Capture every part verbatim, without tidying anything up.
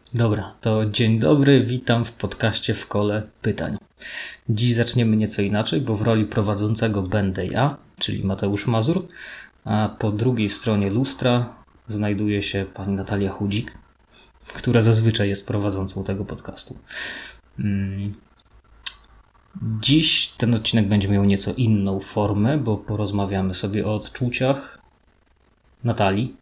Dobra, to dzień dobry, witam w podcaście W Kole Pytań. Dziś zaczniemy nieco inaczej, bo w roli prowadzącego będę ja, czyli Mateusz Mazur, a po drugiej stronie lustra znajduje się pani Natalia Chudzik, która zazwyczaj jest prowadzącą tego podcastu. Dziś ten odcinek będzie miał nieco inną formę, bo porozmawiamy sobie o odczuciach Natalii,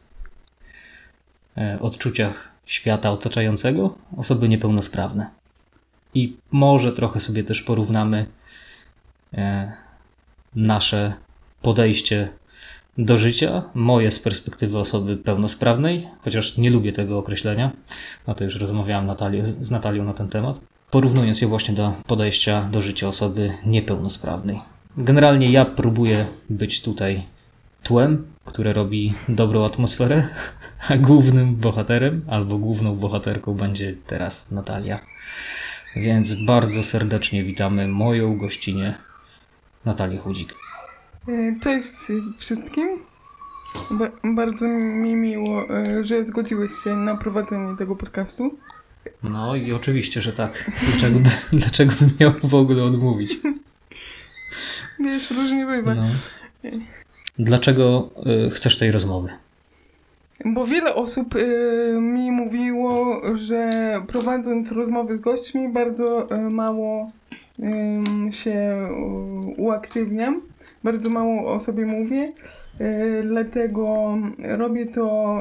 odczuciach świata otaczającego osoby niepełnosprawne. I może trochę sobie też porównamy e, nasze podejście do życia, moje z perspektywy osoby pełnosprawnej, chociaż nie lubię tego określenia, no to już rozmawiałem Natalię, z Natalią na ten temat, porównując je właśnie do podejścia do życia osoby niepełnosprawnej. Generalnie ja próbuję być tutaj tłem, które robi dobrą atmosferę, a głównym bohaterem albo główną bohaterką będzie teraz Natalia. Więc bardzo serdecznie witamy moją gościnię Natalię Chudzik. Cześć wszystkim. Ba- bardzo mi miło, że zgodziłeś się na prowadzenie tego podcastu. No i oczywiście, że tak. Dlaczego, dlaczego bym miał w ogóle odmówić? Wiesz, różnie bywa. No. Dlaczego y, chcesz tej rozmowy? Bo wiele osób y, mi mówiło, że prowadząc rozmowy z gośćmi bardzo y, mało y, się y, uaktywniam. Bardzo mało o sobie mówię. Y, dlatego robię to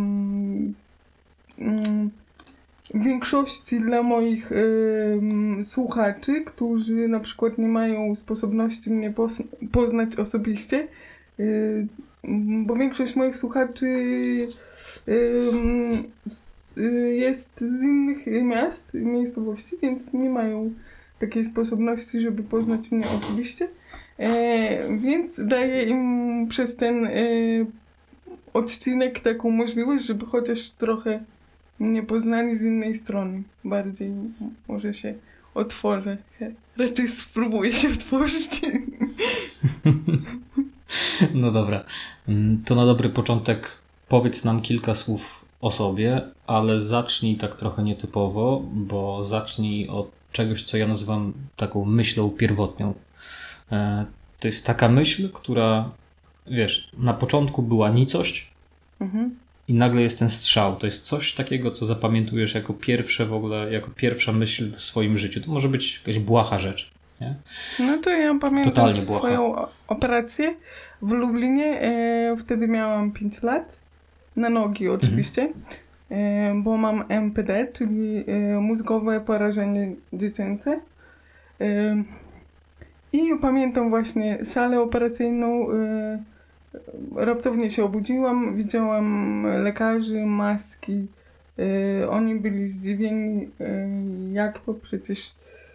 y, y, w większości dla moich y, słuchaczy, którzy na przykład nie mają sposobności mnie pos- poznać osobiście. Y, bo większość moich słuchaczy y, y, jest z innych miast, miejscowości, więc nie mają takiej sposobności, żeby poznać mnie osobiście. E, więc daję im przez ten e, odcinek taką możliwość, żeby chociaż trochę mnie poznali z innej strony. Bardziej może się otworzę. Raczej spróbuję się otworzyć. No dobra, to na dobry początek powiedz nam kilka słów o sobie, ale zacznij tak trochę nietypowo, bo zacznij od czegoś, co ja nazywam taką myślą pierwotnią. To jest taka myśl, która, wiesz, na początku była nicość mhm. i nagle jest ten strzał. To jest coś takiego, co zapamiętujesz jako pierwsze w ogóle, jako pierwsza myśl w swoim życiu. To może być jakaś błaha rzecz. Nie? No to ja pamiętam swoją błaha. operację w Lublinie. E, wtedy miałam pięć lat. Na nogi oczywiście. Mhm. E, bo mam M P D, czyli e, mózgowe porażenie dziecięce. E, I pamiętam właśnie salę operacyjną. E, raptownie się obudziłam. Widziałam lekarzy, maski. E, oni byli zdziwieni. E, jak to przecież...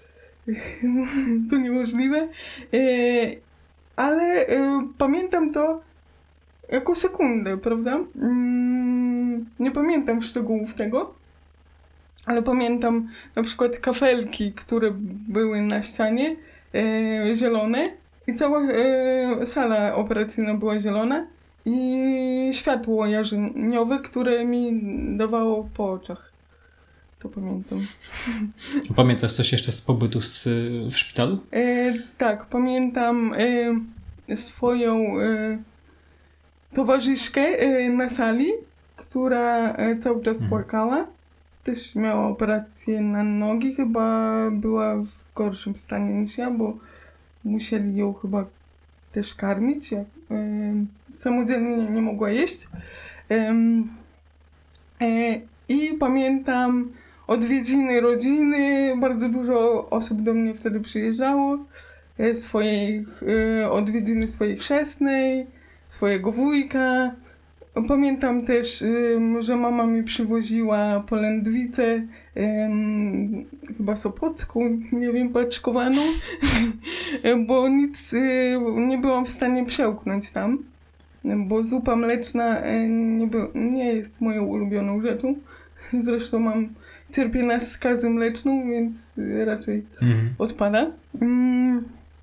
to niemożliwe, e, ale e, pamiętam to jako sekundę, prawda? Mm, nie pamiętam szczegółów tego, ale pamiętam na przykład kafelki, które były na ścianie, e, zielone i cała e, sala operacyjna była zielona i światło jarzyniowe, które mi dawało po oczach. To pamiętam. Pamiętasz coś jeszcze z pobytu z, w szpitalu? E, tak, pamiętam e, swoją e, towarzyszkę e, na sali, która e, cały czas mhm. płakała. Też miała operację na nogi, chyba była w gorszym stanie niż ja, bo musieli ją chyba też karmić. Jak, e, samodzielnie nie, nie mogła jeść. E, e, I pamiętam odwiedziny rodziny, bardzo dużo osób do mnie wtedy przyjeżdżało, swoich, odwiedziny swojej chrzestnej, swojego wujka. Pamiętam też, że mama mi przywoziła polędwicę, chyba sopocką, nie wiem, paczkowaną, bo nic nie byłam w stanie przełknąć tam, bo zupa mleczna nie, by, nie jest moją ulubioną rzeczą. Zresztą mam cierpię na skazę mleczną, więc raczej mhm. odpada. Mm.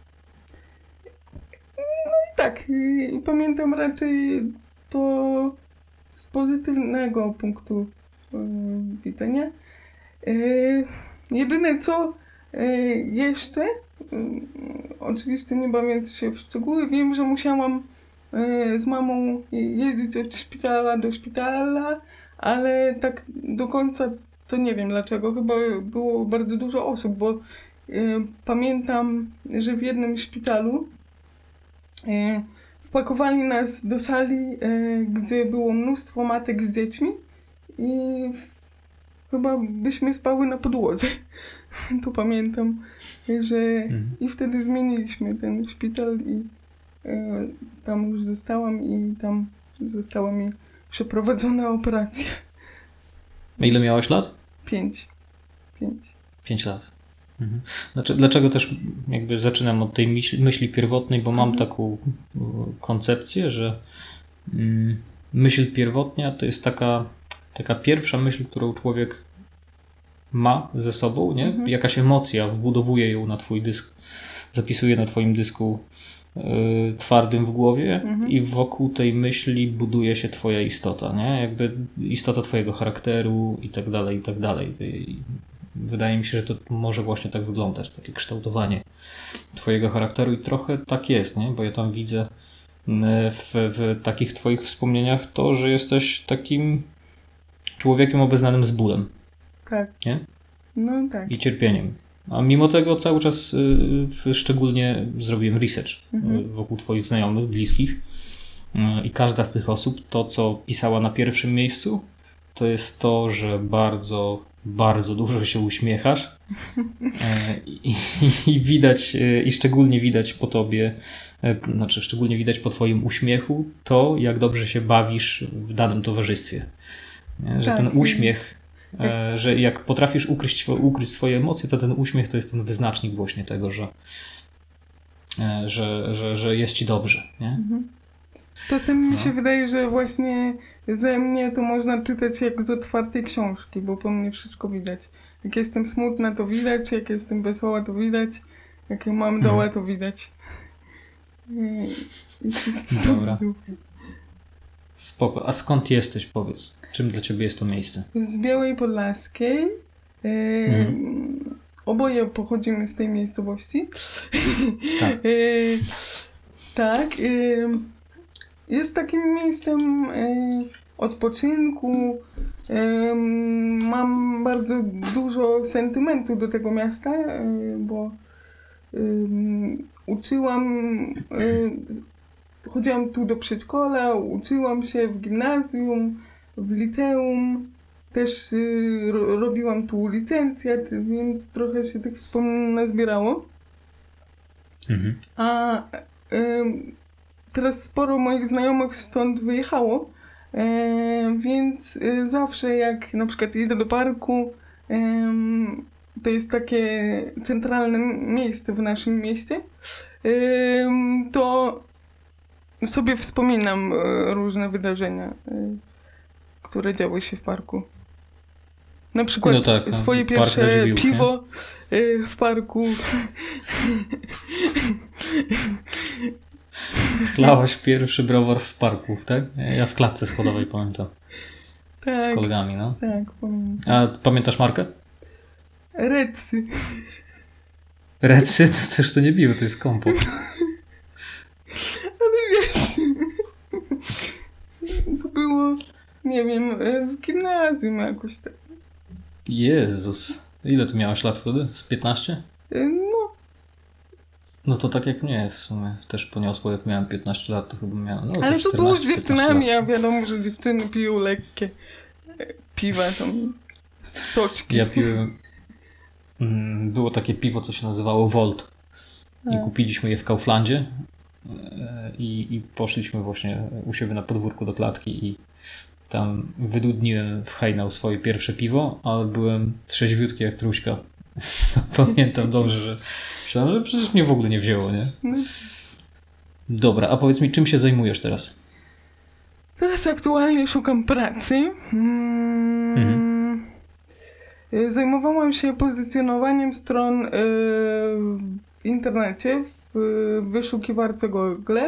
No i tak, i pamiętam raczej to z pozytywnego punktu yy, widzenia. Yy, jedyne co yy, jeszcze, yy, oczywiście nie bawiąc się w szczegóły, wiem, że musiałam yy, z mamą jeździć od szpitala do szpitala, ale tak do końca to nie wiem dlaczego. Chyba było bardzo dużo osób, bo yy, pamiętam, że w jednym szpitalu yy, wpakowali nas do sali, yy, gdzie było mnóstwo matek z dziećmi i w, chyba byśmy spały na podłodze. To pamiętam, że Mhm. i wtedy zmieniliśmy ten szpital i yy, tam już zostałam i tam została mi przeprowadzona operacja. A ile miałaś lat? Pięć. Pięć. Pięć lat. Mhm. Znaczy, dlaczego też jakby zaczynam od tej myśli, myśli pierwotnej, bo mam Mhm. taką y, koncepcję, że mm, myśl pierwotnia to jest taka, taka pierwsza myśl, którą człowiek ma ze sobą, nie? Mhm. Jakaś emocja, wbudowuje ją na twój dysk, zapisuje na twoim dysku y, twardym w głowie Mhm. i wokół tej myśli buduje się twoja istota, nie? Jakby istota twojego charakteru i tak dalej, i tak dalej. I wydaje mi się, że to może właśnie tak wyglądać, takie kształtowanie twojego charakteru i trochę tak jest, nie? Bo ja tam widzę y, w, w takich twoich wspomnieniach to, że jesteś takim człowiekiem obeznanym z bólem, Tak. nie? No tak. I cierpieniem. A mimo tego cały czas y, szczególnie zrobiłem research Mhm. y, wokół twoich znajomych, bliskich y, i każda z tych osób, to co pisała na pierwszym miejscu, to jest to, że bardzo, bardzo dużo się uśmiechasz y, i, i widać, y, i szczególnie widać po tobie, y, znaczy szczególnie widać po twoim uśmiechu to, jak dobrze się bawisz w danym towarzystwie. Nie? Że Tak. ten uśmiech, e, że jak potrafisz ukryć, ukryć swoje emocje, to ten uśmiech to jest ten wyznacznik właśnie tego, że, e, że, że, że jest ci dobrze. Nie? Mhm. Czasem mi No. się wydaje, że właśnie ze mnie to można czytać jak z otwartej książki, bo po mnie wszystko widać. Jak jestem smutna, to widać, jak jestem wesoła, to widać, jak mam doła, to widać. I, i wszyscy Dobra. to widzą. Spoko. A skąd jesteś, powiedz? Czym dla ciebie jest to miejsce? Z Białej Podlaskiej. E, Mhm. Oboje pochodzimy z tej miejscowości. Tak. E, tak. E, jest takim miejscem e, odpoczynku. E, mam bardzo dużo sentymentu do tego miasta, e, bo e, uczyłam, e, chodziłam tu do przedszkola, uczyłam się w gimnazjum, w liceum. Też y, ro, robiłam tu licencjat, więc trochę się tych wspomnień nazbierało. Mhm. A y, teraz sporo moich znajomych stąd wyjechało, y, więc y, zawsze jak na przykład idę do parku, y, to jest takie centralne miejsce w naszym mieście, y, to sobie wspominam y, różne wydarzenia, y, które działy się w parku. Na przykład No tak, swoje park pierwsze Radziwiłł, piwo y, w parku. Chlałaś pierwszy browar w parku, tak? Ja w klatce schodowej pamiętam. Z Tak, kolegami, no. tak, pamiętam. A pamiętasz markę? Recy. Recy to też to nie piwo, to jest kompot. Ale wiesz, to było, nie wiem, y, w gimnazjum jakoś tak. Jezus. Ile ty miałaś lat wtedy? Z piętnaście? Y, No, No to tak jak mnie w sumie też poniosło, jak miałem piętnaście lat, to chyba miałem. No, ale ze to było z czternaście, dziewczynami, piętnaście a lat. wiadomo, że dziewczyny piją lekkie y, piwa tam, soczki. Ja piłem. mm, Było takie piwo, co się nazywało Volt. I A. kupiliśmy je w Kauflandzie. e, I, I poszliśmy właśnie u siebie na podwórku do klatki i tam wydudniłem w hejnał swoje pierwsze piwo, ale byłem trzeźwiutki jak truśka. Pamiętam dobrze, że myślałem, że przecież mnie w ogóle nie wzięło, nie? No. Dobra, a powiedz mi, czym się zajmujesz teraz? Teraz aktualnie szukam pracy. Mm, Mhm. y, Zajmowałam się pozycjonowaniem stron y, w internecie, w y, wyszukiwarce Google.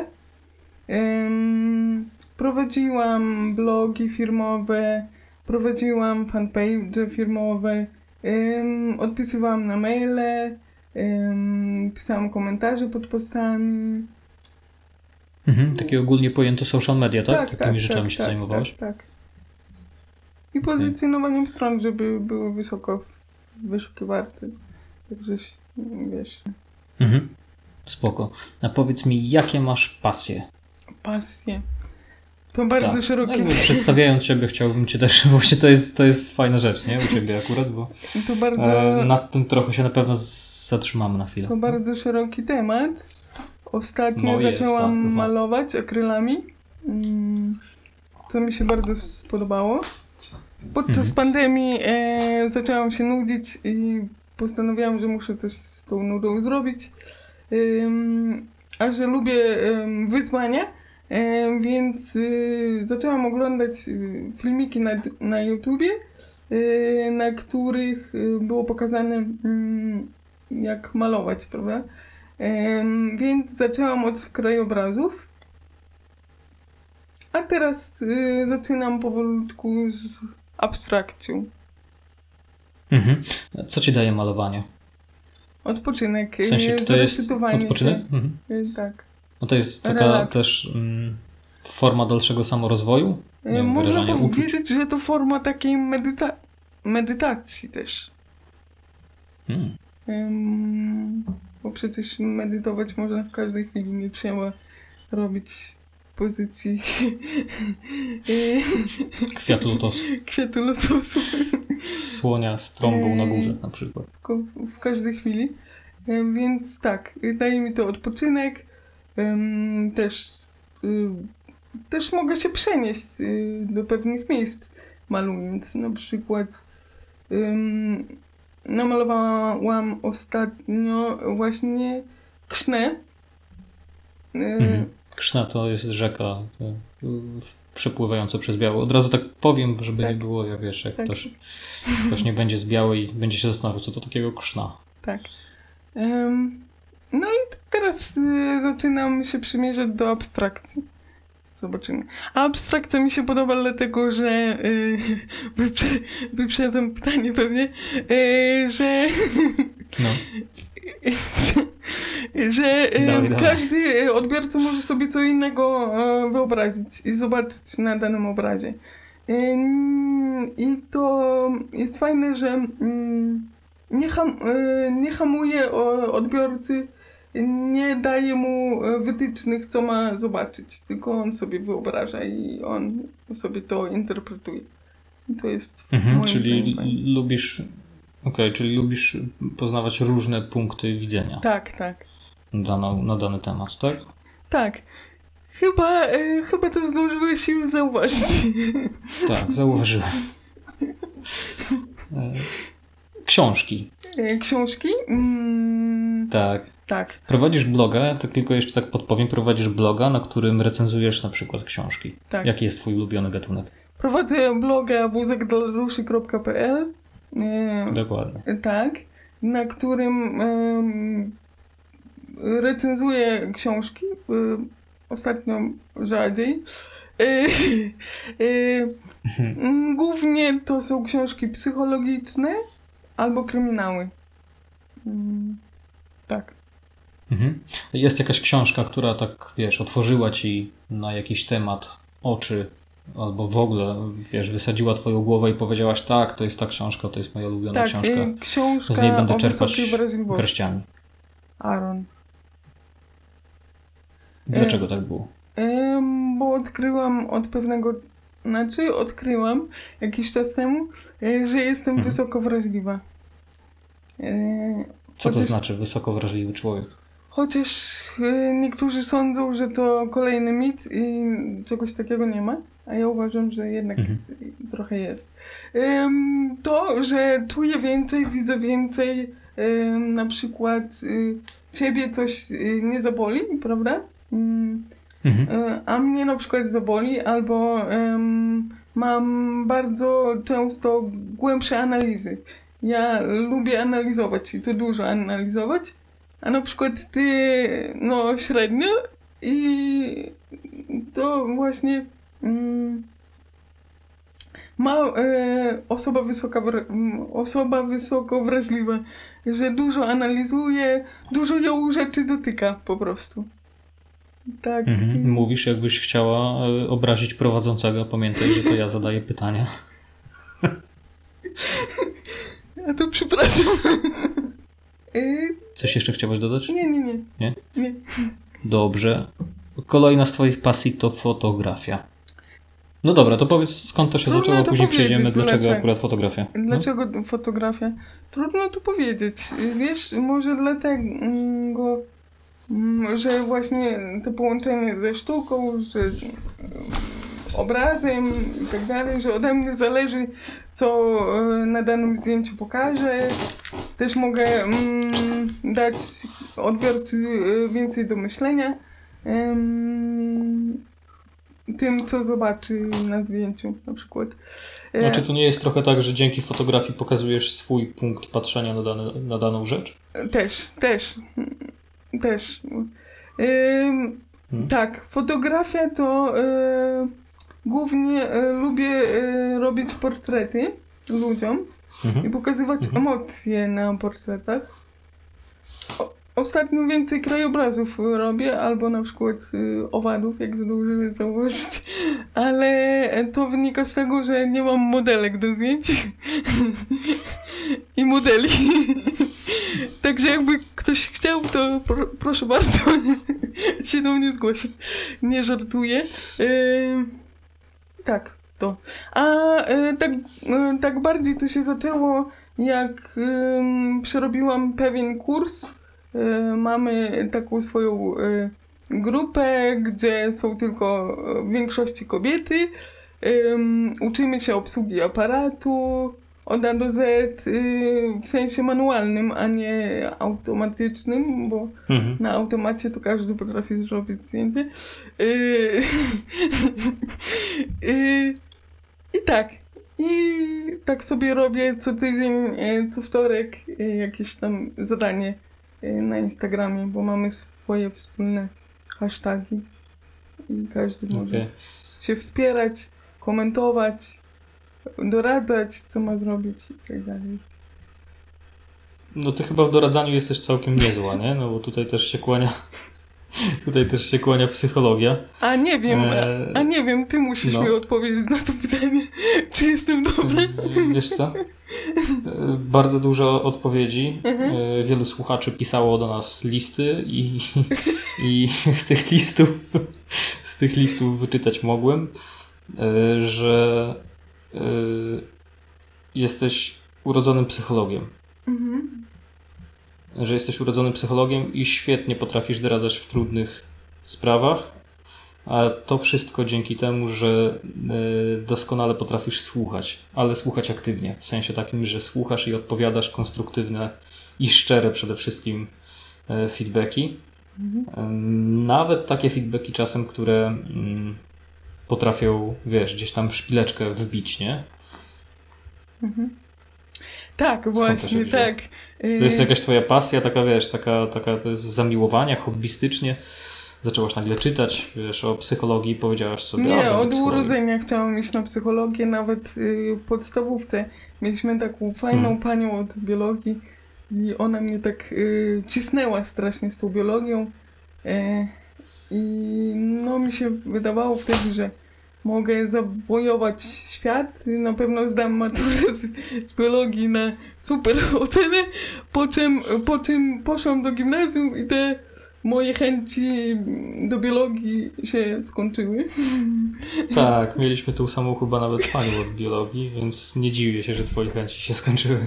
Ym, prowadziłam blogi firmowe, prowadziłam fanpage firmowe, Ym, odpisywałam na maile, ym, pisałam komentarze pod postami. Mhm, takie ogólnie pojęte social media, tak? Tak, Takimi tak, rzeczami tak, się tak, zajmowałaś? Tak, tak. I pozycjonowaniem stron, żeby były wysoko w wyszukiwarce. Także, wiesz, Mhm. Spoko. A powiedz mi, jakie masz pasje? pasje. To bardzo Tak. szerokie. Jakby przedstawiając Ciebie, chciałbym Cię też, właśnie to jest, to jest fajna rzecz, nie? U Ciebie akurat, bo To bardzo, e, nad tym trochę się na pewno zatrzymamy na chwilę. to bardzo szeroki temat. Ostatnio No jest, zaczęłam tak, to fakt. malować akrylami, mm, co mi się bardzo spodobało. Podczas Mhm. pandemii e, zaczęłam się nudzić i postanowiłam, że muszę coś z tą nudą zrobić. Ym, a że lubię ym, wyzwania, ym, więc y, zaczęłam oglądać y, filmiki na, na YouTubie, y, na których y, było pokazane ym, jak malować, prawda? Ym, więc zaczęłam od krajobrazów, a teraz y, zaczynam powolutku z abstrakcją. Mhm. Co Ci daje malowanie? Odpoczynek, W sensie, czy to jest zresetowanie odpoczynek? się. Mhm. Y, tak. No to jest taka Relaks. też mm, forma dalszego samorozwoju? Nie Y, wiem, Można wyrażania uczuć? powiedzieć, że to forma takiej medyta- medytacji też. Hmm. Ym, bo przecież medytować można w każdej chwili, nie trzeba robić pozycji y, Kwiat lotosu. kwiatu lotosu Słonia z trąbą na górze na przykład. w, ko- w każdej chwili. Ym, więc tak, y, daje mi to odpoczynek. Ym, też, y, też mogę się przenieść y, do pewnych miejsc malując. Na przykład ym, namalowałam ostatnio właśnie Krzne. Y, Mhm. Krzna to jest rzeka e, w- przepływająca przez Białą. Od razu tak powiem, żeby Tak. nie było, jak wiesz, jak Tak. ktoś, ktoś nie będzie z Białej i będzie się zastanawiał, co to takiego Krzna. Tak. Ym, no i t- teraz y, zaczynam się przymierzać do abstrakcji. Zobaczymy. A abstrakcja mi się podoba dlatego, że y, wyprze- wyprzedzam pytanie pewnie, y, że No. że y, Dawaj, dawaj. każdy odbiorca może sobie co innego y, wyobrazić i zobaczyć na danym obrazie. Y, I to jest fajne, że mm, nie, ham, y, nie hamuje o- odbiorcy, nie daje mu y, wytycznych, co ma zobaczyć, tylko on sobie wyobraża i on sobie to interpretuje. I to jest Mhm, moim czyli zdaniem fajne. lubisz, okej, czyli lubisz poznawać różne punkty widzenia Tak, tak. na, daną, na dany temat, tak? Tak. Chyba, y, chyba to zdążyłeś już zauważyć. Tak, zauważyłem. E, Książki, Y, Książki? Mm, tak. tak. Prowadzisz bloga, to tylko jeszcze tak podpowiem, prowadzisz bloga, na którym recenzujesz na przykład książki. Tak. Jaki jest twój ulubiony gatunek? Prowadzę bloga wózek dla ruszy kropka p l. Y, Dokładnie. tak. Na którym ym, recenzuję książki. Y, ostatnio rzadziej. Y, y, mm, głównie to są książki psychologiczne albo kryminały. Mm, tak. Mhm. Jest jakaś książka, która tak, wiesz, otworzyła ci na jakiś temat oczy, albo w ogóle, wiesz, wysadziła twoją głowę i powiedziałaś, tak, to jest ta książka, to jest moja ulubiona Tak, książka. y, książka Z niej będę o czerpać wysokiej wrażliwości. garściami. Aaron. Dlaczego tak było? Ym, bo odkryłam od pewnego, znaczy odkryłam jakiś czas temu, y, że jestem Mhm. wysoko wrażliwa. Y, Co to chociaż- znaczy wysoko wrażliwy człowiek? Chociaż y, niektórzy sądzą, że to kolejny mit i czegoś takiego nie ma, a ja uważam, że jednak Mhm. y, trochę jest. Ym, to, że czuję więcej, widzę więcej, ym, na przykład y, ciebie coś y, nie zaboli, prawda? Ym, Mhm. y, a mnie na przykład zaboli, albo ym, mam bardzo często głębsze analizy. Ja lubię analizować i to dużo analizować, a na przykład ty, no średnio i to właśnie mm, ma e, osoba, wysoka, wra- m, osoba wysoko wrażliwa, że dużo analizuje, dużo ją rzeczy dotyka po prostu. Tak. Mhm. Mówisz, jakbyś chciała e, obrazić prowadzącego. Pamiętaj, że to ja zadaję pytania. Ja to przepraszam. y, Coś jeszcze chciałaś dodać? nie, nie, nie. Nie? Nie. Dobrze. Kolejna z twoich pasji to fotografia. No dobra, to powiedz, skąd to się Trudno zaczęło, to później powiedzieć, przejdziemy, dlaczego dlaczego. akurat fotografia. No? Dlaczego fotografia? Trudno to powiedzieć. Wiesz, może dlatego, mm, że właśnie to połączenie ze sztuką, że mm, obrazem i tak dalej, że ode mnie zależy, co e, na danym zdjęciu pokażę. Też mogę mm, dać odbiorcy e, więcej do myślenia em, tym, co zobaczy na zdjęciu na przykład. E, Znaczy to nie jest trochę tak, że dzięki fotografii pokazujesz swój punkt patrzenia na, dane, na daną rzecz? Też, też, też. Ym, Hmm. Tak, fotografia to y, głównie y, lubię y, robić portrety ludziom Mhm. i pokazywać Mhm. emocje na portretach. O, ostatnio więcej krajobrazów robię, albo na przykład y, owadów, jak zdążyłem zauważyć, ale to wynika z tego, że nie mam modelek do zdjęć i modeli. Także jakby ktoś chciał, to pro, proszę bardzo się do mnie zgłosić. Nie żartuję. Yy, tak, to. A yy, tak, yy, tak bardziej to się zaczęło, jak yy, przerobiłam pewien kurs. Yy, mamy taką swoją yy, grupę, gdzie są tylko w większości kobiety. Yy, uczymy się obsługi aparatu od A do Z, yy, w sensie manualnym, a nie automatycznym, bo Mhm. na automacie to każdy potrafi zrobić zdjęcie. Yy, yy, I tak. I tak sobie robię co tydzień, yy, co wtorek yy, jakieś tam zadanie yy, na Instagramie, bo mamy swoje wspólne hasztagi i każdy może Okay. się wspierać, komentować, doradzać, co ma zrobić i tak dalej. No ty chyba w doradzaniu jesteś całkiem niezła, nie? No bo tutaj też się kłania tutaj też się kłania psychologia. A nie wiem, Eee, a, a nie wiem, ty musisz no. mi odpowiedzieć na to pytanie, czy jestem dobra. Wiesz co? E, Bardzo dużo odpowiedzi. E, Wielu słuchaczy pisało do nas listy i, i z tych listów z tych listów wyczytać mogłem, e, że e, jesteś urodzonym psychologiem. Mhm. Że jesteś urodzonym psychologiem i świetnie potrafisz doradzać w trudnych sprawach, a to wszystko dzięki temu, że y, doskonale potrafisz słuchać, ale słuchać aktywnie, w sensie takim, że słuchasz i odpowiadasz konstruktywne i szczere przede wszystkim y, feedbacki. Mhm. Y, nawet takie feedbacki czasem, które y, potrafią, wiesz, gdzieś tam szpileczkę wbić, nie? Mhm. Tak, to się właśnie, wzięło? tak. To jest jakaś twoja pasja, taka wiesz, taka, taka to jest zamiłowania, hobbystycznie. Zaczęłaś nagle czytać, wiesz, o psychologii i powiedziałaś sobie, Nie, a, będę od psychologiem. urodzenia chciałam iść na psychologię, nawet y, w podstawówce mieliśmy taką fajną Hmm. panią od biologii i ona mnie tak y, cisnęła strasznie z tą biologią y, i no mi się wydawało wtedy, że mogę zawojować świat, na pewno zdam maturę z, z biologii na super ocenę, po czym, po czym poszłam do gimnazjum i te moje chęci do biologii się skończyły. Tak, mieliśmy tą samą chyba nawet panią od biologii, więc nie dziwię się, że twoje chęci się skończyły.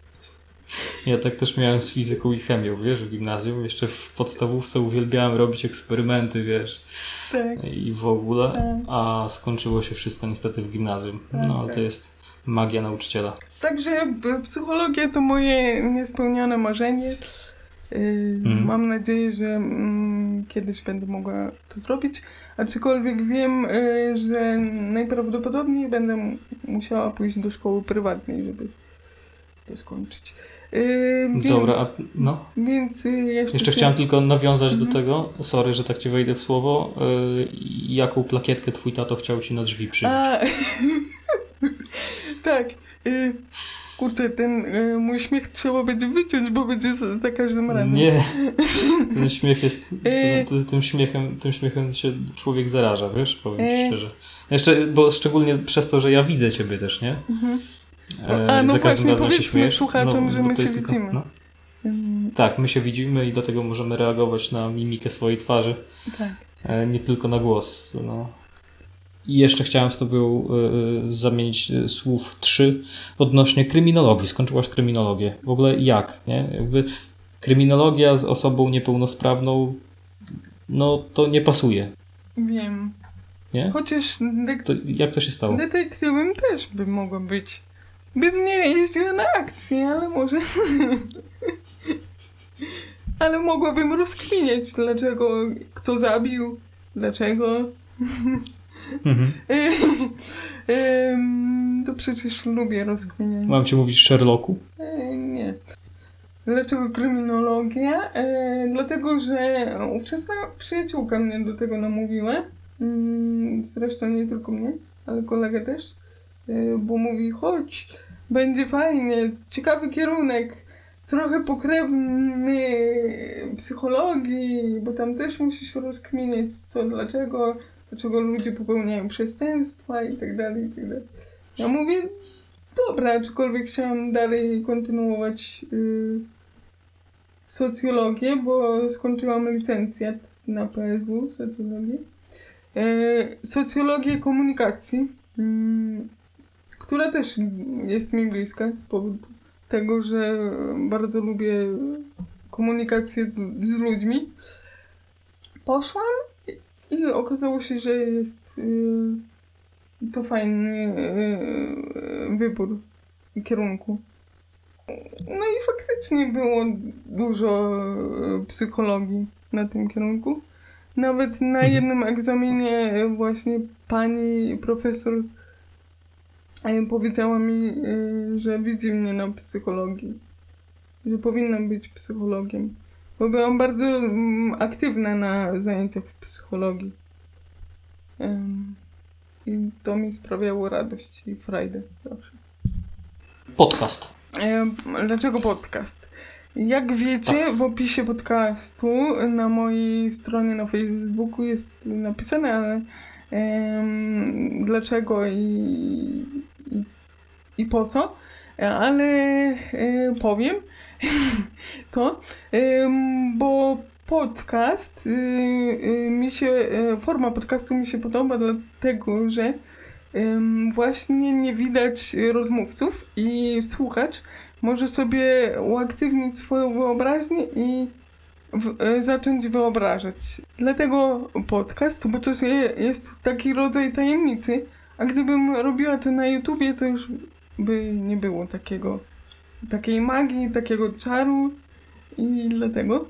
Ja tak też miałem z fizyką i chemią, wiesz, w gimnazjum. Jeszcze w podstawówce uwielbiałem robić eksperymenty, wiesz, Tak. i w ogóle, Tak. a skończyło się wszystko niestety w gimnazjum. Tak, No, ale tak. to jest magia nauczyciela. Także b- psychologia to moje niespełnione marzenie. Yy, Mhm. Mam nadzieję, że mm, kiedyś będę mogła to zrobić. Aczkolwiek wiem, yy, że najprawdopodobniej będę m- musiała pójść do szkoły prywatnej, żeby to skończyć. Yy, wiem- Dobra, a no. Więc yy, jeszcze, Jeszcze się... chciałem tylko nawiązać Mhm. do tego, sorry, że tak ci wejdę w słowo, yy, jaką plakietkę twój tato chciał ci na drzwi przybić. A, Kurczę, ten y, mój śmiech trzeba będzie wyciąć, bo będzie za, za każdym razem. Nie, ten śmiech jest, tym, tym, śmiechem, tym śmiechem się człowiek zaraża, wiesz, powiem ci szczerze. Jeszcze, bo szczególnie przez to, że ja widzę ciebie też, nie? Mhm. E, A no za każdym właśnie, razem się powiedzmy śmiejesz, słuchaczom, no, że bo my to się jest widzimy. Tylko, no. Mm, Tak, my się widzimy i dlatego możemy reagować na mimikę swojej twarzy, tak. e, nie tylko na głos. No. I jeszcze chciałem z tobą y, zamienić y, słów trzy odnośnie kryminologii. Skończyłaś kryminologię. W ogóle jak? Nie? Jakby kryminologia z osobą niepełnosprawną, no to nie pasuje. Wiem. Nie? Chociaż dek- To jak to się stało? detektywem też by mogła być. Bym nie jeździła na akcję, ale może... ale mogłabym rozkminiać, dlaczego, kto zabił, dlaczego... Mhm. Em, to przecież lubię rozkminiać. Mam ci mówić Sherlocku? E, nie. Dlaczego kryminologia? E, dlatego, że ówczesna przyjaciółka mnie do tego namówiła. Mm, zresztą nie tylko mnie, ale kolegę też. E, bo mówi, chodź, będzie fajnie, ciekawy kierunek, trochę pokrewny psychologii, bo tam też musisz rozkminiać co, dlaczego, dlaczego ludzie popełniają przestępstwa i tak dalej, i tak dalej. Ja mówię, dobra, aczkolwiek chciałam dalej kontynuować y, socjologię, bo skończyłam licencjat na P S W, socjologię. Y, socjologię komunikacji, y, która też jest mi bliska z powodu tego, że bardzo lubię komunikację z, z ludźmi. Poszłam i, i okazało się, że jest y, to fajny y, wybór kierunku. No i faktycznie było dużo y, psychologii na tym kierunku. Nawet na jednym egzaminie właśnie pani profesor y, powiedziała mi, y, że widzi mnie na psychologii. Że powinnam być psychologiem. Bo byłam bardzo mm, aktywna na zajęciach z psychologii. Ym, I to mi sprawiało radość i frajdę zawsze. Podcast. Ym, dlaczego podcast? Jak wiecie, Tak. w opisie podcastu na mojej stronie na Facebooku jest napisane, ale ym, dlaczego i, i, i po co, ale y, powiem to, y, bo podcast y, y, mi się, y, forma podcastu mi się podoba dlatego, że y, właśnie nie widać rozmówców i słuchacz może sobie uaktywnić swoją wyobraźnię i w, y, zacząć wyobrażać. Dlatego podcast, bo to jest taki rodzaj tajemnicy, a gdybym robiła to na YouTubie, to już by nie było takiego, takiej magii, takiego czaru i dlatego.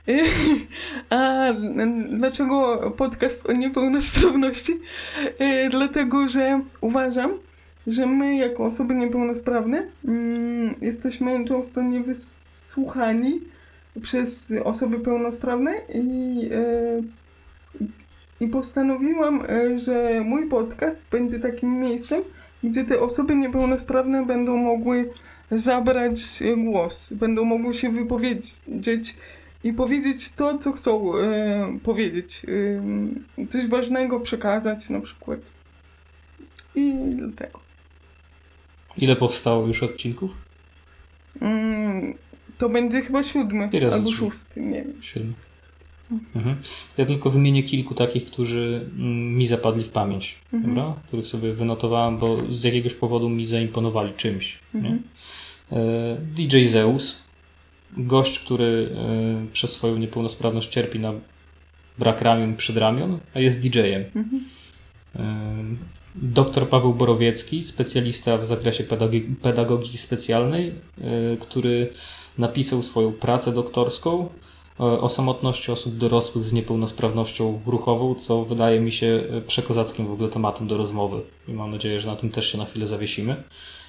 A dlaczego podcast o niepełnosprawności? Dlatego, że uważam, że my jako osoby niepełnosprawne mm, jesteśmy często niewysłuchani przez osoby pełnosprawne i, e, i postanowiłam, e, że mój podcast będzie takim miejscem, gdzie te osoby niepełnosprawne będą mogły zabrać głos, będą mogły się wypowiedzieć i powiedzieć to, co chcą e, powiedzieć. E, coś ważnego przekazać na przykład. I dlatego. Ile powstało już odcinków? Mm, to będzie chyba siódmy Ile albo trzy? szósty, nie wiem. Siedem. Mhm. Ja tylko wymienię kilku takich, którzy mm, mi zapadli w pamięć, Mhm. dobra? Których sobie wynotowałem, bo z jakiegoś powodu mi zaimponowali czymś. Mhm. Nie? E, D J Zeus, gość, który e, przez swoją niepełnosprawność cierpi na brak ramion, przedramion, a jest D J-em. Mhm. E, Doktor Paweł Borowiecki, specjalista w zakresie pedagogiki, pedagogiki specjalnej, e, który napisał swoją pracę doktorską o samotności osób dorosłych z niepełnosprawnością ruchową, co wydaje mi się przekozackim w ogóle tematem do rozmowy i mam nadzieję, że na tym też się na chwilę zawiesimy.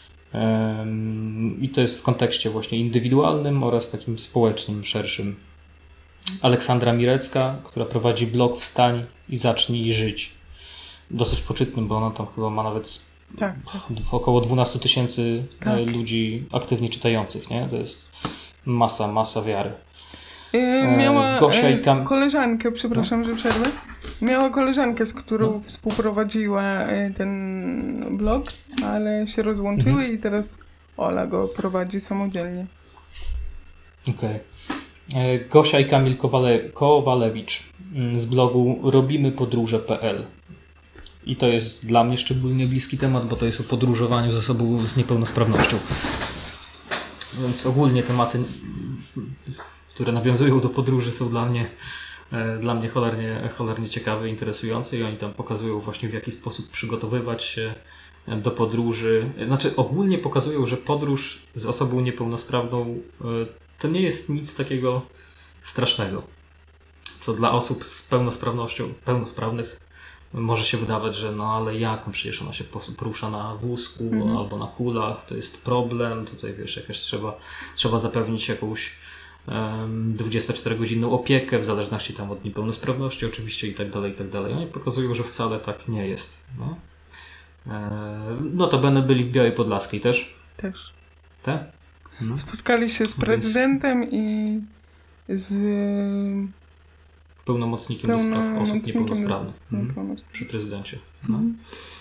I to jest w kontekście właśnie indywidualnym oraz takim społecznym, szerszym. Aleksandra Mirecka, która prowadzi blog Wstań i zacznij żyć. Dosyć poczytnym, bo ona tam chyba ma nawet Tak. Około dwanaście tysięcy Tak. ludzi aktywnie czytających, nie? To jest masa, masa wiary. E, miała Gosia i e, Kam- koleżankę, przepraszam, że przerwę. Miała koleżankę, z którą No. współprowadziła e, ten blog, ale się rozłączyły Mhm. i teraz Ola go prowadzi samodzielnie. Okej. Okay. Gosia i Kamil Kowale- Kowalewicz z blogu robimy podróże kropka p l. I to jest dla mnie szczególnie bliski temat, bo to jest o podróżowaniu ze sobą z niepełnosprawnością. Więc ogólnie tematy, które nawiązują do podróży, są dla mnie, dla mnie cholernie, cholernie ciekawe, interesujące i oni tam pokazują właśnie, w jaki sposób przygotowywać się do podróży. Znaczy ogólnie pokazują, że podróż z osobą niepełnosprawną to nie jest nic takiego strasznego, co dla osób z pełnosprawnością, pełnosprawnych może się wydawać, że no ale jak, no przecież ona się porusza na wózku Mhm. albo na kulach, to jest problem, tutaj wiesz, jakaś trzeba, trzeba zapewnić jakąś um, dwudziestoczterogodzinną opiekę, w zależności tam od niepełnosprawności oczywiście i tak dalej, i tak dalej. Oni pokazują, że wcale tak nie jest. No, e, notabene byli w Białej Podlaskiej też. Też. Te? No. Spotkali się z prezydentem i z Pełnomocnikiem do spraw osób pełnomocnikiem niepełnosprawnych. do- Mhm. no, Przy prezydencie. No. Mhm.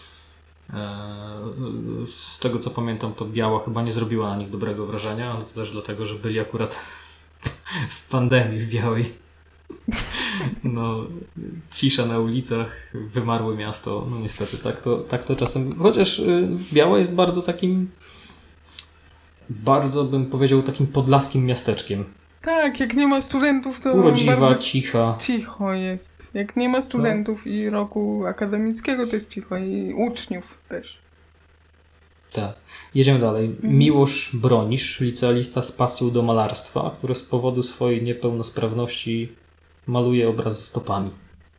E, Z tego co pamiętam, to Biała chyba nie zrobiła na nich dobrego wrażenia, ale to też dlatego, że byli akurat w pandemii w Białej. No, cisza na ulicach, wymarłe miasto, no niestety, tak to, tak to czasem, chociaż y, Biała jest bardzo takim, bardzo bym powiedział takim podlaskim miasteczkiem. Tak, jak nie ma studentów, to Urodziwa, bardzo cicha. cicho jest. Jak nie ma studentów i roku akademickiego, to jest cicho. I uczniów też. Tak. Jedziemy dalej. Mhm. Miłosz Bronisz, licealista z pasją do malarstwa, który z powodu swojej niepełnosprawności maluje obrazy stopami.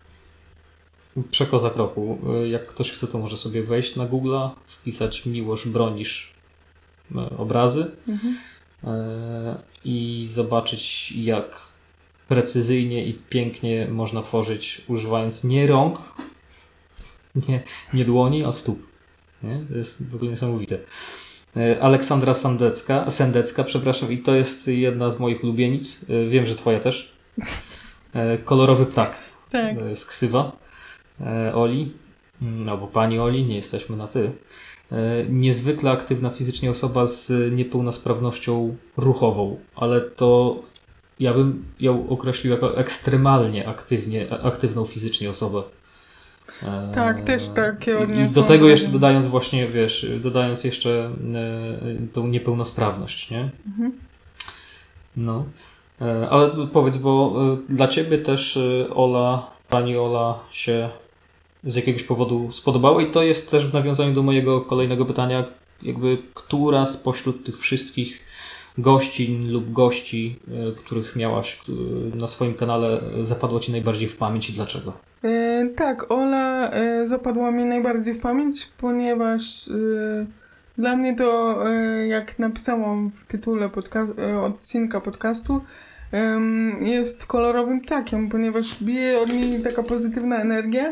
Przekoza kroku. Jak ktoś chce, to może sobie wejść na Google'a, wpisać Miłosz Bronisz e, obrazy Mhm. e, i zobaczyć, jak precyzyjnie i pięknie można tworzyć, używając nie rąk, nie, nie dłoni, a stóp. Nie? To jest w ogóle niesamowite. E, Aleksandra Sandecka, Sendecka, przepraszam, i to jest jedna z moich ulubienic. E, Wiem, że twoja też. E, Kolorowy ptak. Tak. To jest ksywa e, Oli, mm, albo pani Oli, nie jesteśmy na ty. E, Niezwykle aktywna fizycznie osoba z niepełnosprawnością ruchową, ale to ja bym ją określił jako ekstremalnie aktywnie, aktywną fizycznie osobę. E, Tak, też takie i- I odniosłam do tego jeszcze wrażenie. dodając właśnie, wiesz, dodając jeszcze e, tą niepełnosprawność, nie? Mhm. No. E, Ale powiedz, bo e, dla ciebie też e, Ola, pani Ola się z jakiegoś powodu spodobała i to jest też w nawiązaniu do mojego kolejnego pytania, jakby która spośród tych wszystkich gościń lub gości, e, których miałaś e, na swoim kanale, e, zapadła ci najbardziej w pamięć i dlaczego? E, tak, Ola e, zapadła mi najbardziej w pamięć, ponieważ e, dla mnie to, e, jak napisałam w tytule podca- e, odcinka podcastu, em, jest kolorowym ptakiem, ponieważ bije od niej taka pozytywna energia.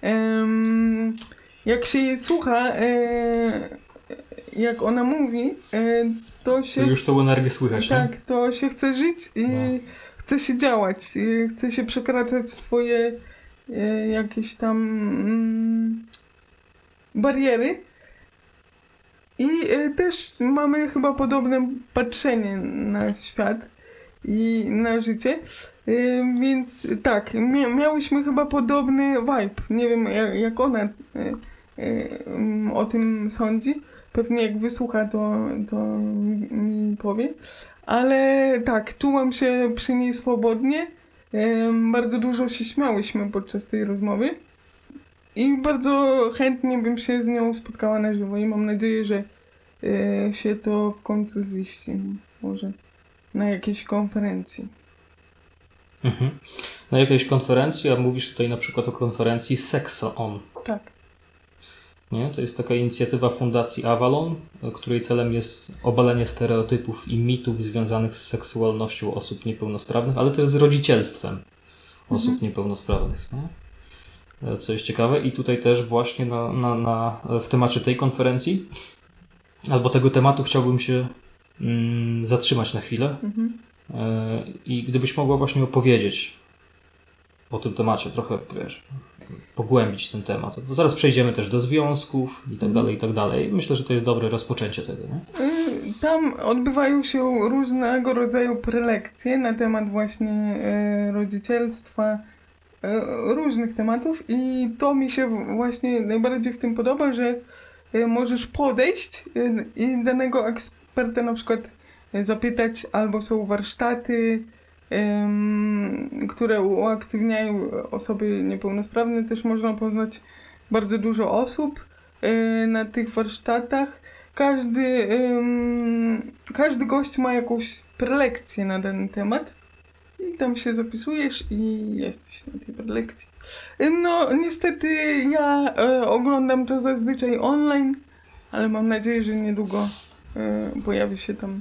Em, jak się jej słucha, e, jak ona mówi, e, to To się już tą energię słychać, nie? tak, to się chce żyć i No. chce się działać, i chce się przekraczać swoje e, jakieś tam mm, bariery. I e, też mamy chyba podobne patrzenie na świat i na życie. E, więc tak, mia- miałyśmy chyba podobny vibe. Nie wiem, jak, jak ona e, e, mm, o tym sądzi. Pewnie jak wysłucha, to, to mi powie. Ale tak, czułam się przy niej swobodnie. Em, bardzo dużo się śmiałyśmy podczas tej rozmowy. I bardzo chętnie bym się z nią spotkała na żywo. I mam nadzieję, że e, się to w końcu ziści. Może na jakiejś konferencji. Mhm. Na jakiejś konferencji, a mówisz tutaj na przykład o konferencji Sexo On. Tak. Nie? To jest taka inicjatywa Fundacji Avalon, której celem jest obalenie stereotypów i mitów związanych z seksualnością osób niepełnosprawnych, ale też z rodzicielstwem osób Mhm. niepełnosprawnych. Nie? co jest ciekawe. I tutaj też właśnie na, na, na, w temacie tej konferencji albo tego tematu chciałbym się mm, zatrzymać na chwilę. Mhm. I gdybyś mogła właśnie opowiedzieć o tym temacie, trochę, wiesz, pogłębić ten temat. Bo zaraz przejdziemy też do związków i tak dalej, i tak dalej. Myślę, że to jest dobre rozpoczęcie tego, nie? Tam odbywają się różnego rodzaju prelekcje na temat właśnie e, rodzicielstwa, e, różnych tematów i to mi się w- właśnie najbardziej w tym podoba, że e, możesz podejść e, i danego eksperta na przykład e, zapytać, albo są warsztaty, em, które uaktywniają osoby niepełnosprawne. Też można poznać bardzo dużo osób e, na tych warsztatach. Każdy, em, każdy gość ma jakąś prelekcję na dany temat i tam się zapisujesz i jesteś na tej prelekcji. No niestety ja e, oglądam to zazwyczaj online, ale mam nadzieję, że niedługo e, pojawi się tam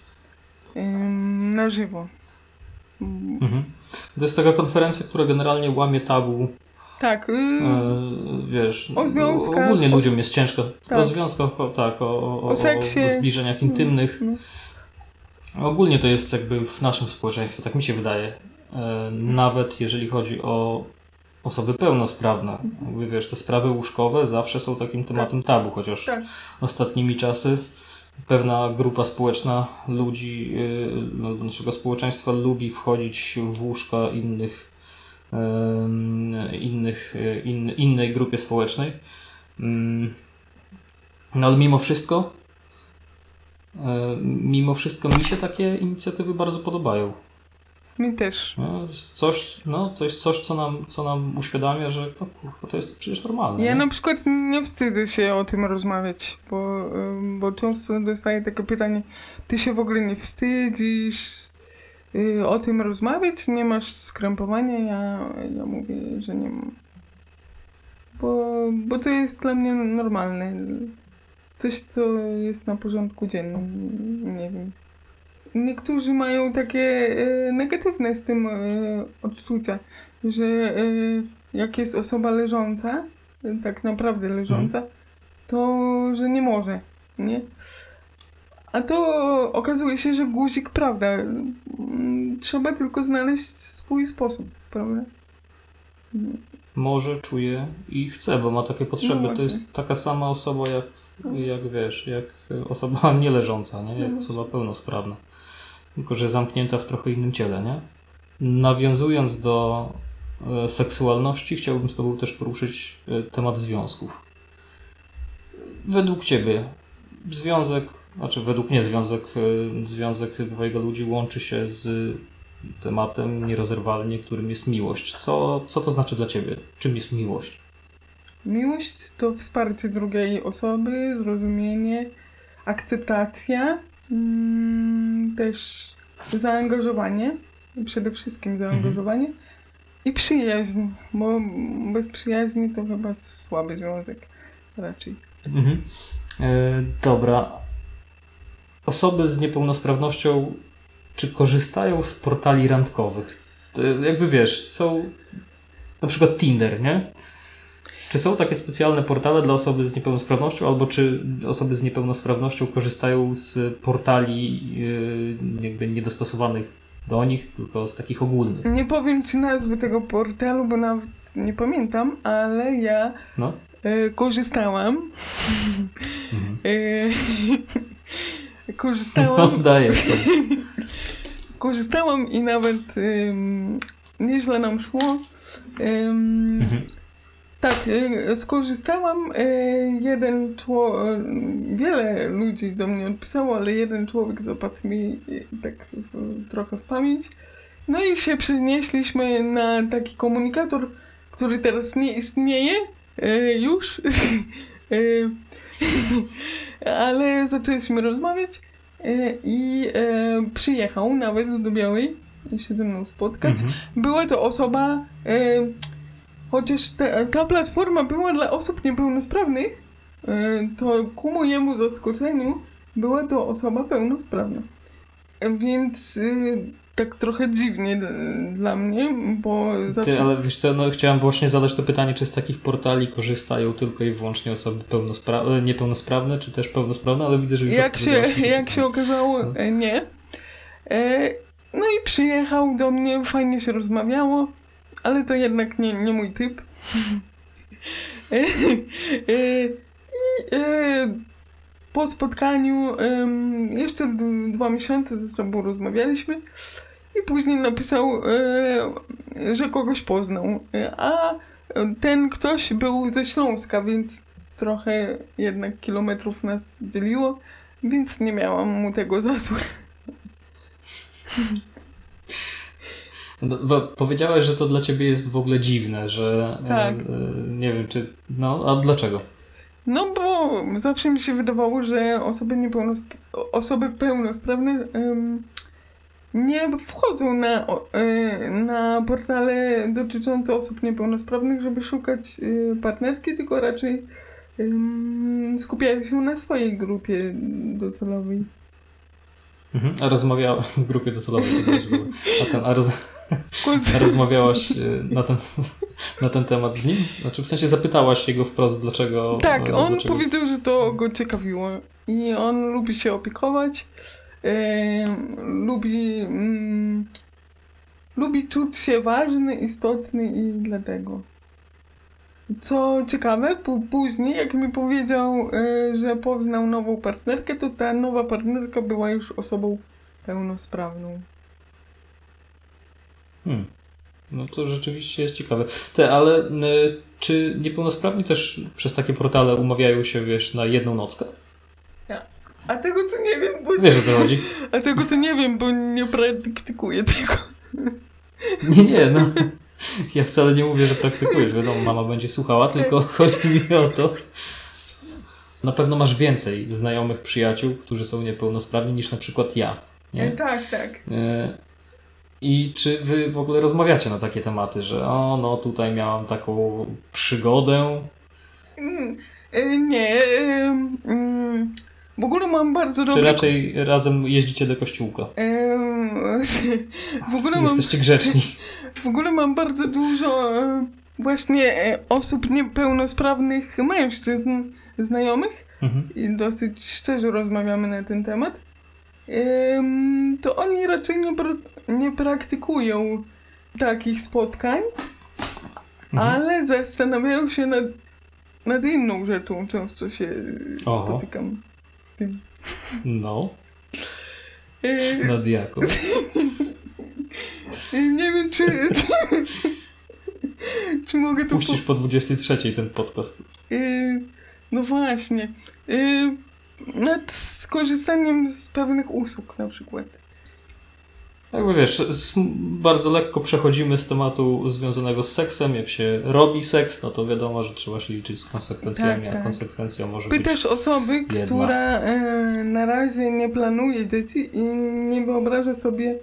em, na żywo. Mm, Mhm. To jest taka konferencja, która generalnie łamie tabu. Tak, y, E, wiesz, O związkach, ogólnie o- ludziom jest ciężko. tak. O związkach, o, tak, o, o, O seksie. o zbliżeniach intymnych. no. Ogólnie to jest jakby w naszym społeczeństwie, tak mi się wydaje. E, nawet jeżeli chodzi o osoby pełnosprawne. Jakby, wiesz, te sprawy łóżkowe zawsze są takim tematem tabu, chociaż Tak. ostatnimi czasy pewna grupa społeczna ludzi, yy, no, naszego społeczeństwa lubi wchodzić w łóżka innych, yy, innych yy, in, innej grupie społecznej. Yy, no ale mimo wszystko, yy, mimo wszystko mi się takie inicjatywy bardzo podobają. Mi też. No, coś, no, coś, coś co, nam, co nam uświadamia, że no, kurwa, to jest przecież normalne. Ja nie? na przykład nie wstydzę się o tym rozmawiać, bo, ym, bo często dostaję takie pytanie, ty się w ogóle nie wstydzisz y, o tym rozmawiać? Nie masz skrępowania? Ja, ja mówię, że nie mam. Bo, bo to jest dla mnie normalne. Coś, co jest na porządku dziennym. Nie wiem. Niektórzy mają takie e, negatywne z tym e, odczucia, że e, jak jest osoba leżąca, e, tak naprawdę leżąca, to że nie może, nie? A to okazuje się, że guzik, prawda? Mm, Trzeba tylko znaleźć swój sposób, prawda? Mm, Może, czuje i chce, bo ma takie potrzeby. No to właśnie. jest taka sama osoba jak, jak wiesz, jak osoba nieleżąca, nie? Jak No. osoba pełnosprawna. Tylko, że zamknięta w trochę innym ciele, nie? Nawiązując do e, seksualności, chciałbym z Tobą też poruszyć e, temat związków. Według Ciebie związek, znaczy według mnie związek, e, związek dwojga ludzi łączy się z tematem nierozerwalnie, którym jest miłość. Co, co to znaczy dla Ciebie? Czym jest miłość? Miłość to wsparcie drugiej osoby, zrozumienie, akceptacja, mm, też zaangażowanie, przede wszystkim zaangażowanie i przyjaźń, bo bez przyjaźni to chyba słaby związek raczej. Mhm. E, dobra. Osoby z niepełnosprawnością czy korzystają z portali randkowych? To jest jakby wiesz, są na przykład Tinder, nie? Czy są takie specjalne portale dla osoby z niepełnosprawnością, albo czy osoby z niepełnosprawnością korzystają z portali yy, jakby niedostosowanych do nich, tylko z takich ogólnych? Nie powiem ci nazwy tego portalu, bo nawet nie pamiętam, ale ja No? e, korzystałam. Mhm. e, korzystałam. No, dajesz to. Korzystałam i nawet ym, nieźle nam szło. Ym, Mhm. tak, y, skorzystałam. Y, jeden człowiek, wiele ludzi do mnie odpisało, ale jeden człowiek zapadł mi y, tak w, trochę w pamięć. No i się przenieśliśmy na taki komunikator, który teraz nie istnieje y, już. y, ale zaczęliśmy rozmawiać. E, I e, przyjechał nawet do Białej się ze mną spotkać. Mhm. Była to osoba, e, chociaż ta, ta platforma była dla osób niepełnosprawnych, e, to ku mojemu zaskoczeniu była to osoba pełnosprawna. E, więc e, tak trochę dziwnie d- dla mnie, bo zawsze... Ty, ale wiesz co, no chciałem właśnie zadać to pytanie, czy z takich portali korzystają tylko i wyłącznie osoby pełnospra- niepełnosprawne, czy też pełnosprawne, ale widzę, że już Jak się, odpowiedziałaś na to jak się pytanie. okazało, No. e, nie. E, no i przyjechał do mnie, fajnie się rozmawiało, ale to jednak nie, nie mój typ. e, e, I e, po spotkaniu em, jeszcze d- dwa miesiące ze sobą rozmawialiśmy i później napisał, e, że kogoś poznał. E, a ten ktoś był ze Śląska, więc trochę jednak kilometrów nas dzieliło, więc nie miałam mu tego za złe. No, bo powiedziałaś, że to dla ciebie jest w ogóle dziwne, że Tak. e, e, nie wiem, czy... No, a dlaczego? No bo zawsze mi się wydawało, że osoby niepełnosp- osoby pełnosprawne em, nie wchodzą na, o- e, na portale dotyczące osób niepełnosprawnych, żeby szukać e, partnerki, tylko raczej em, skupiają się na swojej grupie docelowej. Mhm. A rozmawiałaś w grupie docelowej. to też dobra. A, ten, a, roz, W końcu- a rozmawiałaś e, na ten, na ten temat z nim? Znaczy w sensie zapytałaś jego wprost, dlaczego... Tak, e, on dlaczego... powiedział, że to go ciekawiło i on lubi się opiekować, em, lubi, mm, lubi czuć się ważny, istotny i dlatego. Co ciekawe, po, później jak mi powiedział, e, że poznał nową partnerkę, to ta nowa partnerka była już osobą pełnosprawną. Hmm. No to rzeczywiście jest ciekawe. Te, ale y, czy niepełnosprawni też przez takie portale umawiają się, wiesz, na jedną nockę? A tego to nie wiem, bo... Wiesz, o co chodzi? A tego to nie wiem, bo nie praktykuję tego. Nie, nie, no. Ja wcale nie mówię, że praktykujesz. Wiadomo, mama będzie słuchała, tylko chodzi mi o to. Na pewno masz więcej znajomych, przyjaciół, którzy są niepełnosprawni niż na przykład ja. E, Nie? tak, tak. Y, I czy wy w ogóle rozmawiacie na takie tematy, że o, no tutaj miałam taką przygodę. Mm, e, Nie. e, mm, W ogóle mam bardzo Czy dobry... raczej razem jeździcie do kościółka? em, W ogóle mam, Jesteście grzeczni. w ogóle mam bardzo dużo e, właśnie e, osób niepełnosprawnych mężczyzn znajomych Mhm. i dosyć szczerze rozmawiamy na ten temat. Em, To oni raczej nie, pra- nie praktykują takich spotkań, Mhm. ale zastanawiają się nad, nad inną rzeczą. Często się Oho. spotykam z tym. No, E, nad jaką? e, Nie wiem, czy, czy, czy mogę to Puścisz po dwudziestej trzeciej ten podcast. po... e, No właśnie. E, Nad skorzystaniem z pewnych usług na przykład. Jakby wiesz, s- bardzo lekko przechodzimy z tematu związanego z seksem. Jak się robi seks, no to wiadomo, że trzeba się liczyć z konsekwencjami, Tak, a tak. konsekwencją może Pytasz być... osoby, jedna. która e, na razie nie planuje dzieci i nie wyobraża sobie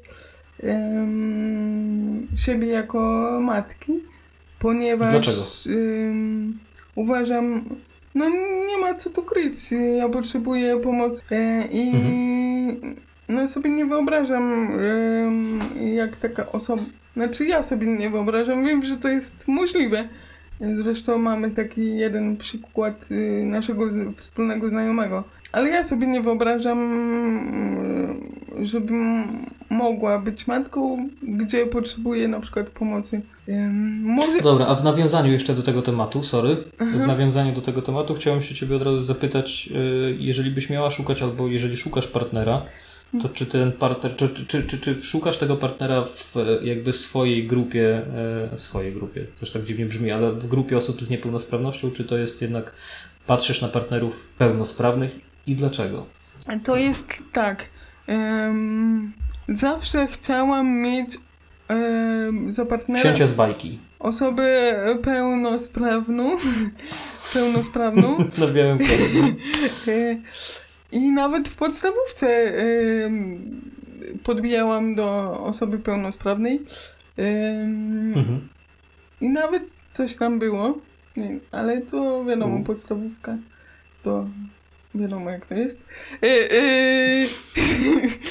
em, siebie jako matki, ponieważ Dlaczego? em, uważam, no nie ma co tu kryć, ja potrzebuję pomocy e, i Mhm. no sobie nie wyobrażam em, jak taka osoba, znaczy ja sobie nie wyobrażam, wiem, że to jest możliwe. Zresztą mamy taki jeden przykład y, naszego z, wspólnego znajomego. Ale ja sobie nie wyobrażam, y, żebym mogła być matką, gdzie potrzebuję na przykład pomocy. Ym, może... Dobra, a w nawiązaniu jeszcze do tego tematu, sorry, w Mhm. nawiązaniu do tego tematu chciałem się ciebie od razu zapytać, y, jeżeli byś miała szukać, albo jeżeli szukasz partnera, to czy ten partner, czy, czy, czy, czy szukasz tego partnera w jakby swojej grupie, e, swojej grupie, też tak dziwnie brzmi, ale w grupie osób z niepełnosprawnością, czy to jest jednak, patrzysz na partnerów pełnosprawnych i dlaczego? To jest tak. Ym, zawsze chciałam mieć ym, za partnera Księcia z bajki. osobę pełnosprawną. pełnosprawną. Na białym koniu. E, I nawet w podstawówce em, podbijałam do osoby pełnosprawnej. Em, Mhm. I nawet coś tam było. Nie, ale to wiadomo, Mhm. podstawówka. To wiadomo jak to jest. E, e,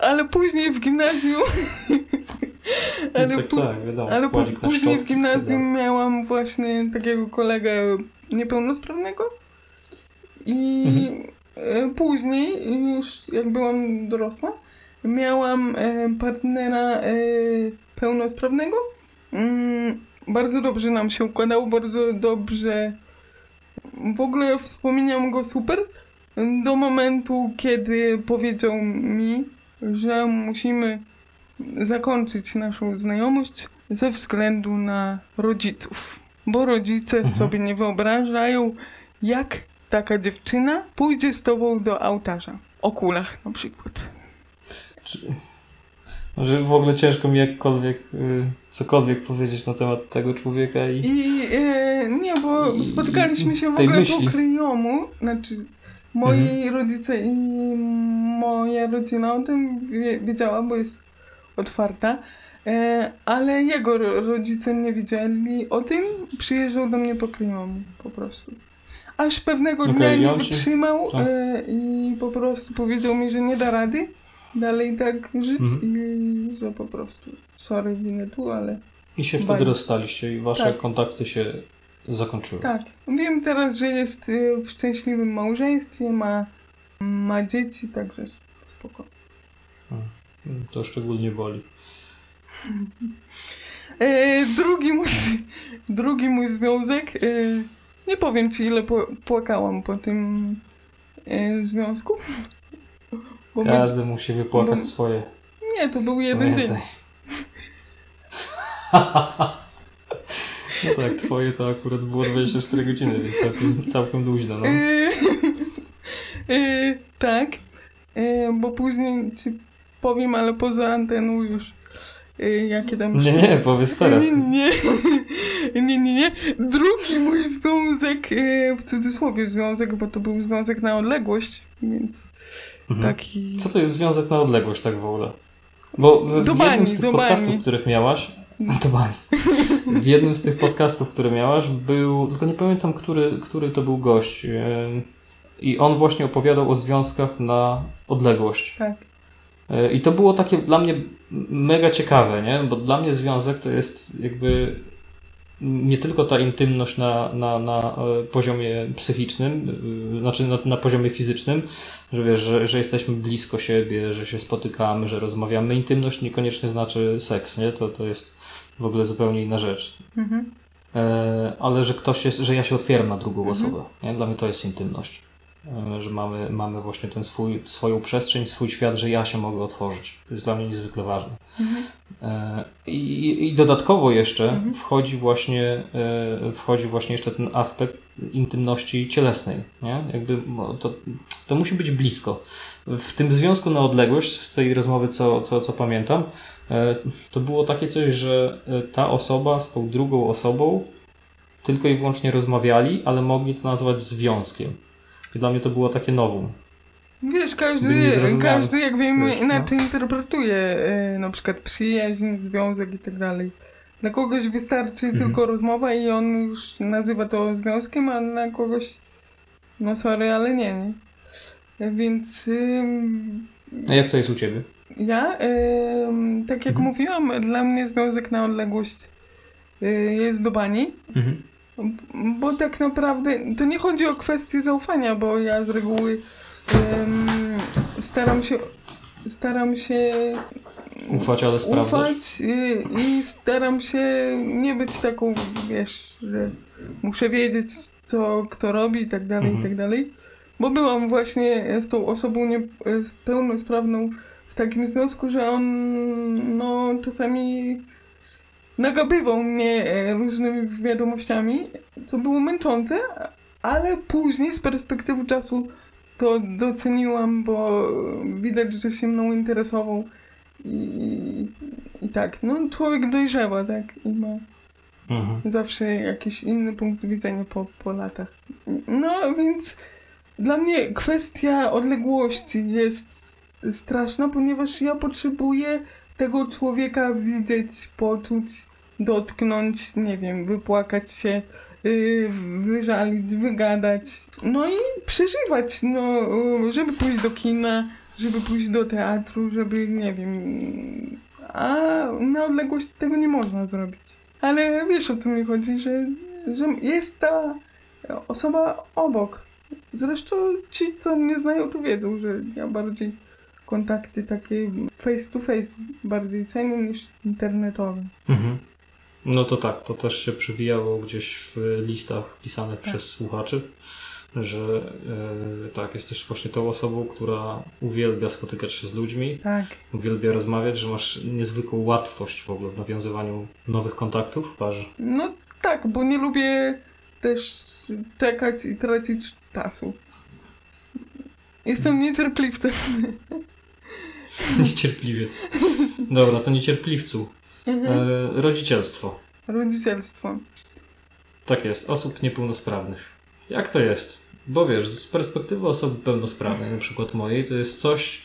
ale później w gimnazjum... ale tak, pu- tak, wiadomo, ale składzik na później w szczotki, gimnazjum tak. miałam właśnie takiego kolegę niepełnosprawnego i Mhm. e, później, już jak byłam dorosła, miałam e, partnera e, pełnosprawnego. Mm, bardzo dobrze nam się układało, bardzo dobrze. W ogóle wspominam go super do momentu, kiedy powiedział mi, że musimy zakończyć naszą znajomość ze względu na rodziców. Bo rodzice Mhm. sobie nie wyobrażają, jak taka dziewczyna pójdzie z tobą do ołtarza. O kulach na przykład. Czy, że w ogóle ciężko mi jakkolwiek, y, cokolwiek powiedzieć na temat tego człowieka i... I e, nie, bo I- spotykaliśmy się w tej ogóle myśli. po kryjomu, znaczy moi rodzice i moja rodzina o tym wie, wiedziała, bo jest otwarta, e, ale jego ro- rodzice nie wiedzieli o tym, przyjeżdżał do mnie po kryjomu, po prostu. Aż pewnego Okej, dnia i nie on ci- wytrzymał tak. e, i po prostu powiedział mi, że nie da rady dalej tak żyć Mhm. i że po prostu sorry, winę tu, ale I się wtedy Bye. rozstaliście i wasze Tak. kontakty się zakończyły. tak. Wiem teraz, że jest y, w szczęśliwym małżeństwie, ma, ma dzieci, także spoko. Mm, To szczególnie boli. E, drugi, mój, drugi mój związek, e, nie powiem ci ile po, płakałam po tym e, związku. Bo my- Każdy musi wypłakać bo- swoje. nie, to był jeden dzień. Pamiętaj. No tak, twoje to akurat było dwadzieścia cztery godziny, więc całkiem, całkiem luźno, no. E, e, tak, e, bo później ci powiem, ale poza anteną już e, jakie tam... Nie, nie, powiedz teraz. Nie, nie, nie, nie, nie. Drugi mój związek, e, w cudzysłowie związek, bo to był związek na odległość, więc Mhm. taki... Co to jest związek na odległość tak w ogóle? Bo w, w Do jednym bani, z tych do podcastów, bani. których miałaś... Do bani. W jednym z tych podcastów, które miałaś, był... Tylko nie pamiętam, który, który to był gość. Yy, I on właśnie opowiadał o związkach na odległość. Tak. Yy, I to było takie dla mnie mega ciekawe, nie? Bo dla mnie związek to jest jakby nie tylko ta intymność na, na, na e, poziomie psychicznym, yy, znaczy na, na poziomie fizycznym, że wiesz, że, że jesteśmy blisko siebie, że się spotykamy, że rozmawiamy. Intymność niekoniecznie znaczy seks, nie? To, to jest w ogóle zupełnie inna rzecz. Mhm. E, ale że ktoś jest, że ja się otwieram na drugą Mhm. osobę. Nie? Dla mnie to jest intymność. E, że mamy, mamy właśnie ten swój, swoją przestrzeń, swój świat, że ja się mogę otworzyć. To jest dla mnie niezwykle ważne. Mhm. E, I, I dodatkowo jeszcze Mhm. wchodzi właśnie e, wchodzi właśnie jeszcze ten aspekt intymności cielesnej, nie? Jakby no, to, to musi być blisko. W tym związku na odległość, z tej rozmowy, co, co, co pamiętam, e, to było takie coś, że e, ta osoba z tą drugą osobą tylko i wyłącznie rozmawiali, ale mogli to nazwać związkiem. I dla mnie to było takie nowum. Wiesz, Był każdy, niezrozumiały. każdy jak wiemy, Wiesz, no. inaczej interpretuje e, na przykład przyjaźń, związek i tak dalej. Dla kogoś wystarczy Mhm. tylko rozmowa i on już nazywa to związkiem, a na kogoś no sorry, ale nie, nie. E, Więc ym, A jak to jest u Ciebie? ja, ym, tak jak Mhm. mówiłam, dla mnie związek na odległość y, jest do bani. Mhm. Bo tak naprawdę to nie chodzi o kwestię zaufania, bo ja z reguły em, staram się staram się Ufać, ale sprawdzać? ufać i, i staram się nie być taką, wiesz, że muszę wiedzieć, co kto robi i tak dalej, Mhm. i tak dalej. Bo byłam właśnie z tą osobą nie, z pełnosprawną w takim związku, że on no czasami nagabywał mnie e, różnymi wiadomościami, co było męczące, ale później z perspektywy czasu to doceniłam, bo widać, że się mną interesował i, i tak, no człowiek dojrzewa, tak, i ma Mhm. zawsze jakiś inny punkt widzenia po, po latach. No więc dla mnie kwestia odległości jest straszna, ponieważ ja potrzebuję tego człowieka widzieć, poczuć, dotknąć, nie wiem, wypłakać się, yy, wyżalić, wygadać, no i przeżywać, no, żeby pójść do kina, żeby pójść do teatru, żeby, nie wiem, a na odległość tego nie można zrobić. Ale wiesz, o co mi chodzi, że, że jest ta osoba obok. Zresztą ci, co mnie znają, to wiedzą, że ja bardziej kontakty takie face to face bardziej cenię niż internetowe. Mhm. No to tak, to też się przewijało gdzieś w listach pisanych Tak. przez słuchaczy, że yy, tak, jesteś właśnie tą osobą, która uwielbia spotykać się z ludźmi, Tak. uwielbia rozmawiać, że masz niezwykłą łatwość w ogóle w nawiązywaniu nowych kontaktów w parze. No tak, bo nie lubię też czekać i tracić czasu. Jestem niecierpliwcem. Niecierpliwiec. Dobra, to niecierpliwcu. E, rodzicielstwo. Rodzicielstwo. Tak jest, osób niepełnosprawnych. Jak to jest? Bo wiesz, z perspektywy osoby pełnosprawnej, na przykład mojej, to jest coś...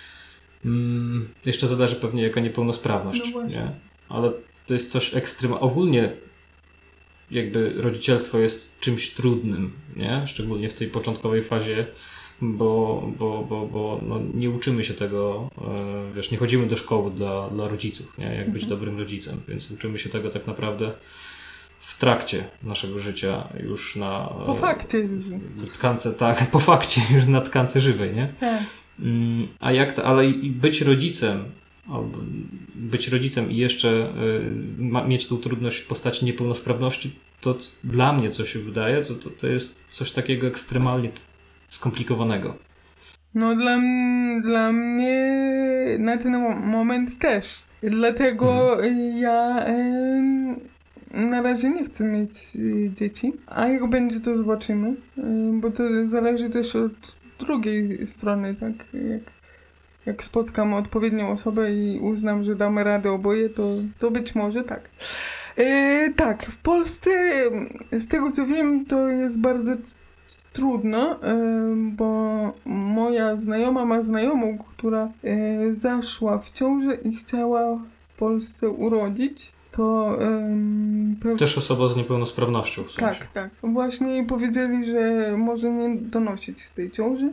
Mm, jeszcze zależy pewnie jaka niepełnosprawność, No właśnie. nie? Ale to jest coś ekstremalnego. Ogólnie jakby rodzicielstwo jest czymś trudnym, nie? Szczególnie w tej początkowej fazie, bo, bo, bo, bo no, nie uczymy się tego, e, wiesz, nie chodzimy do szkoły dla, dla rodziców, nie? Jak być Mhm. dobrym rodzicem, więc uczymy się tego tak naprawdę w trakcie naszego życia już na... Po fakcie. e, Tkance, tak, po fakcie już na tkance żywej, nie? Tak. Mm, A jak to, ale i być rodzicem, albo być rodzicem i jeszcze y, ma, mieć tą trudność w postaci niepełnosprawności, to c- dla mnie, co się wydaje, to, to, to jest coś takiego ekstremalnie t- skomplikowanego. No dla, m- dla mnie na ten mo- moment też. Dlatego ja em, na razie nie chcę mieć y, dzieci. A jak będzie, to zobaczymy. Y, bo to zależy też od drugiej strony, tak? Jak, jak spotkam odpowiednią osobę i uznam, że damy radę oboje, to, to być może tak. Y, tak, w Polsce, z tego co wiem, to jest bardzo trudno, bo moja znajoma ma znajomą, która zaszła w ciążę i chciała w Polsce urodzić. To pe- Też osoba z niepełnosprawnością w sensie. tak, tak. Właśnie jej powiedzieli, że może nie donosić z tej ciąży.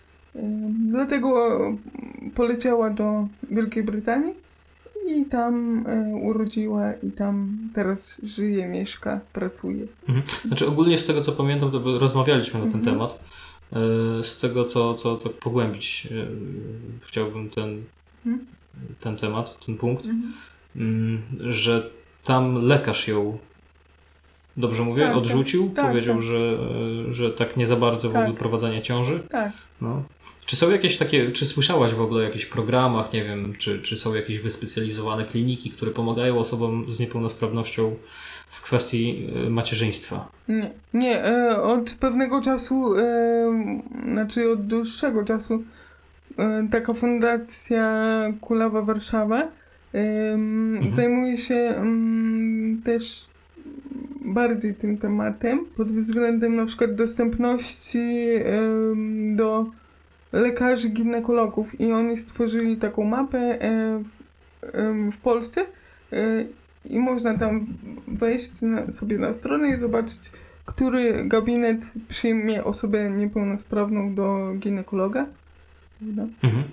Dlatego poleciała do Wielkiej Brytanii i tam urodziła i tam teraz żyje, mieszka, pracuje. Mhm. Znaczy ogólnie z tego co pamiętam, to by- rozmawialiśmy na ten Mhm. temat. E, Z tego co, co tak pogłębić e, chciałbym ten, Mhm. ten temat, ten punkt. Mm, że tam lekarz ją, dobrze mówię, Tak, tak. odrzucił, Tak, powiedział, tak. Że, e, że tak nie za bardzo w Tak. ogóle prowadzenia ciąży. Tak. No. Czy są jakieś takie, czy słyszałaś w ogóle o jakichś programach, nie wiem, czy, czy są jakieś wyspecjalizowane kliniki, które pomagają osobom z niepełnosprawnością w kwestii e, macierzyństwa? Nie, nie, e, od pewnego czasu, e, znaczy od dłuższego czasu, e, taka fundacja Kulawa Warszawa e, Mhm. zajmuje się mm, też bardziej tym tematem pod względem na przykład dostępności em, do lekarzy ginekologów i oni stworzyli taką mapę e, w, em, w Polsce e, i można tam w- wejść na, sobie na stronę i zobaczyć, który gabinet przyjmie osobę niepełnosprawną do ginekologa. No. Mhm.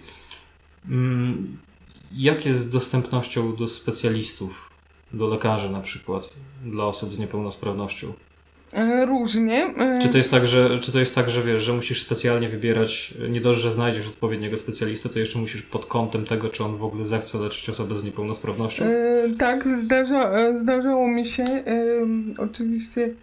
Mm, Jak jest z dostępnością do specjalistów, do lekarzy na przykład, dla osób z niepełnosprawnością? E, różnie. E, Czy to jest tak, że, czy to jest tak, że wiesz, że musisz specjalnie wybierać, nie dość, że znajdziesz odpowiedniego specjalistę, to jeszcze musisz pod kątem tego, czy on w ogóle zechce leczyć osobę z niepełnosprawnością? E, tak, zdarza, e, zdarzało mi się. E, oczywiście e,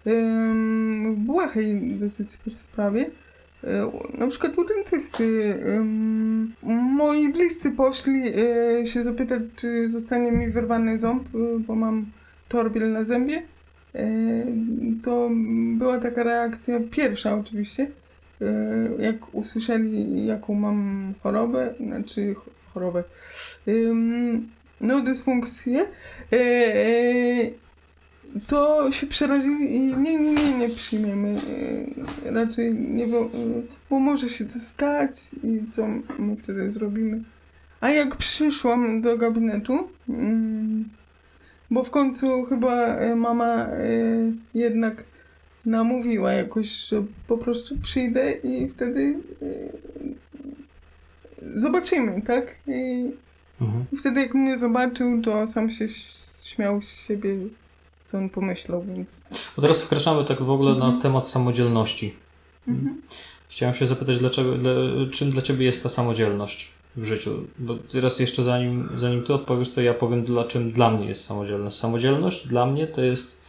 w błahej dosyć sprawie. E, na przykład u dentysty. E, moi bliscy poszli e, się zapytać, czy zostanie mi wyrwany ząb, e, bo mam torbiel na zębie. E, to była taka reakcja pierwsza oczywiście. E, jak usłyszeli, jaką mam chorobę, znaczy ch- chorobę. Ym, no, dysfunkcję, e, e, to się przerazili i nie, nie, nie, nie przyjmiemy. E, raczej nie, bo, e, bo może się to stać i co my wtedy zrobimy. A jak przyszłam do gabinetu, mm, bo w końcu chyba e, mama e, jednak namówiła jakoś, że po prostu przyjdę i wtedy zobaczymy, tak? I Mhm. wtedy jak mnie zobaczył, to sam się śmiał z siebie, co on pomyślał, więc... Bo teraz wkraczamy tak w ogóle Mhm. na temat samodzielności. Mhm. Chciałem się zapytać, dlaczego, dla, czym dla Ciebie jest ta samodzielność w życiu? Bo teraz jeszcze zanim, zanim Ty odpowiesz, to ja powiem, dla czym dla mnie jest samodzielność. Samodzielność dla mnie to jest...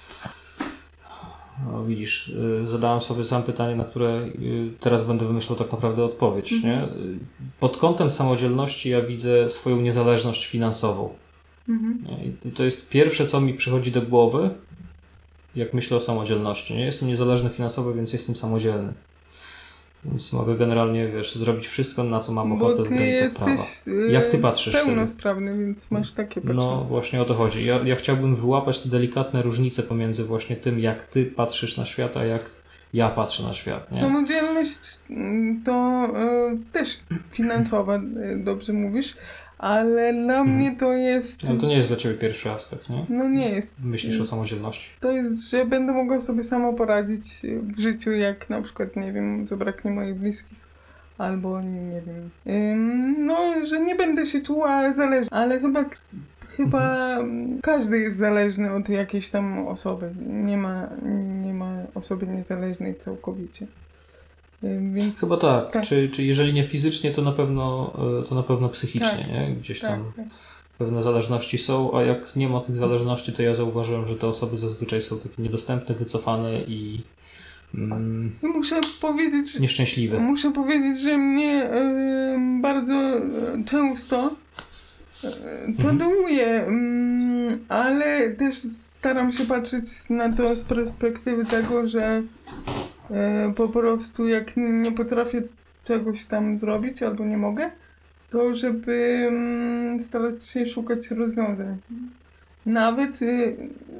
No, widzisz, y, zadałem sobie sam pytanie, na które y, teraz będę wymyślał tak naprawdę odpowiedź. Mhm. Nie? Y, Pod kątem samodzielności ja widzę swoją niezależność finansową. Mhm. Nie? I to jest pierwsze, co mi przychodzi do głowy, jak myślę o samodzielności. Nie? Jestem niezależny finansowo, więc jestem samodzielny. Więc mogę generalnie, wiesz, zrobić wszystko, na co mam Bo ochotę w ty granicach prawa. jesteś y, Jak ty patrzysz wtedy? pełnosprawny, więc masz takie No patrzenie. właśnie o to chodzi. Ja, ja chciałbym wyłapać te delikatne różnice pomiędzy właśnie tym, jak ty patrzysz na świat, a jak ja patrzę na świat. Nie? Samodzielność mm, to y, też finansowa, y, dobrze mówisz, ale dla Mhm. mnie to jest... Ale to nie jest dla ciebie pierwszy aspekt, nie? No nie jest. Myślisz o samodzielności. To jest, że będę mogła sobie sama poradzić w życiu, jak na przykład, nie wiem, zabraknie moich bliskich. Albo, nie wiem, ym, no, że nie będę się czuła zależna, ale chyba, chyba mm, każdy jest zależny od jakiejś tam osoby. Nie ma, nie ma osoby niezależnej całkowicie. Ym, Więc Chyba tak. Czy, czy jeżeli nie fizycznie, to na pewno, y, to na pewno psychicznie, Tak. nie? Gdzieś tak, tam tak. pewne zależności są, a jak nie ma tych zależności, to ja zauważyłem, że te osoby zazwyczaj są takie niedostępne, wycofane i mm, I muszę powiedzieć, że nieszczęśliwe. Muszę powiedzieć, że mnie e, bardzo e, często e, to Mhm. dołuje, mm, ale też staram się patrzeć na to z perspektywy tego, że e, po prostu jak nie potrafię czegoś tam zrobić albo nie mogę, to żeby mm, starać się szukać rozwiązań. Nawet y,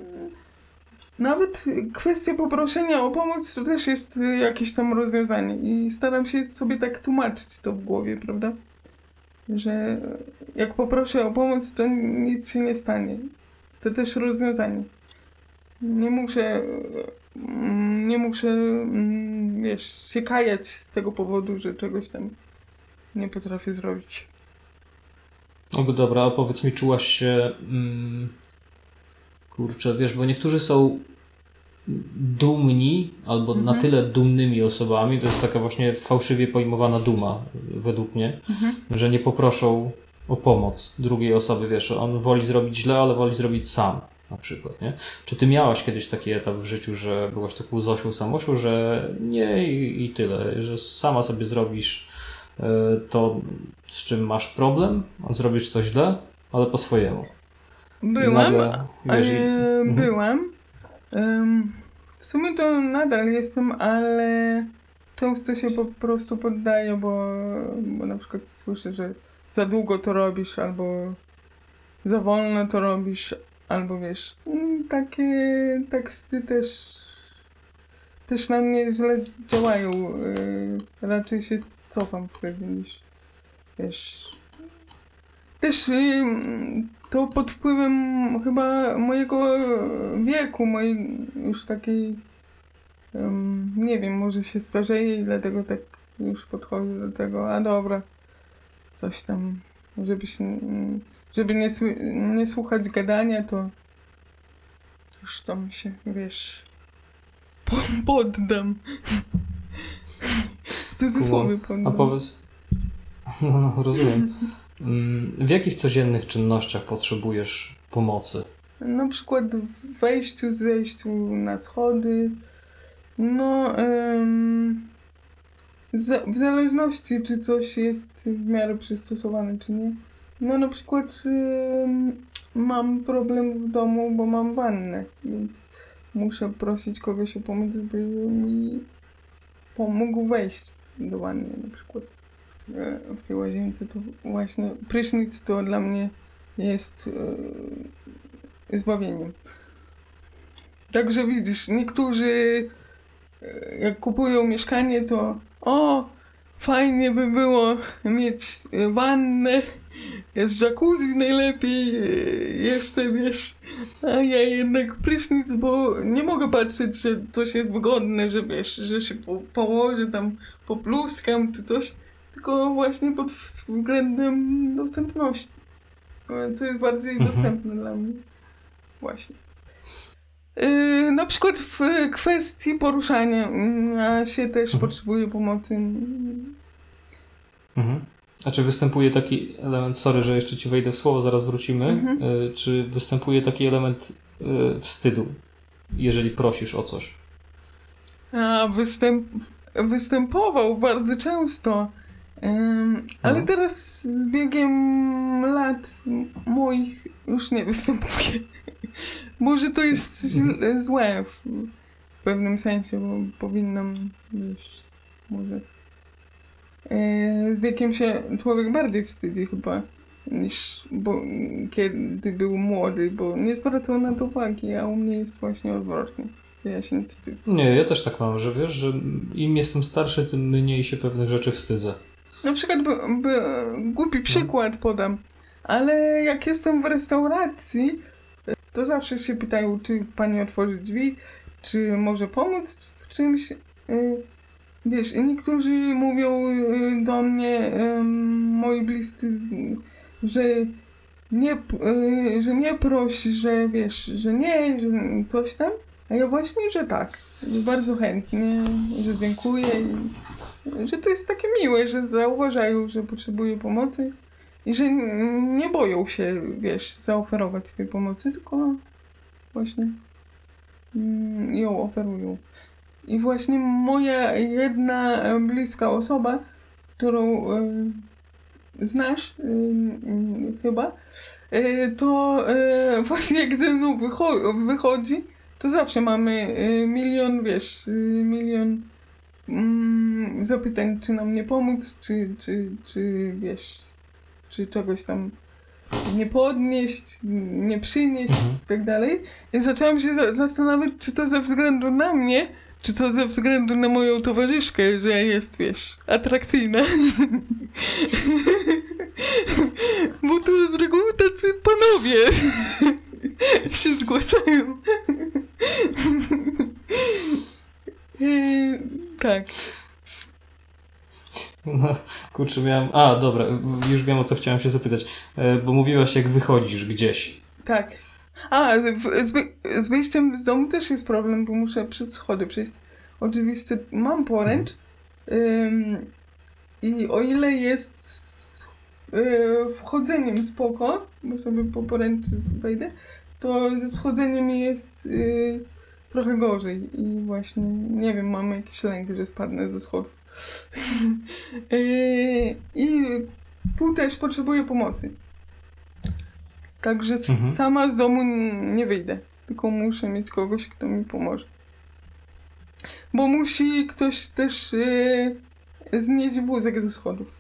Nawet kwestia poproszenia o pomoc to też jest y, jakieś tam rozwiązanie i staram się sobie tak tłumaczyć to w głowie, prawda? Że jak poproszę o pomoc, to nic się nie stanie. To też rozwiązanie. Nie muszę, mm, nie muszę, mm, wiesz, się kajać z tego powodu, że czegoś tam nie potrafię zrobić. No dobra, a powiedz mi, czułaś się mm, kurczę, wiesz, bo niektórzy są dumni albo Mhm. na tyle dumnymi osobami, to jest taka właśnie fałszywie pojmowana duma według mnie, Mhm. że nie poproszą o pomoc drugiej osoby, wiesz, on woli zrobić źle, ale woli zrobić sam na przykład, nie? Czy ty miałaś kiedyś taki etap w życiu, że byłaś taką Zosią Samosią, że nie i, i tyle, że sama sobie zrobisz y, to, z czym masz problem, a zrobisz to źle, ale po swojemu. Byłam, Nagle, wiesz, i- e, mhm. byłam. Em, w sumie to nadal jestem, ale często się po prostu poddaję, bo, bo na przykład słyszę, że za długo to robisz, albo za wolno to robisz, albo wiesz, mm, takie teksty też też na mnie źle działają. y, Raczej się cofam wtedy niż, wiesz... Też y, to pod wpływem chyba mojego wieku, mojej już takiej, um, nie wiem, może się starzeję i dlatego tak już podchodzę do tego, a dobra, coś tam, żeby się, żeby nie, sły- nie słuchać gadania, to już tam się, wiesz, po- poddam. W cudzysłowie poddam. A powiedz, no, no rozumiem. Mm, W jakich codziennych czynnościach potrzebujesz pomocy? Na przykład w wejściu, zejściu na schody. No, em, za, w zależności, czy coś jest w miarę przystosowane, czy nie. No, na przykład em, mam problem w domu, bo mam wannę, więc muszę prosić kogoś o pomoc, żeby mi pomógł wejść do wanny, na przykład. W, w tej łazience to właśnie prysznic to dla mnie jest e, zbawieniem. Także widzisz, niektórzy e, jak kupują mieszkanie, to o, fajnie by było mieć e, wannę, jest jacuzzi najlepiej, e, jeszcze wiesz, a ja jednak prysznic, bo nie mogę patrzeć, że coś jest wygodne, że wiesz, że się po, położę tam, popluskam czy coś, tylko właśnie pod względem dostępności, co jest bardziej Mhm. dostępne dla mnie. Właśnie. Yy, na przykład w kwestii poruszania ja się też Mhm. potrzebuję pomocy. Mhm. A czy występuje taki element, sorry, że jeszcze ci wejdę w słowo, zaraz wrócimy, Mhm. y, czy występuje taki element y, wstydu, jeżeli prosisz o coś? A występ, występował bardzo często. Ym, ale No. teraz z biegiem lat moich już nie występuje. Może to jest źle, złe w, w pewnym sensie, bo powinnam, wiesz, może... Yy, z wiekiem się człowiek bardziej wstydzi chyba, niż bo, kiedy był młody, bo nie zwracał na to uwagi, a u mnie jest właśnie odwrotnie. Ja się nie wstydzę. Nie, ja też tak mam, że wiesz, że im jestem starszy, tym mniej się pewnych rzeczy wstydzę. Na przykład, by, by, głupi przykład podam, ale jak jestem w restauracji, to zawsze się pytają, czy pani otworzy drzwi, czy może pomóc w czymś. Yy, Wiesz, i niektórzy mówią y, do mnie, y, moi bliscy, że nie, y, że nie proś, że wiesz, że nie, że coś tam, a ja właśnie, że tak, że bardzo chętnie, że dziękuję i że to jest takie miłe, że zauważają, że potrzebuję pomocy i że n- nie boją się, wiesz, zaoferować tej pomocy, tylko właśnie mm, ją oferują. I właśnie moja jedna e, bliska osoba, którą e, znasz e, e, chyba, e, to e, właśnie gdy no wycho- wychodzi, to zawsze mamy e, milion, wiesz, e, milion mm, zapytań, czy nam nie pomóc, czy, czy, czy wiesz, czy czegoś tam nie podnieść, nie przynieść Mhm. i tak dalej. I zaczęłam się za- zastanawiać, czy to ze względu na mnie, czy to ze względu na moją towarzyszkę, że jest, wiesz, atrakcyjna. Bo tu z reguły tacy panowie się zgłaszają. Eee, tak. No, kurczę, miałem... A, dobra, już wiem, o co chciałem się zapytać. E, Bo mówiłaś, jak wychodzisz gdzieś. Tak. A, z, z, wy- z wyjściem z domu też jest problem, bo muszę przez schody przejść. Oczywiście mam poręcz ym, i o ile jest w- y, wchodzeniem spoko, bo sobie po poręczy wejdę, to ze schodzeniem jest y, trochę gorzej i właśnie, nie wiem, mam jakiś lęk, że spadnę ze schodów. y, I tu też potrzebuję pomocy. Także s- Mhm. sama z domu n- nie wyjdę. Tylko muszę mieć kogoś, kto mi pomoże. Bo musi ktoś też yy, znieść wózek ze schodów.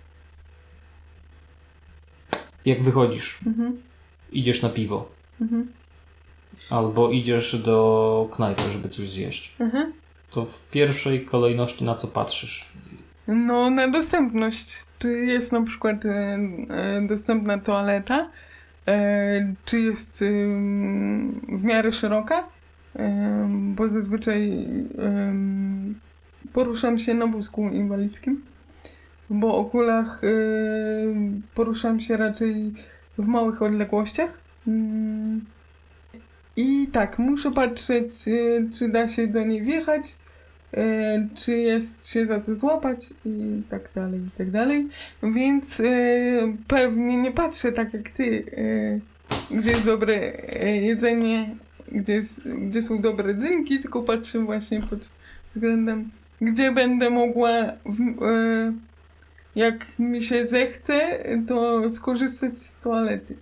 Jak wychodzisz, Mhm. idziesz na piwo. Mhm. Albo idziesz do knajpy, żeby coś zjeść. Mhm. To w pierwszej kolejności na co patrzysz? No, na dostępność. Czy jest na przykład e, e, dostępna toaleta? E, czy jest e, w miarę szeroka? E, bo zazwyczaj e, poruszam się na wózku inwalidzkim. Bo o kulach e, poruszam się raczej w małych odległościach. Mm. I tak, muszę patrzeć, e, czy da się do niej wjechać, e, czy jest się za co złapać i tak dalej, i tak dalej. Więc e, pewnie nie patrzę tak jak ty, e, gdzie jest dobre e, jedzenie, gdzie, jest, gdzie są dobre drinki, tylko patrzę właśnie pod względem, gdzie będę mogła, w, e, jak mi się zechce, to skorzystać z toalety.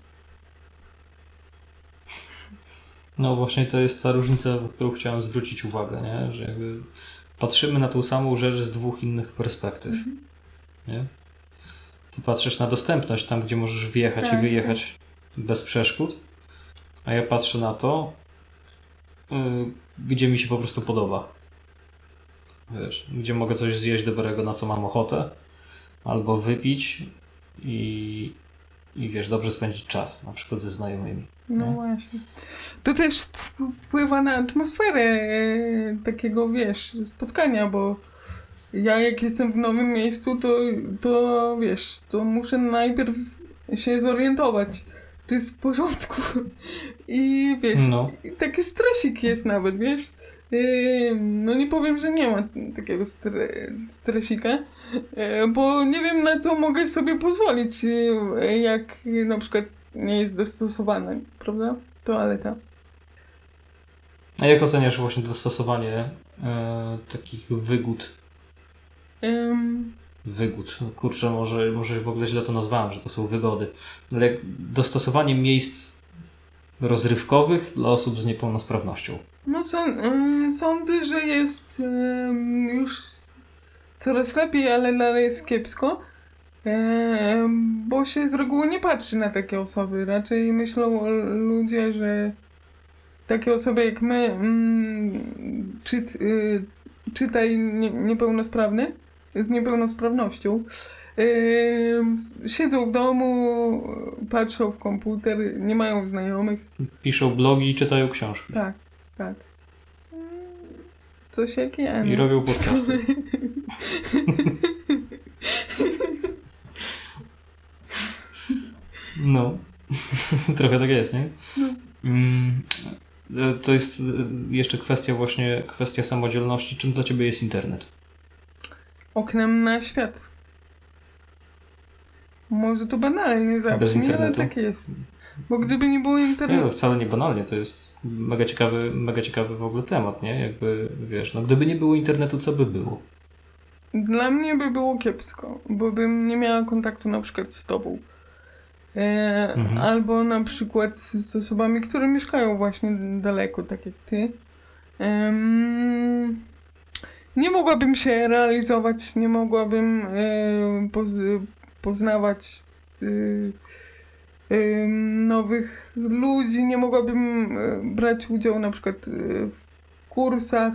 No właśnie to jest ta różnica, na którą chciałem zwrócić uwagę, nie? Że jakby patrzymy na tą samą rzecz z dwóch innych perspektyw. Mhm. Nie? Ty patrzysz na dostępność, tam gdzie możesz wjechać Tak, i wyjechać bez przeszkód, a ja patrzę na to, yy, gdzie mi się po prostu podoba. Wiesz, gdzie mogę coś zjeść dobrego, na co mam ochotę, albo wypić i, i wiesz, dobrze spędzić czas, na przykład ze znajomymi. No Nie? właśnie. To też w- wpływa na atmosferę e, takiego, wiesz, spotkania, bo ja jak jestem w nowym miejscu, to, to wiesz, to muszę najpierw się zorientować, czy jest w porządku. I wiesz, No. i taki stresik jest nawet, wiesz. Yy, no nie powiem, że nie ma takiego stre- stresika, yy, bo nie wiem, na co mogę sobie pozwolić, yy, jak yy, na przykład nie jest dostosowana, prawda? Toaleta. A jak oceniasz właśnie dostosowanie e, takich wygód? Ym, Wygód. No kurczę, może, może w ogóle źle to nazwałem, że to są wygody. Ale jak dostosowanie miejsc rozrywkowych dla osób z niepełnosprawnością. no sąd- yy, sądzę, że jest yy, już coraz lepiej, ale nadal jest kiepsko, yy, bo się z reguły nie patrzy na takie osoby. Raczej myślą ludzie, że takie osoby jak my, mm, czyt, y, czytaj nie, niepełnosprawny, z niepełnosprawnością, y, siedzą w domu, patrzą w komputer, nie mają znajomych. Piszą blogi i czytają książki. Tak, tak. Mm, Coś jak ja. I no. robią podcasty. No. Trochę tak jest, nie? No. Mm, e, to jest e, jeszcze kwestia właśnie, kwestia samodzielności. Czym dla Ciebie jest internet? Oknem na świat. Może to banalnie Bez zabrzmi, ale internetu? tak jest. Bo gdyby nie było Nie, internetu... no, wcale nie banalnie, to jest mega ciekawy, mega ciekawy w ogóle temat, nie? Jakby, wiesz, no gdyby nie było internetu, co by było? Dla mnie by było kiepsko, bo bym nie miała kontaktu na przykład z tobą. E, Mhm. Albo na przykład z osobami, które mieszkają właśnie daleko, tak jak ty. Em, nie mogłabym się realizować, nie mogłabym e, poz- poznawać e, e, nowych ludzi, nie mogłabym e, brać udziału na przykład e, w kursach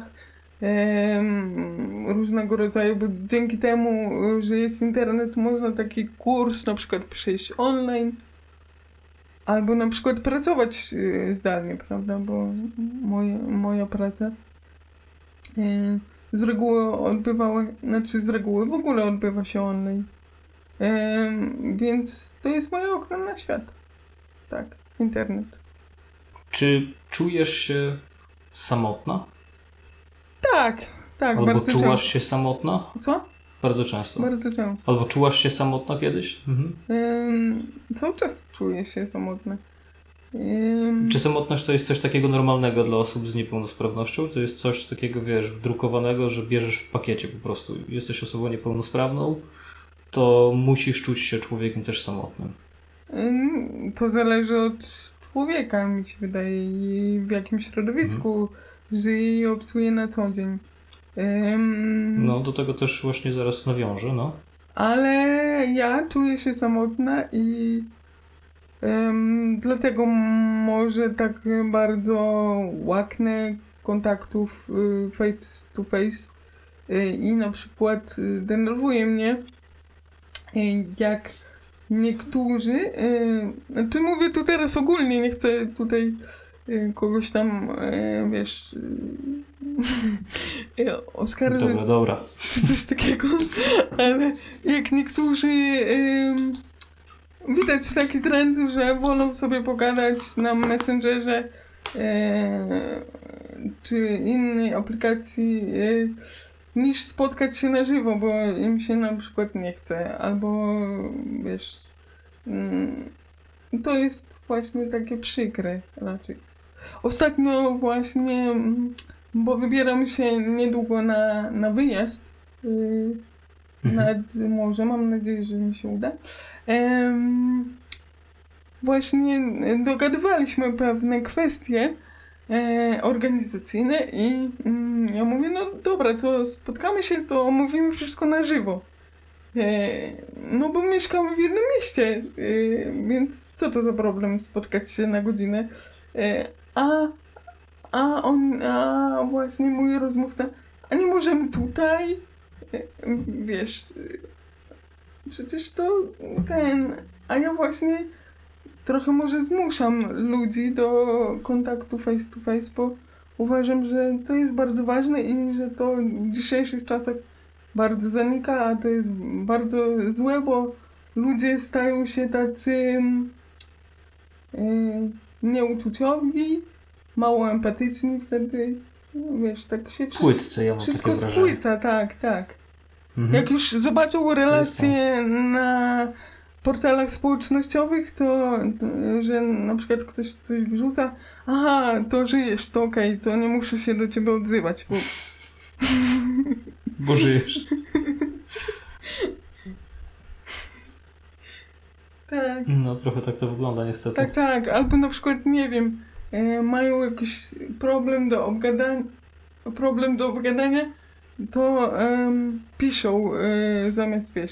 em, różnego rodzaju, bo dzięki temu, y, że jest internet, można taki kurs na przykład przejść online, albo na przykład pracować y, zdalnie, prawda, bo moje, moja praca y, z reguły odbywała, znaczy z reguły w ogóle odbywa się online. Em, więc to jest moje okno na świat. Tak, internet. Czy czujesz się samotna? Tak, tak, Albo bardzo czułaś często. się samotna? Co? Bardzo często. Bardzo często. Albo czułaś się samotna kiedyś? Mhm. Ym, cały czas czuję się samotna. Ym, Czy samotność to jest coś takiego normalnego dla osób z niepełnosprawnością? To jest coś takiego, wiesz, wdrukowanego, że bierzesz w pakiecie po prostu. Jesteś osobą niepełnosprawną, to musisz czuć się człowiekiem też samotnym. ym, to zależy od człowieka, mi się wydaje, i w jakim środowisku żyje i obcuje na co dzień. Ym, No, do tego też właśnie zaraz nawiążę, no. Ale ja czuję się samotna i ym, dlatego może tak bardzo łaknę kontaktów y, face to face y, i na przykład y, denerwuje mnie, y, jak niektórzy, y, znaczy mówię tu teraz ogólnie, nie chcę tutaj y, kogoś tam, y, wiesz, y, y, oskarżyć Dobra, dobra. czy coś takiego, ale jak niektórzy ym, widać taki trend, że wolą sobie pogadać na Messengerze yy, czy innej aplikacji yy, niż spotkać się na żywo, bo im się na przykład nie chce, albo wiesz, yy, to jest właśnie takie przykre raczej. Ostatnio właśnie, mm, bo wybieram się niedługo na, na wyjazd yy, nad morze, mam nadzieję, że mi się uda. Em, właśnie dogadywaliśmy pewne kwestie e, organizacyjne i mm, ja mówię, no dobra, co spotkamy się, to omówimy wszystko na żywo. E, no bo mieszkamy w jednym mieście, e, więc co to za problem spotkać się na godzinę. E, a, a on, a właśnie mój rozmówca, a nie możemy tutaj? E, wiesz, e, przecież to ten, a ja właśnie trochę może zmuszam ludzi do kontaktu face to face, bo uważam, że to jest bardzo ważne i że to w dzisiejszych czasach bardzo zanika, a to jest bardzo złe, bo ludzie stają się tacy yy, nieuczuciowi, mało empatyczni wtedy, no, wiesz, tak się wszystko, Płytce, ja mam wszystko takie wrażenie. spłyca, tak, tak. Mhm. Jak już zobaczą relacje na portalach społecznościowych, to, to że na przykład ktoś coś wrzuca, aha, to żyjesz, to okej, okay, to nie muszę się do ciebie odzywać, bo... Bo żyjesz. Tak. No trochę tak to wygląda niestety. Tak, tak, albo na przykład, nie wiem, e, mają jakiś problem do obgadania, problem do obgadania, to um, piszą e, zamiast, wiesz,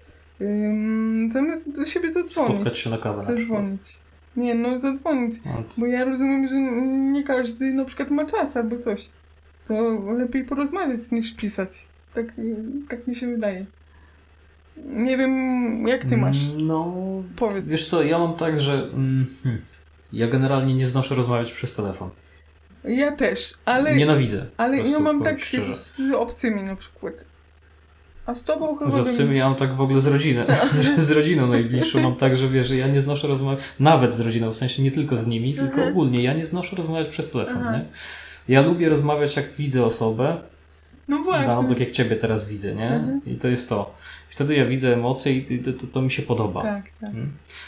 um, zamiast do siebie zadzwonić. Spotkać się na kawę na Zadzwonić. Nie, no zadzwonić, no, bo ja rozumiem, że nie każdy na przykład ma czas albo coś. To lepiej porozmawiać niż pisać. Tak, tak mi się wydaje. Nie wiem, jak ty masz. No, Powiedz. Wiesz co, ja mam tak, że mm, hmm, ja generalnie nie znoszę rozmawiać przez telefon. Ja też, ale... Nienawidzę. Ale prostu, ja mam powiem tak szczerze. z obcymi na przykład. A z tobą chyba... Z obcymi ja mam tak w ogóle z rodziną. Z, z rodziną najbliższą mam tak, że wiesz, że ja nie znoszę rozmawiać, nawet z rodziną, w sensie nie tylko z nimi, tylko Aha. ogólnie. Ja nie znoszę rozmawiać przez telefon, Aha. nie? Ja lubię rozmawiać, jak widzę osobę, No właśnie. no, tak jak ciebie teraz widzę, nie? Mhm. I to jest to. Wtedy ja widzę emocje i to, to, to mi się podoba. Tak, tak. Mm.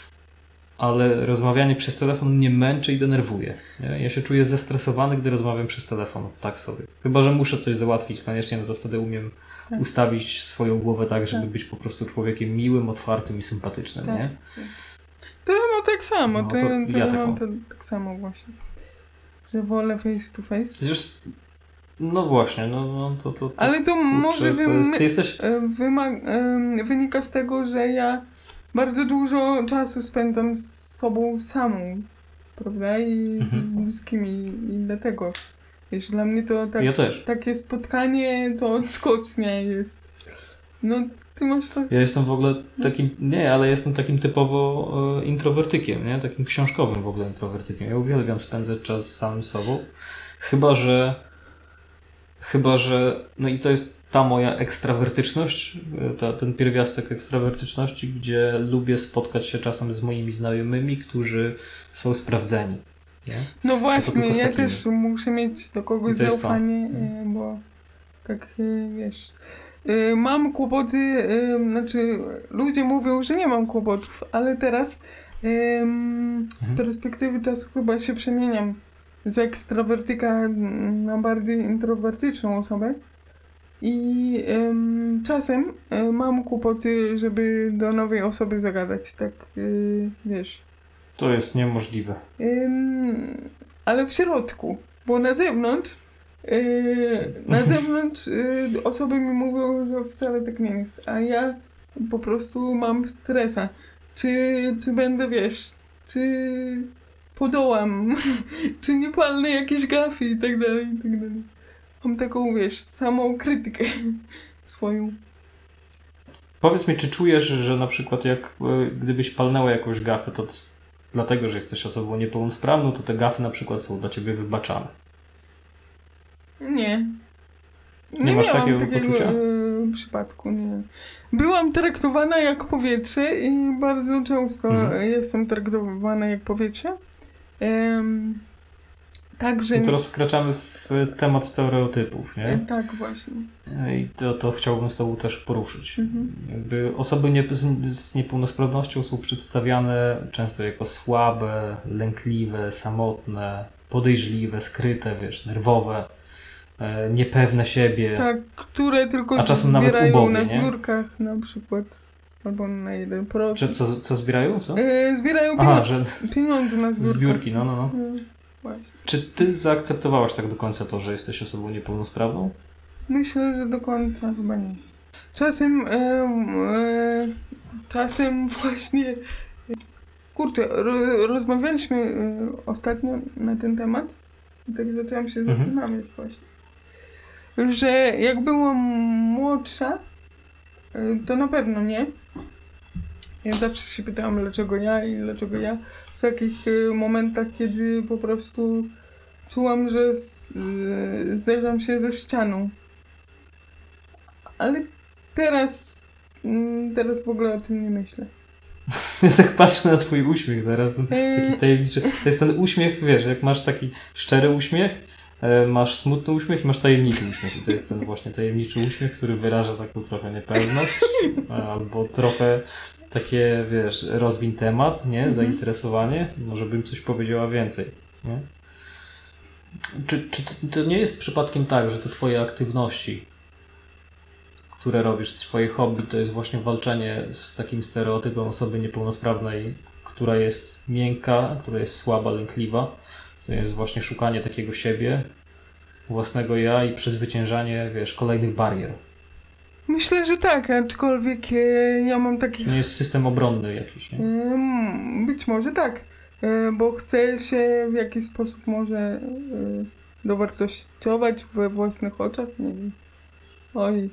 Ale rozmawianie przez telefon mnie męczy i denerwuje. Nie? Ja się czuję zestresowany, gdy rozmawiam przez telefon. Tak sobie. Chyba że muszę coś załatwić koniecznie, no to wtedy umiem Tak. ustawić swoją głowę tak, żeby Tak. być po prostu człowiekiem miłym, otwartym i sympatycznym, Tak, nie? tak. To ja mam tak samo. No to, to ja, to ja ja tak mam mam. to, tak samo właśnie. Że wolę face to face. Przecież, no właśnie, no, no to, to, to Ale to kurczę, może to jest, wymy- ty jesteś... e, wyma- em, wynika z tego, że ja bardzo dużo czasu spędzam z sobą samą, prawda? I Mhm. z bliskimi. I dlatego, wiesz, dla mnie to tak, Ja też. takie spotkanie to odskocznia jest. No, ty masz tak... Ja jestem w ogóle takim, nie, ale jestem takim typowo e, introwertykiem, nie? Takim książkowym w ogóle introwertykiem. Ja uwielbiam spędzać czas z samym sobą. Chyba, że chyba, że no i to jest ta moja ekstrawertyczność, e, ta, ten pierwiastek ekstrawertyczności, gdzie lubię spotkać się czasem z moimi znajomymi, którzy są sprawdzeni. Nie? No właśnie, tylko z ja takimi. też muszę mieć do kogoś I to jest to. zaufanie, e, bo tak, e, wiesz... E, Mam kłopoty, e, znaczy ludzie mówią, że nie mam kłopotów, ale teraz em, z Mhm. perspektywy czasu chyba się przemieniam z ekstrawertyka na bardziej introwertyczną osobę i em, czasem e, mam kłopoty, żeby do nowej osoby zagadać, tak, e, wiesz. To jest niemożliwe. Em, ale w środku, bo na zewnątrz Yy, na zewnątrz yy, osoby mi mówią, że wcale tak nie jest, a ja po prostu mam stresa. Czy, czy będę, wiesz, czy podołam, czy nie palnę jakieś gafy i tak dalej, i tak dalej. Mam taką, wiesz, samą krytykę swoją. Powiedz mi, czy czujesz, że na przykład jak e, gdybyś palnęła jakąś gafę, to c- dlatego, że jesteś osobą niepełnosprawną, to te gafy na przykład są dla ciebie wybaczane. Nie. Nie masz miałam takiego takiego poczucia? e, przypadku, nie. Byłam traktowana jak powietrze i bardzo często Mhm. jestem traktowana jak powietrze. Em, Także... No teraz wkraczamy w temat stereotypów, nie? Tak, właśnie. I to, to chciałbym z tobą też poruszyć. Mhm. Jakby osoby nie, z, z niepełnosprawnością są przedstawiane często jako słabe, lękliwe, samotne, podejrzliwe, skryte, wiesz, nerwowe, e, niepewne siebie. Tak, które tylko A czasem nawet zbierają ubogie, na nie? zbiórkach na przykład. Albo na jeden procent. Czy, co, co zbierają? Co? E, zbierają Aha, pieniądze, że pieniądze na zbiórkach. zbiórki, no, no, no. No, właśnie. Czy ty zaakceptowałaś tak do końca to, że jesteś osobą niepełnosprawną? Myślę, że do końca chyba nie. Czasem, e, e, czasem właśnie, kurczę, ro, rozmawialiśmy e, ostatnio na ten temat i tak zaczęłam się Mhm. zastanawiać właśnie, że jak byłam młodsza, e, to na pewno nie. Ja zawsze się pytałam, dlaczego ja i dlaczego ja. W takich e, momentach, kiedy po prostu czułam, że z, e, zderzam się ze ścianą. Ale teraz, mm, teraz w ogóle o tym nie myślę. Ja tak patrzę na twój uśmiech zaraz, ten Eee. taki tajemniczy. To jest ten uśmiech, wiesz, jak masz taki szczery uśmiech, e, masz smutny uśmiech i masz tajemniczy uśmiech. I to jest ten właśnie tajemniczy uśmiech, który wyraża taką trochę niepewność, albo trochę takie, wiesz, rozwiń temat, nie? Zainteresowanie. Może bym coś powiedziała więcej, nie? Czy, czy to, to nie jest przypadkiem tak, że te twoje aktywności, które robisz, twoje hobby, to jest właśnie walczenie z takim stereotypem osoby niepełnosprawnej, która jest miękka, która jest słaba, lękliwa. To jest właśnie szukanie takiego siebie, własnego ja i przezwyciężanie, wiesz, kolejnych barier. Myślę, że tak, aczkolwiek e, ja mam takich... Nie jest system obronny jakiś, nie? Em, Być może tak, e, bo chcę się w jakiś sposób może e, dowartościować we własnych oczach, nie wiem. Oj,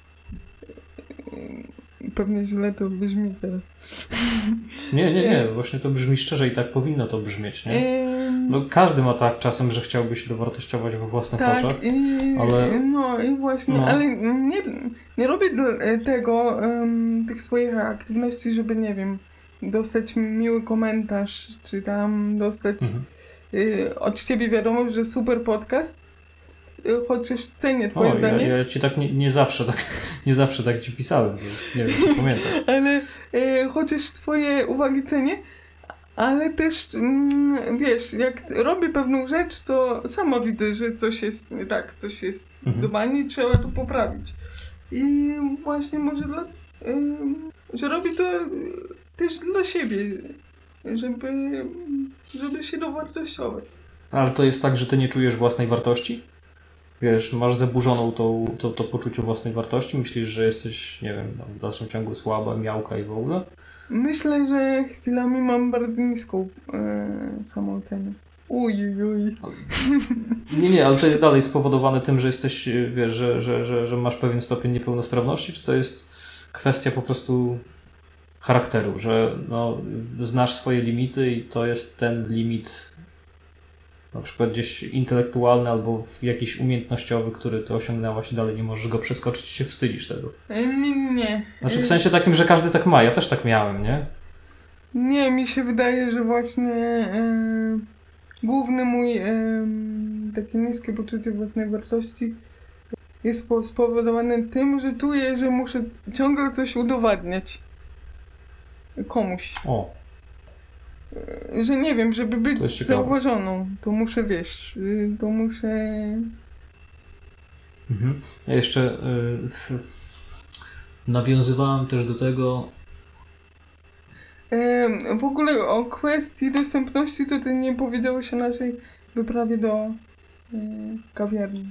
E, pewnie źle to brzmi teraz. Nie, nie, nie, właśnie to brzmi szczerze i tak powinno to brzmieć, nie? Em, No, każdy ma tak czasem, że chciałby się dowartościować we własnych Tak, oczach. i, ale- no i właśnie, no. ale nie, nie robię d- tego, em, tych swoich aktywności, żeby, nie wiem, dostać miły komentarz, czy tam dostać Mhm. y, od ciebie wiadomość, że super podcast, y, chociaż cenię twoje O, ja, zdanie, ja ci tak nie, nie zawsze tak, nie zawsze tak ci pisałem, że nie wiem, czy pamiętasz. ale y, chociaż twoje uwagi cenię, ale też, mm, wiesz, jak robię pewną rzecz, to sama widzę, że coś jest nie tak, coś jest Mhm. do bani, trzeba to poprawić. I właśnie może dla, ym, że robię to y, też dla siebie, żeby, żeby się dowartościować. Ale to jest tak, że ty nie czujesz własnej wartości? Wiesz, masz zaburzoną tą, to, to poczucie własnej wartości? Myślisz, że jesteś, nie wiem, w dalszym ciągu słaba, miałka i w ogóle? Myślę, że chwilami mam bardzo niską y, samoocenę. Uj, uj. Nie, nie, ale to jest dalej spowodowane tym, że jesteś, wiesz, że, że, że, że masz pewien stopień niepełnosprawności, czy to jest kwestia po prostu charakteru, że no, znasz swoje limity i to jest ten limit na przykład gdzieś intelektualny albo w jakiś umiejętnościowy, który ty osiągnęłaś i dalej nie możesz go przeskoczyć i się wstydzisz tego. Y, Nie, nie. Znaczy w Y, sensie takim, że każdy tak ma, ja też tak miałem, nie? Nie, mi się wydaje, że właśnie e, główny mój e, takie niskie poczucie własnej wartości jest po- spowodowane tym, że czuję, że muszę ciągle coś udowadniać komuś. O, E, Że nie wiem, żeby To jest być ciekawe. zauważoną, to muszę, wiesz, y, to muszę... mhm. Ja jeszcze y, w, nawiązywałem też do tego, E, W ogóle o kwestii dostępności to ty nie powiedziałeś o naszej wyprawie do e, kawiarni.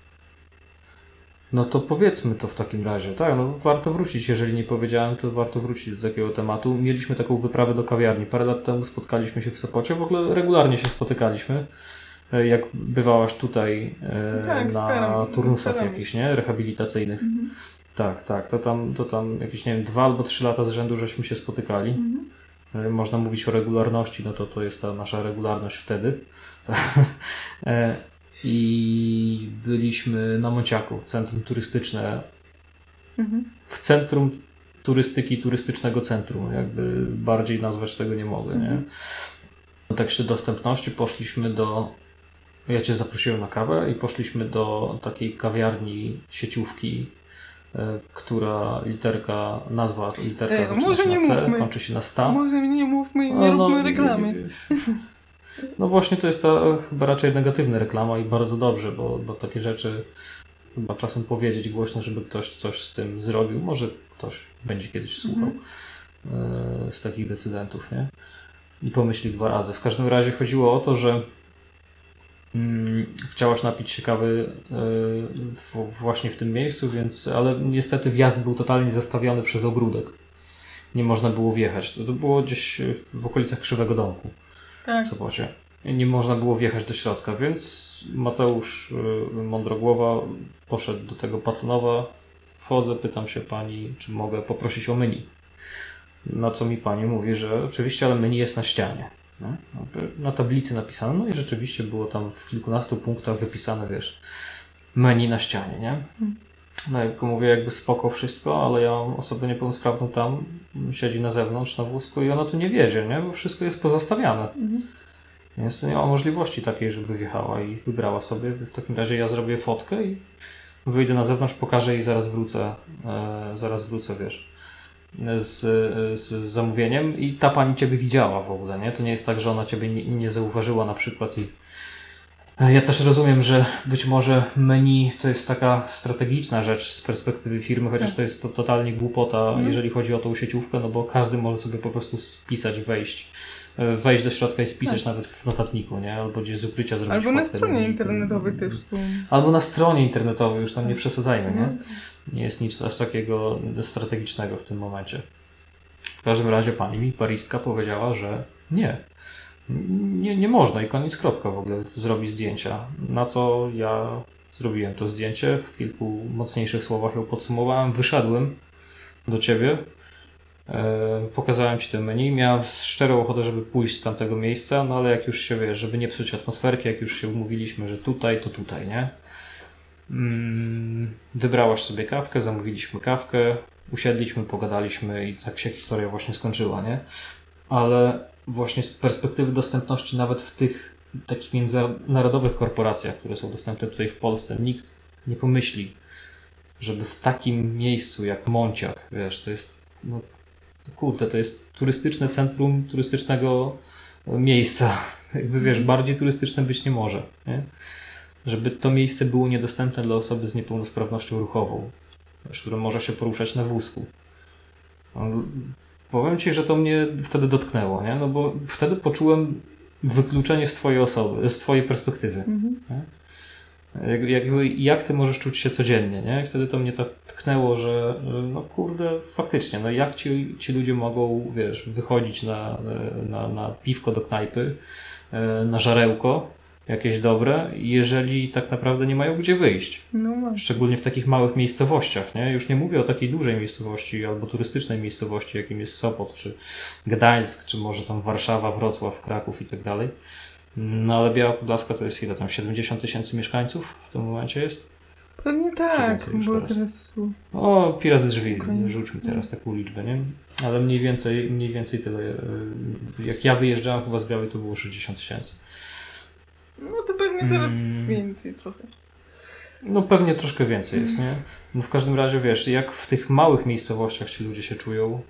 no to powiedzmy to w takim razie. Tak, no warto wrócić, jeżeli nie powiedziałem, to warto wrócić do takiego tematu. Mieliśmy taką wyprawę do kawiarni. Parę lat temu spotkaliśmy się w Sopocie, w ogóle regularnie się spotykaliśmy. E, Jak bywałaś tutaj e, Tak, na staram- turnusach staram jakichś, nie? Rehabilitacyjnych. Mhm. Tak, tak. To tam, to tam jakieś, nie wiem, dwa albo trzy lata z rzędu żeśmy się spotykali. Mhm. E, Można mówić o regularności, no to to jest ta nasza regularność wtedy. E, I byliśmy na Monciaku, centrum turystyczne, Mhm. w centrum turystyki, turystycznego centrum, jakby bardziej nazwać tego nie mogę, nie? Mhm. W kontekście dostępności poszliśmy do, ja Cię zaprosiłem na kawę i poszliśmy do takiej kawiarni, sieciówki, e, która literka, nazwa literka E, zaczyna może się nie na C, mówmy. kończy się na sta. Może nie mówmy, nie No, róbmy no, reklamy. No właśnie to jest ta e, chyba raczej negatywna reklama i bardzo dobrze, bo, bo takie rzeczy chyba czasem powiedzieć głośno, żeby ktoś coś z tym zrobił. Może ktoś będzie kiedyś słuchał e, z takich decydentów, nie? I pomyśli dwa razy. W każdym razie chodziło o to, że mm, chciałaś napić się kawy e, w, właśnie w tym miejscu, więc, ale niestety wjazd był totalnie zastawiony przez ogródek. Nie można było wjechać. To, to było gdzieś w okolicach Krzywego Domku. Tak. W Sopocie. I nie można było wjechać do środka, więc Mateusz y, Mądrogłowa poszedł do tego Pacynowa. Wchodzę, pytam się pani, czy mogę poprosić o menu. Na co mi pani mówi, że oczywiście, ale menu jest na ścianie. No? Na tablicy napisane, no i rzeczywiście było tam w kilkunastu punktach wypisane, wiesz, menu na ścianie, nie? no jak mówię, jakby spoko wszystko, ale ja mam osobę niepełnosprawną tam, siedzi na zewnątrz na wózku i ona tu nie wiedzie, nie? Bo wszystko jest pozastawiane. Mhm. Więc tu nie ma możliwości takiej, żeby wjechała i wybrała sobie. W takim razie ja zrobię fotkę i wyjdę na zewnątrz, pokażę i zaraz wrócę, e, zaraz wrócę, wiesz, z, z zamówieniem i ta pani ciebie widziała w ogóle, nie? To nie jest tak, że ona ciebie nie, nie zauważyła na przykład i ja też rozumiem, że być może menu to jest taka strategiczna rzecz z perspektywy firmy, chociaż Tak. to jest to totalnie głupota, Mhm. jeżeli chodzi o tą sieciówkę, no bo każdy może sobie po prostu spisać, wejść, e, wejść do środka i spisać nawet w notatniku, nie? Albo gdzieś z ukrycia zrobić Albo na fotkę, stronie no i- internetowej też są. Albo na stronie internetowej, już tam nie przesadzajmy, nie? Mhm. Nie jest nic aż takiego strategicznego w tym momencie. W każdym razie pani mi, baristka, powiedziała, że nie. Nie, nie można i koniec kropka w ogóle zrobić zdjęcia. Na co ja zrobiłem to zdjęcie, w kilku mocniejszych słowach ją podsumowałem, wyszedłem do ciebie, e, pokazałem ci te menu, miałem szczerą ochotę, żeby pójść z tamtego miejsca, no ale jak już się wiesz, żeby nie psuć atmosferki, jak już się umówiliśmy, że tutaj, to tutaj, nie? Mm, wybrałaś sobie kawkę, zamówiliśmy kawkę, usiedliśmy, pogadaliśmy i tak się historia właśnie skończyła, nie? Ale właśnie z perspektywy dostępności nawet w tych takich międzynarodowych korporacjach, które są dostępne tutaj w Polsce, nikt nie pomyśli, żeby w takim miejscu jak Monciach, wiesz, to jest, no kurde, to jest turystyczne centrum turystycznego miejsca. Jakby wiesz, bardziej turystyczne być nie może, nie? Żeby to miejsce było niedostępne dla osoby z niepełnosprawnością ruchową, wiesz, która może się poruszać na wózku. No, powiem ci, że to mnie wtedy dotknęło, nie? No bo wtedy poczułem wykluczenie z twojej osoby, z twojej perspektywy. Mhm. Nie? Jak, jakby, jak ty możesz czuć się codziennie, nie? I wtedy to mnie tak tknęło, że, że no kurde, faktycznie, no jak ci, ci ludzie mogą, wiesz, wychodzić na, na, na piwko do knajpy, na żarełko jakieś dobre, jeżeli tak naprawdę nie mają gdzie wyjść. No właśnie. Szczególnie w takich małych miejscowościach, nie? Już nie mówię o takiej dużej miejscowości albo turystycznej miejscowości, jakim jest Sopot, czy Gdańsk, czy może tam Warszawa, Wrocław, Kraków i tak dalej. No ale Biała Podlaska to jest ile tam? siedemdziesiąt tysięcy mieszkańców w tym momencie jest? Pewnie tak, więcej już bo teraz? teraz są. O, pi razy drzwi, Okej. rzućmy teraz taką liczbę, nie? Ale mniej więcej, mniej więcej tyle. y, Jak ja wyjeżdżałem chyba z Białej, to było sześćdziesiąt tysięcy. No to pewnie teraz Mm. więcej trochę. No pewnie troszkę więcej jest, nie? No w każdym razie wiesz, jak w tych małych miejscowościach ci ludzie się czują,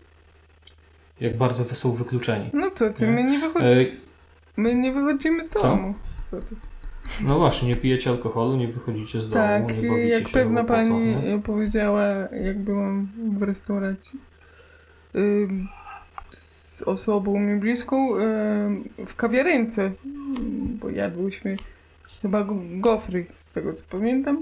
jak bardzo są wykluczeni. No co ty, Nie? my nie, wychodzi... E, my nie wychodzimy z Co? domu. Co ty? no właśnie, nie pijecie alkoholu, nie wychodzicie z domu, Tak, nie bawicie jak się. pewna bo po co, pani nie? powiedziała, jak byłam w restauracji ym, z osobą mi bliską ym, w kawiarence, ym, bo jadłyśmy chyba go- gofry, z tego co pamiętam.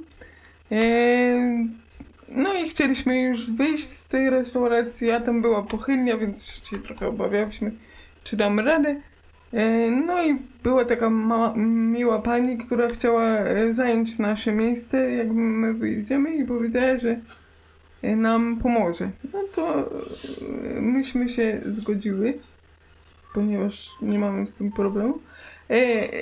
Ym, no i chcieliśmy już wyjść z tej restauracji, a tam była pochylnia, więc się trochę obawialiśmy, czy damy radę. E, No i była taka mała, miła pani, która chciała e, zająć nasze miejsce, jak my wyjdziemy i powiedziała, że e, nam pomoże. No to e, myśmy się zgodziły, ponieważ nie mamy z tym problemu. E,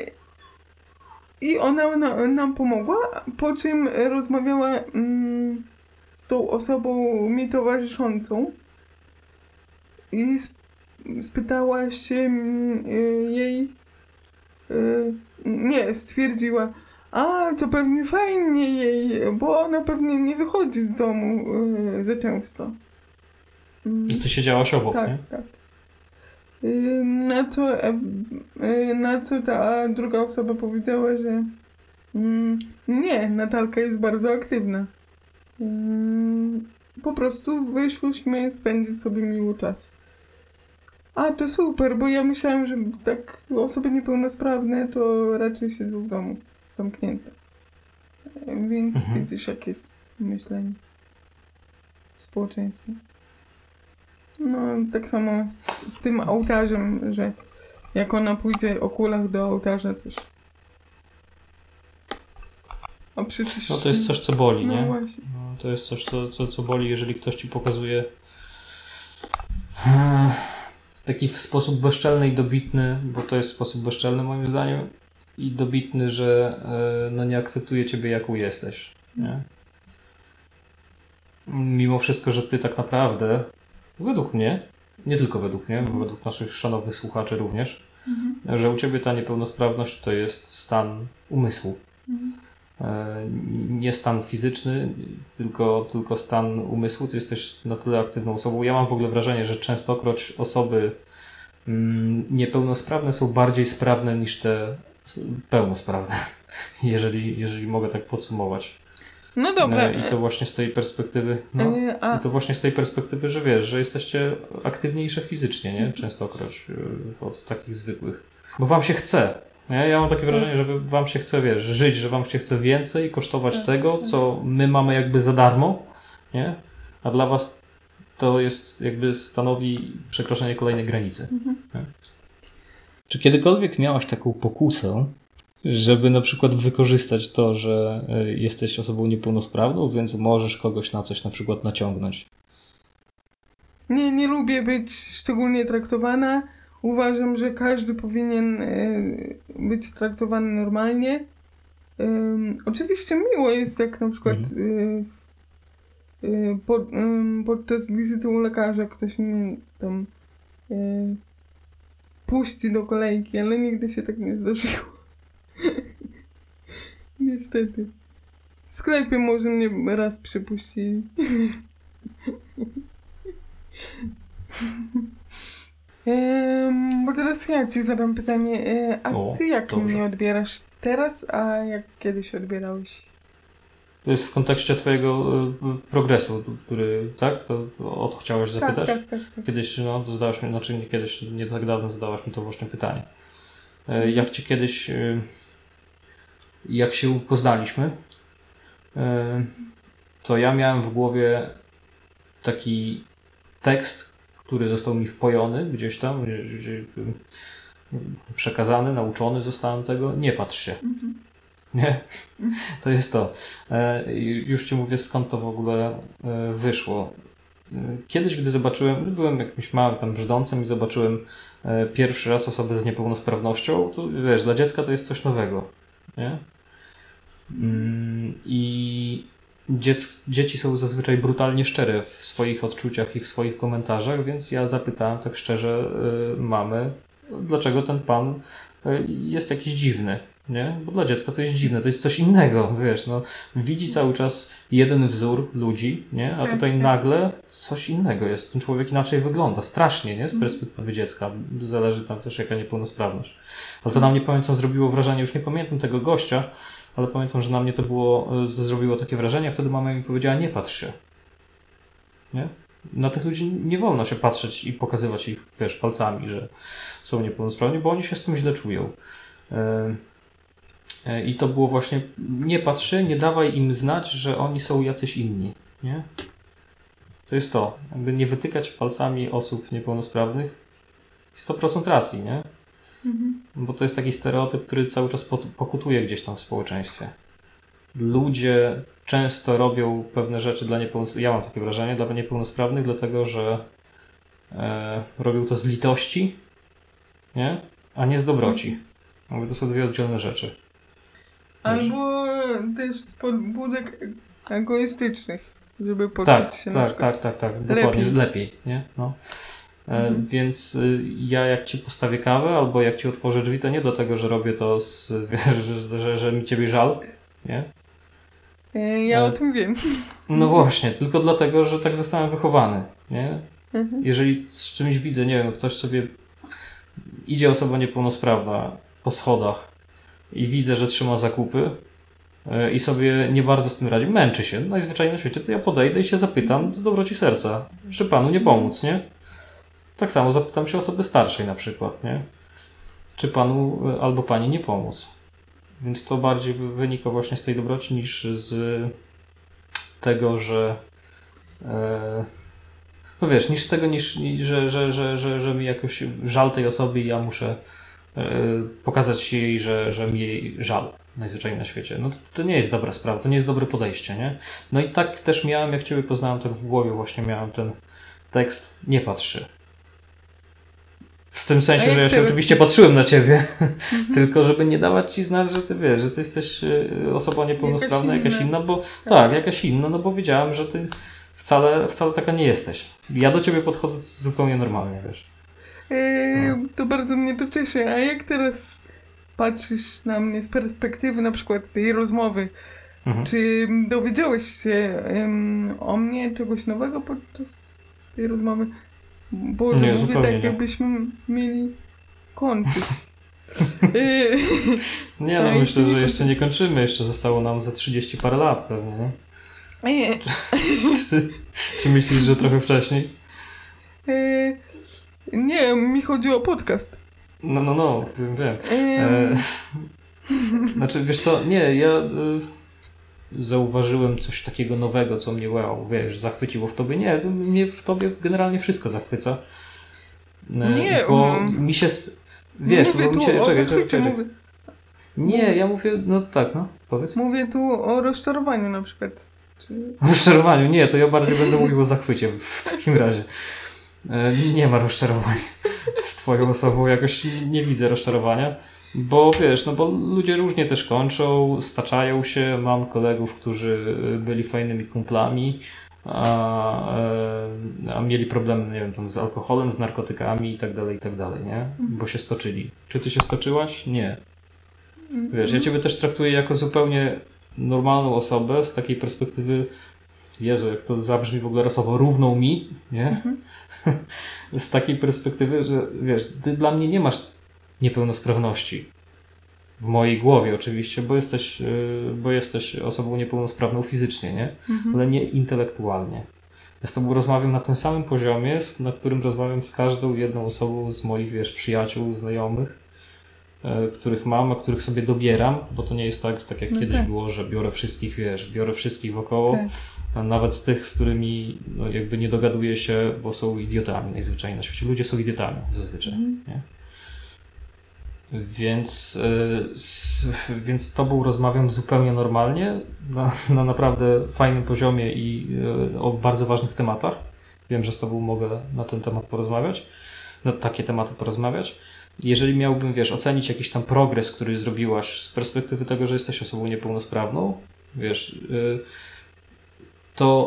I ona na, nam pomogła, po czym rozmawiała mm, z tą osobą mi towarzyszącą i sp- spytała się mm, y, jej, y, nie, stwierdziła, a to pewnie fajnie jej, bo ona pewnie nie wychodzi z domu y, za często. Mm, Ty siedziałaś obok, tak, nie? tak. Y, Na co, e, y, na co ta druga osoba powiedziała, że mm, nie, Natalka jest bardzo aktywna. Ym, Po prostu wyszłyśmy spędzić sobie miły czas. A, to super, bo ja myślałam, że tak osoby niepełnosprawne to raczej siedzą w domu, zamknięte. E, Więc Mhm. widzisz, jakie jest myślenie w społeczeństwie. No, tak samo z, z tym ołtarzem, że jak ona pójdzie o kulach do ołtarza też. A przecież... No to jest coś, co boli, No nie? właśnie. No, to jest coś, co, co, co boli, jeżeli ktoś ci pokazuje e, taki w sposób bezczelny i dobitny, bo to jest sposób bezczelny moim zdaniem i dobitny, że e, no nie akceptuje ciebie jaką jesteś, nie? mimo wszystko, że ty tak naprawdę, według mnie, nie tylko według mnie, bo według naszych szanownych słuchaczy również, Mhm. że u ciebie ta niepełnosprawność to jest stan umysłu. Mhm. E, Nie stan fizyczny, tylko, tylko stan umysłu. Ty jesteś na tyle aktywną osobą. Ja mam w ogóle wrażenie, że częstokroć osoby mm, niepełnosprawne są bardziej sprawne niż te s- pełnosprawne, jeżeli, jeżeli mogę tak podsumować. No dobra. E, I to właśnie z tej perspektywy, no, E, a i to właśnie z tej perspektywy, że wiesz, że jesteście aktywniejsze fizycznie, nie? Częstokroć y, od takich zwykłych. Bo wam się chce. Nie? Ja mam takie wrażenie, że wy- wam się chce, wiesz, żyć, że wam się chce więcej, kosztować Tak, tego, tak. co my mamy jakby za darmo, nie? A dla was to jest jakby stanowi przekroczenie kolejnej granicy. Mhm. Nie? Czy kiedykolwiek miałaś taką pokusę, żeby na przykład wykorzystać to, że y, jesteś osobą niepełnosprawną, więc możesz kogoś na coś na przykład naciągnąć? Nie, nie lubię być szczególnie traktowana. Uważam, że każdy powinien e, być traktowany normalnie. Em, oczywiście miło jest, jak na przykład e, e, pod, em, podczas wizyty u lekarza ktoś mnie tam e, puści do kolejki, ale nigdy się tak nie zdarzyło. Niestety. W sklepie może mnie raz przypuścili. Ehm, bo teraz ja ci zadam pytanie, e, a O, ty jak dobrze. mnie odbierasz teraz, a jak kiedyś odbierałeś? To jest w kontekście twojego y, progresu, który, tak? To o to chciałeś zapytać? Tak, tak, tak, tak. Kiedyś, no, zadałaś mi, znaczy nie kiedyś, nie tak dawno zadałaś mi to właśnie pytanie. E, Jak cię kiedyś, y, jak się poznaliśmy, y, to ja miałem w głowie taki tekst, który został mi wpojony gdzieś tam, gdzie, gdzie, y, przekazany, nauczony zostałem tego. Nie patrz się. Mhm. Nie? To jest to. E, i Już ci mówię, skąd to w ogóle e, wyszło. E, Kiedyś, gdy zobaczyłem, byłem jakimś małym tam brzdącem i zobaczyłem e, pierwszy raz osobę z niepełnosprawnością, to wiesz, dla dziecka to jest coś nowego. Nie? Mm, I dziec, dzieci są zazwyczaj brutalnie szczere w swoich odczuciach i w swoich komentarzach, więc ja zapytałem tak szczerze e, mamy, dlaczego ten pan e, jest jakiś dziwny. Nie? Bo dla dziecka to jest dziwne, to jest coś innego, wiesz, no, widzi cały czas jeden wzór ludzi, nie? A Tak, tutaj tak. nagle coś innego jest, ten człowiek inaczej wygląda, strasznie, nie? Z perspektywy dziecka, zależy tam też jaka niepełnosprawność. Ale to na mnie, pamiętam, zrobiło wrażenie, już nie pamiętam tego gościa, ale pamiętam, że na mnie to było, e, zrobiło takie wrażenie, a wtedy mama mi powiedziała, nie patrz się, nie? Na tych ludzi nie wolno się patrzeć i pokazywać ich, wiesz, palcami, że są niepełnosprawni, bo oni się z tym źle czują. E, I to było właśnie, nie patrz się, nie dawaj im znać, że oni są jacyś inni, nie? To jest to, jakby nie wytykać palcami osób niepełnosprawnych i sto procent racji, nie? Mhm. Bo to jest taki stereotyp, który cały czas pot- pokutuje gdzieś tam w społeczeństwie. Ludzie często robią pewne rzeczy dla niepełnosprawnych, ja mam takie wrażenie, dla niepełnosprawnych, dlatego że e, robią to z litości, nie? A nie z dobroci. Jakby to są dwie oddzielne rzeczy. Albo też z pobudek egoistycznych, żeby poczuć Tak, się na tak, przykład. tak, tak, tak, dokładnie, lepiej. lepiej, nie? No. E, Mhm. Więc y, ja jak ci postawię kawę albo jak ci otworzę drzwi, to nie do tego, że robię to, z, wiesz, że, że, że mi ciebie żal, nie? E, ja E, o tym wiem. No właśnie, tylko dlatego, że tak zostałem wychowany, nie? Mhm. Jeżeli z czymś widzę, nie wiem, ktoś sobie idzie osoba niepełnosprawna po schodach i widzę, że trzyma zakupy e, i sobie nie bardzo z tym radzi, męczy się, najzwyczajniej na świecie, to ja podejdę i się zapytam z dobroci serca, czy panu nie pomóc, nie? Tak samo zapytam się osoby starszej na przykład, nie? Czy panu e, albo pani nie pomóc? Więc to bardziej wy- wynika właśnie z tej dobroci niż z tego, że e, no wiesz, niż z tego, niż, niż że, że, że, że, że mi jakoś żal tej osoby i ja muszę e, pokazać jej, że, że mi jej żal najzwyczajniej na świecie. No to, to nie jest dobra sprawa, to nie jest dobre podejście, nie? No i tak też miałem, jak Ciebie poznałem, tak w głowie właśnie miałem ten tekst, nie patrz się. W tym A sensie, jak że ja się teraz- oczywiście patrzyłem na Ciebie, tylko żeby nie dawać Ci znać, że Ty wiesz, że Ty jesteś e, osobą niepełnosprawna, Jakaś jakaś inna. inna, bo tak, jakaś inna, no bo wiedziałem, że Ty w wcale, wcale taka nie jesteś. Ja do ciebie podchodzę zupełnie normalnie, wiesz. E, No. To bardzo mnie to cieszy. A jak teraz patrzysz na mnie z perspektywy na przykład tej rozmowy, Mhm. czy dowiedziałeś się em, o mnie czegoś nowego podczas tej rozmowy? Boże, Nie, mówię zupełnie tak, nie. jakbyśmy mieli kończyć. E, Nie, A no jeszcze myślę, nie że jeszcze nie kończymy. Jeszcze zostało nam za trzydzieści parę lat pewnie, nie? e, Czy, czy myślisz, że trochę wcześniej? e, Nie, mi chodzi o podcast. No, no, no, wiem, wiem. Em, E, znaczy, wiesz co, nie, ja y, zauważyłem coś takiego nowego, co mnie, wow, wiesz, zachwyciło w tobie. Nie, to mnie w tobie generalnie wszystko zachwyca. E, Nie, bo um, mi się, s- wiesz, mówię bo mi tu się, o czekaj, czekaj, zachwycie, czekaj. mówię, Nie, ja mówię, no tak, no, powiedz. mówię tu o rozczarowaniu na przykład. Czy... O rozczarowaniu, nie, to ja bardziej będę mówił o zachwycie w takim razie. E, nie ma rozczarowań w twoją osobą, jakoś nie widzę rozczarowania, bo wiesz, no bo ludzie różnie też kończą, staczają się, mam kolegów, którzy byli fajnymi kumplami, a, e, a mieli problemy, nie wiem, tam z alkoholem, z narkotykami i tak dalej, i tak dalej, nie? Bo się stoczyli. Czy ty się stoczyłaś? Nie. Wiesz, ja ciebie też traktuję jako zupełnie normalną osobę z takiej perspektywy, Jezu, jak to zabrzmi w ogóle rasowo, równą mi, nie? Z takiej perspektywy, że wiesz, ty dla mnie nie masz niepełnosprawności. W mojej głowie oczywiście, bo jesteś, yy, bo jesteś osobą niepełnosprawną fizycznie, nie? Mhm. Ale nie intelektualnie. Ja z tobą rozmawiam na tym samym poziomie, z- na którym rozmawiam z każdą jedną osobą z moich, wiesz, przyjaciół, znajomych, e, których mam, a których sobie dobieram, bo to nie jest tak, tak jak No kiedyś tak. było, że biorę wszystkich, wiesz, biorę wszystkich wokoło, Tak. a nawet z tych, z którymi no, jakby nie dogaduję się, bo są idiotami najzwyczajniej na świecie. Ludzie są idiotami zazwyczaj, Mhm. nie? Więc, e, z, więc z tobą rozmawiam zupełnie normalnie, na, na naprawdę fajnym poziomie i e, o bardzo ważnych tematach. Wiem, że z tobą mogę na ten temat porozmawiać, na takie tematy porozmawiać. Jeżeli miałbym, wiesz, ocenić jakiś tam progres, który zrobiłaś z perspektywy tego, że jesteś osobą niepełnosprawną, wiesz, e, to,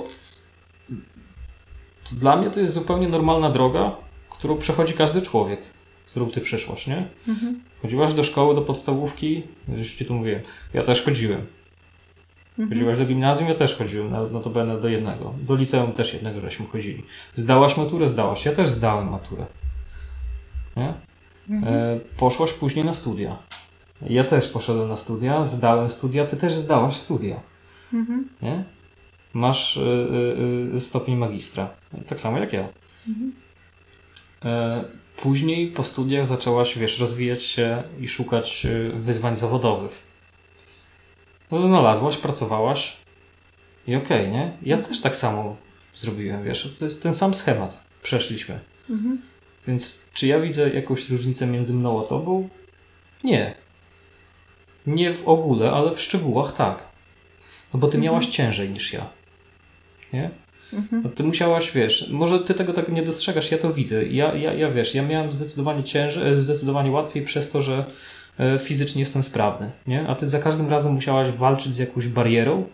to dla mnie to jest zupełnie normalna droga, którą przechodzi każdy człowiek, którą ty przeszłaś, nie? Mhm. Chodziłaś do szkoły, do podstawówki? Już ci tu mówiłem. Ja też chodziłem. Mhm. Chodziłaś do gimnazjum? Ja też chodziłem, no no to będę do jednego. Do liceum też jednego żeśmy chodzili. Zdałaś maturę? Zdałaś. Ja też zdałem maturę. Nie? Mhm. E, poszłaś później na studia. Ja też poszedłem na studia, zdałem studia, ty też zdałaś studia. Mhm. Nie? Masz y, y, y, stopień magistra. Tak samo jak ja. Mhm. E, Później po studiach zaczęłaś, wiesz, rozwijać się i szukać y, wyzwań zawodowych. No znalazłaś, pracowałaś i okej, nie? Ja też tak samo zrobiłem, wiesz, to jest ten sam schemat. Przeszliśmy. Mhm. Więc czy ja widzę jakąś różnicę między mną a tobą? Nie. Nie w ogóle, ale w szczegółach tak. No bo ty Mhm. miałaś ciężej niż ja. Nie? Mhm. No ty musiałaś, wiesz, może ty tego tak nie dostrzegasz, ja to widzę. Ja, ja, ja wiesz, ja miałem zdecydowanie ciężej, zdecydowanie łatwiej przez to, że e, fizycznie jestem sprawny, nie? A ty za każdym razem musiałaś walczyć z jakąś barierą,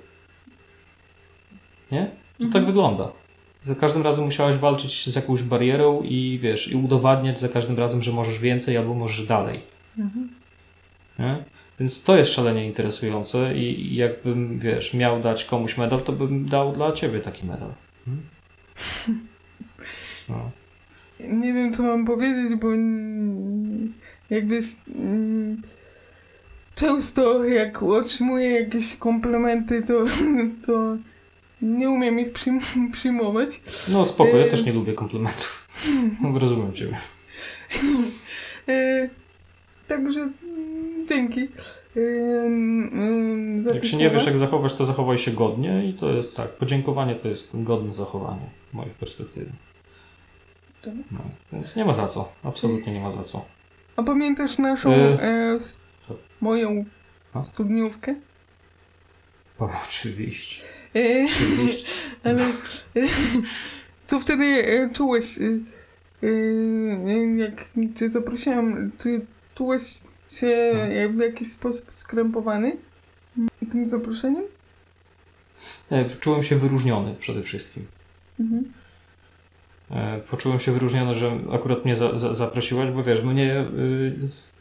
nie? To tak wygląda. Za każdym razem musiałaś walczyć z jakąś barierą i wiesz, i udowadniać za każdym razem, że możesz więcej albo możesz dalej. Mhm. Nie? Więc to jest szalenie interesujące i i jakbym, wiesz, miał dać komuś medal, to bym dał dla ciebie taki medal. Hmm? No. Nie wiem, co mam powiedzieć, bo mm, jakby mm, często jak otrzymuję jakieś komplementy, to, to nie umiem ich przyjm- przyjmować. No spoko, ja Ym. też nie lubię komplementów. Rozumiem ciebie. E, Także mm, dzięki. Ym, ym, za Jak te się nie wiesz, słowa. jak zachować, to zachowaj się godnie i to jest tak. Podziękowanie to jest godne zachowanie w mojej perspektywie. Dobra. No, więc nie ma za co. Absolutnie nie ma za co. A pamiętasz naszą, Y. e, s- Co? moją A? studniówkę? O, oczywiście. E, Oczywiście. ale e, co wtedy e, czułeś, e, e, jak cię zaprosiłam, czy czułeś się No. w jakiś sposób skrępowany tym zaproszeniem? Nie, czułem się wyróżniony przede wszystkim. Mhm. E, poczułem się wyróżniony, że akurat mnie za, za, zaprosiłaś, bo wiesz, mnie y,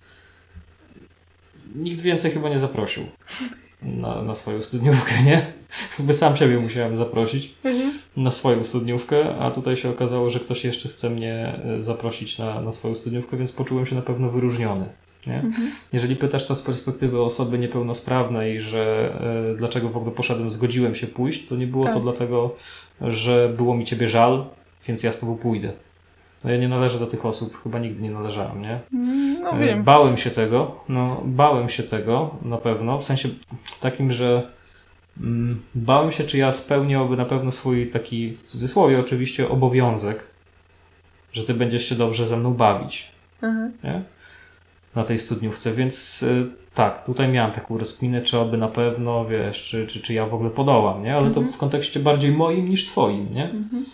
nikt więcej chyba nie zaprosił na, na swoją studniówkę, nie? Chyba sam siebie musiałem zaprosić Mhm. na swoją studniówkę, a tutaj się okazało, że ktoś jeszcze chce mnie zaprosić na, na swoją studniówkę, więc poczułem się na pewno wyróżniony. Nie? Mhm. Jeżeli pytasz to z perspektywy osoby niepełnosprawnej, że y, dlaczego w ogóle poszedłem, zgodziłem się pójść, to nie było Tak. to dlatego, że było mi ciebie żal, więc ja z tobą pójdę. No ja nie należę do tych osób, chyba nigdy nie należałem, nie? No Y, wiem. Bałem się tego, no bałem się tego na pewno, w sensie takim, że mm, bałem się, czy ja spełniałby na pewno swój taki, w cudzysłowie oczywiście, obowiązek, że ty będziesz się dobrze ze mną bawić, Aha. nie? Na tej studniówce, więc y, tak, tutaj miałem taką rozkminę, czy aby na pewno, wiesz, czy, czy, czy ja w ogóle podołam, nie? Ale Mhm. to w kontekście bardziej moim niż twoim, nie? Mhm.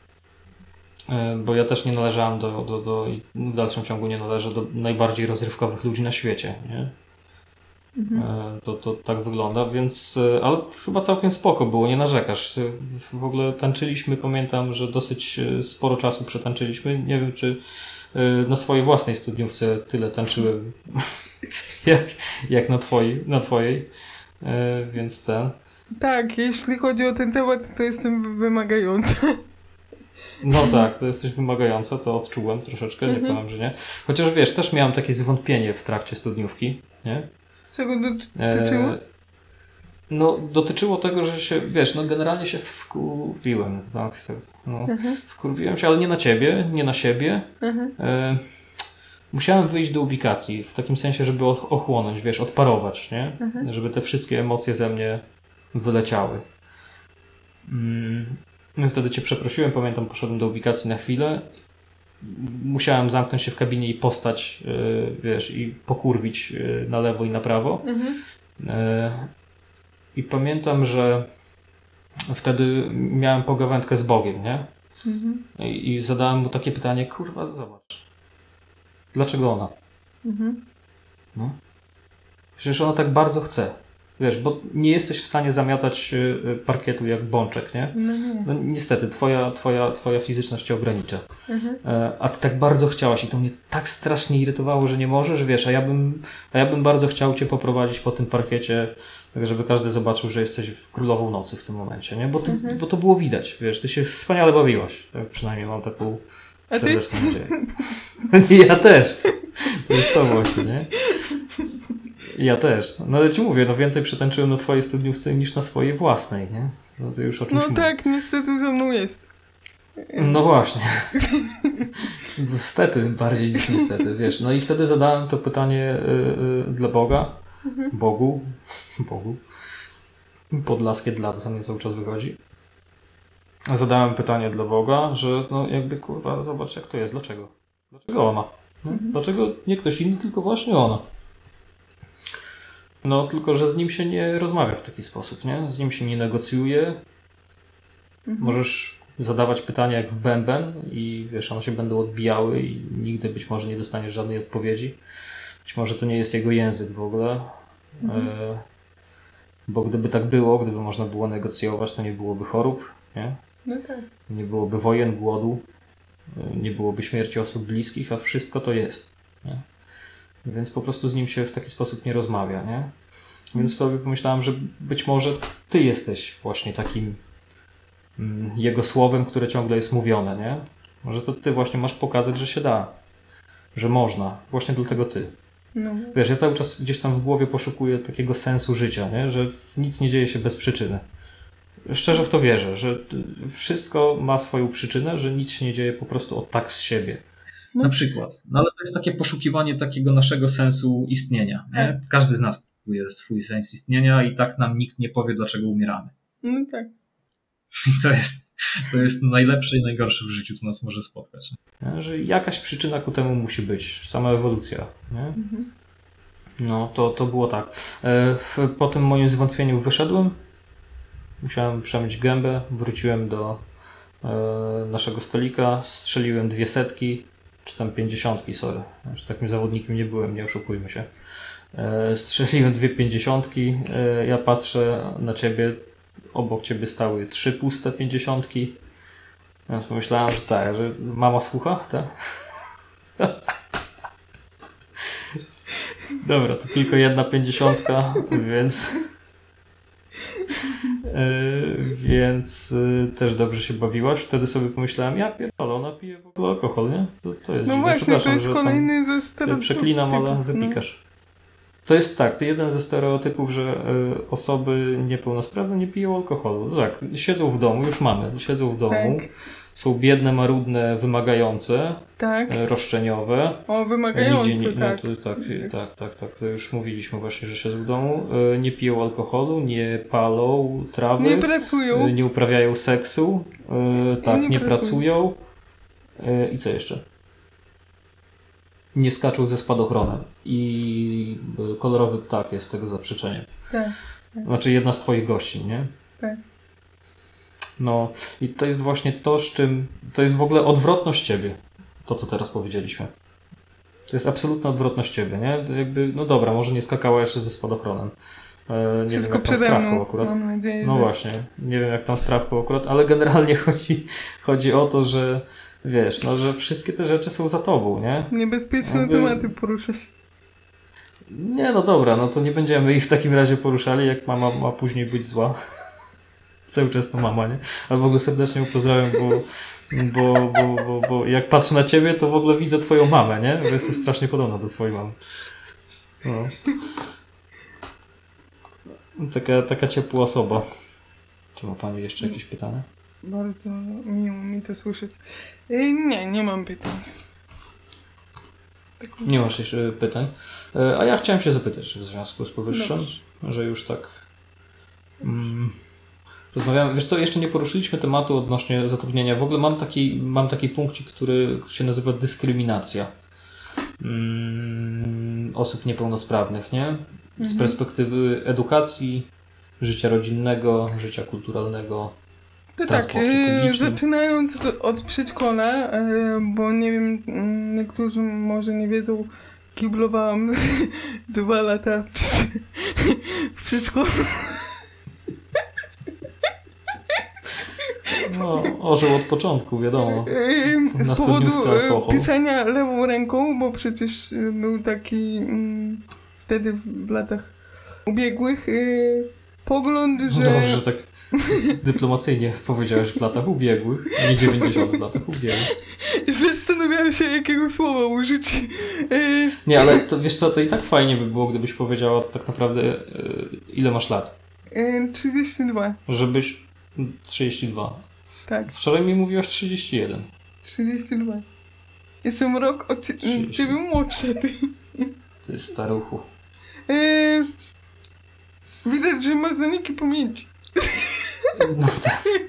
Y, bo ja też nie należałem do, do, do, i w dalszym ciągu nie należę do najbardziej rozrywkowych ludzi na świecie, nie? Mhm. Y, to, to tak wygląda, więc, y, ale chyba całkiem spoko było, nie narzekasz. Y, w, w ogóle tańczyliśmy, pamiętam, że dosyć y, sporo czasu przetańczyliśmy, nie wiem, czy y, na swojej własnej studniówce tyle tańczyłem, jak, jak na twojej, na twojej. E, więc ten. Tak, jeśli chodzi o ten temat, to jestem wymagająca. No tak, to jesteś wymagająca, to odczułem troszeczkę, nie Mhm. powiem, że nie. Chociaż wiesz, też miałem takie zwątpienie w trakcie studniówki, nie? Czego dotyczyło? E, no, dotyczyło tego, że się, wiesz, no generalnie się wkurwiłem, tak, tak, no, Mhm. wkurwiłem się, ale nie na ciebie, nie na siebie. Mhm. E, musiałem wyjść do ubikacji, w takim sensie, żeby och- ochłonąć, wiesz, odparować, nie? Mhm. Żeby te wszystkie emocje ze mnie wyleciały. Mm. No wtedy cię przeprosiłem, pamiętam, poszedłem do ubikacji na chwilę. Musiałem zamknąć się w kabinie i postać, yy, wiesz, i pokurwić yy, na lewo i na prawo. Mhm. Yy, I pamiętam, że wtedy miałem pogawędkę z Bogiem, nie? Mhm. I, i zadałem mu takie pytanie, kurwa, zobacz. Dlaczego ona? Mhm. No. Przecież ona tak bardzo chce. Wiesz, bo nie jesteś w stanie zamiatać yy, parkietu jak bączek, nie? No nie. No niestety, twoja, twoja, twoja fizyczność cię ogranicza. Mhm. E, A ty tak bardzo chciałaś i to mnie tak strasznie irytowało, że nie możesz, wiesz, a ja bym, a ja bym bardzo chciał cię poprowadzić po tym parkiecie, tak żeby każdy zobaczył, że jesteś w królową nocy w tym momencie, nie? Bo, ty, Mhm. bo to było widać, wiesz, ty się wspaniale bawiłaś. Tak przynajmniej mam taką A ty? serdeczną nadzieję. Ja też. To jest to właśnie, nie? Ja też. No ale ci mówię, no więcej przetańczyłem na twojej studniówce niż na swojej własnej, nie? No to już o czymś No mówię. tak, niestety ze mną jest. No właśnie. Niestety, bardziej niż niestety, wiesz. No i wtedy zadałem to pytanie y, y, dla Boga. Bogu. Bogu. Podlaskie dla, to sam mnie cały czas wychodzi. Zadałem pytanie dla Boga, że no jakby kurwa, zobacz jak to jest, dlaczego? Dlaczego ona? No, dlaczego nie ktoś inny, tylko właśnie ona? No tylko, że z nim się nie rozmawia w taki sposób, nie? Z nim się nie negocjuje. Mhm. Możesz zadawać pytania jak w bęben i wiesz, one się będą odbijały i nigdy być może nie dostaniesz żadnej odpowiedzi. Być może to nie jest jego język w ogóle. Mhm. E, bo gdyby tak było, gdyby można było negocjować, to nie byłoby chorób, nie? No tak. Nie byłoby wojen, głodu, e, nie byłoby śmierci osób bliskich, a wszystko to jest. Nie? Więc po prostu z nim się w taki sposób nie rozmawia, nie? Więc sobie pomyślałem, że być może ty jesteś właśnie takim mm, jego słowem, które ciągle jest mówione, nie? Może to ty właśnie masz pokazać, że się da, że można. Właśnie dlatego ty. No. Wiesz, ja cały czas gdzieś tam w głowie poszukuję takiego sensu życia, nie? Że nic nie dzieje się bez przyczyny. Szczerze w to wierzę, że wszystko ma swoją przyczynę, że nic się nie dzieje po prostu od tak z siebie. No. Na przykład. No ale to jest takie poszukiwanie takiego naszego sensu istnienia. Nie? Każdy z nas poszukuje swój sens istnienia i tak nam nikt nie powie, dlaczego umieramy. No tak. I to jest, to jest najlepsze i najgorsze w życiu, co nas może spotkać. Nie? Że jakaś przyczyna ku temu musi być. Sama ewolucja. Nie? Mhm. No, to, to było tak. E, w, po tym moim zwątpieniu wyszedłem. Musiałem przemyć gębę. Wróciłem do e, naszego stolika. Strzeliłem dwie setki. Czy tam pięćdziesiątki, sorry. Już takim zawodnikiem nie byłem, nie oszukujmy się. E, strzeliłem dwie pięćdziesiątki. E, ja patrzę na ciebie. Obok ciebie stały trzy puste pięćdziesiątki. Więc pomyślałem, że tak, że mama słucha, tak? Dobra, to tylko jedna pięćdziesiątka, więc... Yy, więc yy, też dobrze się bawiłaś. Wtedy sobie pomyślałem, ja pierdolę, ona pije w ogóle alkohol, nie? To, to jest No dziwne. właśnie, to Przepraszam, jest że kolejny ze tam stereotypów. przeklinam, ale no. wypikasz. To jest tak, to jeden ze stereotypów, że y, osoby niepełnosprawne nie piją alkoholu. No tak, siedzą w domu, już mamy, siedzą w domu, Tak. są biedne, marudne, wymagające, Tak. y, roszczeniowe. O, wymagające, Nigdzie nie, tak. No, to, tak, tak, tak, tak, to już mówiliśmy właśnie, że siedzą w domu. Y, nie piją alkoholu, nie palą trawy, Nie pracują. y, nie uprawiają seksu, y, tak, nie nie, pracują. pracują. Y, I co jeszcze? Nie skaczą ze spadochronem. I y, kolorowy ptak jest tego zaprzeczeniem. Tak. Znaczy jedna z twoich gościń, nie? Tak. No i to jest właśnie to, z czym... To jest w ogóle odwrotność ciebie. To, co teraz powiedzieliśmy. To jest absolutna odwrotność ciebie, nie? To jakby, no dobra, może nie skakała jeszcze ze spadochronem. E, nie Wszystko wiem, jak tam z przede trawką mną, akurat. mam nadzieję. No że... właśnie, nie wiem jak tam z trawką akurat, ale generalnie chodzi, chodzi o to, że wiesz, no, że wszystkie te rzeczy są za tobą, nie? Niebezpieczne Jakby- tematy poruszasz. Nie, no dobra, no to nie będziemy ich w takim razie poruszali, jak mama ma później być zła. Cały czas to mama, nie? Ale w ogóle serdecznie ją pozdrawiam, bo, bo, bo, bo, bo jak patrzę na ciebie, to w ogóle widzę twoją mamę, nie? Bo jesteś strasznie podobna do swojej mamy. No. Taka, taka ciepła osoba. Czy ma pani jeszcze jakieś pytania? Bardzo miło mi to słyszeć. Y, Nie, nie mam pytań. Nie masz jeszcze pytań. E, A ja chciałem się zapytać w związku z powyższym, Dobrze. że już tak mm, rozmawiamy. Wiesz co, jeszcze nie poruszyliśmy tematu odnośnie zatrudnienia. W ogóle mam taki, mam taki punkcik, który się nazywa dyskryminacja mm, osób niepełnosprawnych, nie? Z Mhm. perspektywy edukacji, życia rodzinnego, życia kulturalnego. To tak, transporcie y, publicznym. zaczynając do- od przedszkola, y, bo nie wiem, y, niektórzy może nie wiedzą, kiblowałam dwa lata w, przy- w przedszkolu. No, orzeł od początku, wiadomo. Y, Na Z powodu studniówce y, alkohol. pisania lewą ręką, bo przecież y, był taki mm, wtedy w, w latach ubiegłych y, pogląd, że... Dobrze, że tak dyplomacyjnie powiedziałeś w latach ubiegłych, nie dziewięćdziesiątych w latach ubiegłych. Zastanawiałam się, jakiego słowa użyć. Y, Nie, ale to wiesz co, to i tak fajnie by było, gdybyś powiedziała tak naprawdę y, ile masz lat. y, trzydzieści dwa, Żebyś... trzydzieści dwa. tak. Wczoraj mi mówiłaś trzydzieści jeden. trzydzieści dwa. Jestem rok od cie- trzydzieści. ciebie młodsza, ty. Ty staruchu. Eee, widać, że ma zaniki pamięci. No to,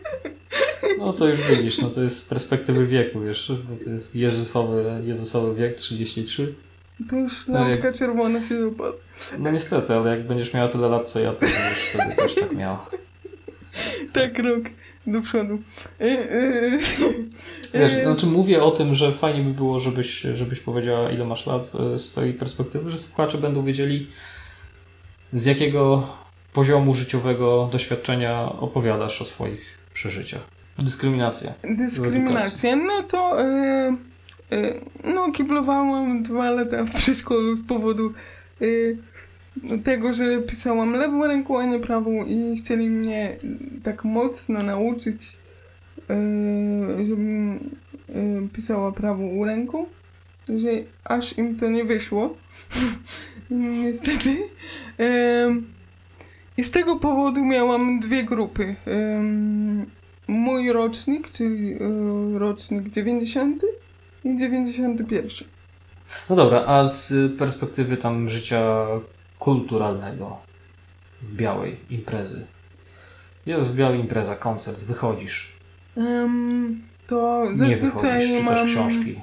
no to już widzisz, no to jest z perspektywy wieku, wiesz, bo to jest Jezusowy, Jezusowy wiek, trzydzieści trzy. To już No lampka czerwona się dopadła. No niestety, ale jak będziesz miała tyle lat co ja, to już wtedy też tak miała. Tak, rok do przodu. Eee, eee, Wiesz, eee, znaczy mówię o tym, że fajnie by było, żebyś, żebyś powiedziała, ile masz lat e, z tej perspektywy, że słuchacze będą wiedzieli, z jakiego poziomu życiowego doświadczenia opowiadasz o swoich przeżyciach. Dyskryminacja. Dyskryminacja. No to eee, eee, no kiblowałam dwa lata w przedszkolu z powodu eee, tego, że pisałam lewą ręką, a nie prawą i chcieli mnie tak mocno nauczyć, yy, żebym yy, pisała prawą ręką, że aż im to nie wyszło. Niestety. Yy, I z tego powodu miałam dwie grupy. Yy, mój rocznik, czyli yy, rocznik dziewięćdziesiąty i dziewięćdziesiąty pierwszy. No dobra, a z perspektywy tam życia kulturalnego w Białej imprezy. Jest w Białej impreza, koncert, wychodzisz, Ym, to nie zazwyczaj wychodzisz, czytasz mam, książki.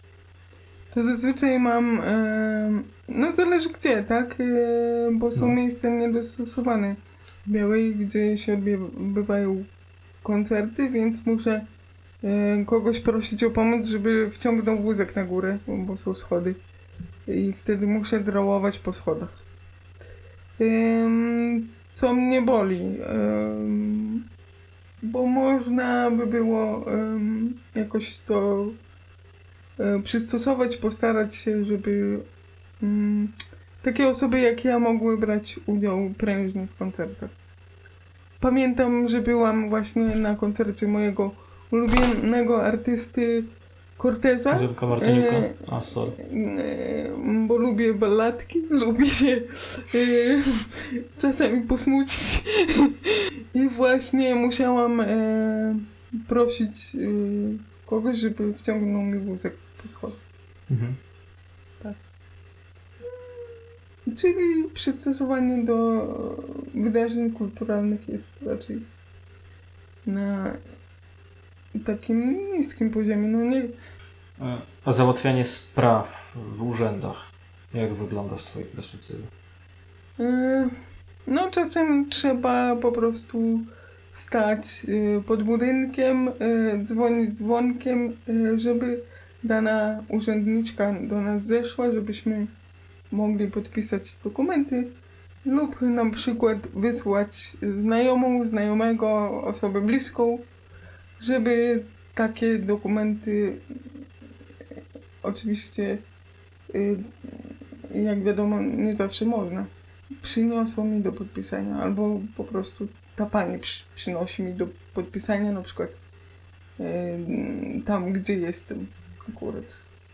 To zazwyczaj mam, ym, no zależy gdzie, tak? Yy, bo są No. miejsca niedostosowane w Białej, gdzie się odbywają koncerty, więc muszę yy, kogoś prosić o pomoc, żeby wciągnął wózek na górę, bo, bo są schody. I wtedy muszę drołować po schodach. Ym, co mnie boli? Ym, bo można by było um, jakoś to um, przystosować, postarać się, żeby um, takie osoby jak ja mogły brać udział prężnie w koncertach. Pamiętam, że byłam właśnie na koncercie mojego ulubionego artysty Corteza. Zymka Martyniuka? E, A, sorry. e, bo lubię balladki, lubię się e, czasami posmucić. I właśnie musiałam e, prosić e, kogoś, żeby wciągnął mi wózek po schodach. Mhm. Tak. Czyli przystosowanie do wydarzeń kulturalnych jest raczej na takim niskim poziomie. No nie... A załatwianie spraw w urzędach, jak wygląda z twojej perspektywy? Yy, no czasem trzeba po prostu stać yy, pod budynkiem, yy, dzwonić dzwonkiem, yy, żeby dana urzędniczka do nas zeszła, żebyśmy mogli podpisać dokumenty lub na przykład wysłać znajomą, znajomego, osobę bliską, żeby takie dokumenty oczywiście, jak wiadomo, nie zawsze można. Przyniosło mi do podpisania, albo po prostu ta pani przy, przynosi mi do podpisania, na przykład yy, tam, gdzie jestem akurat.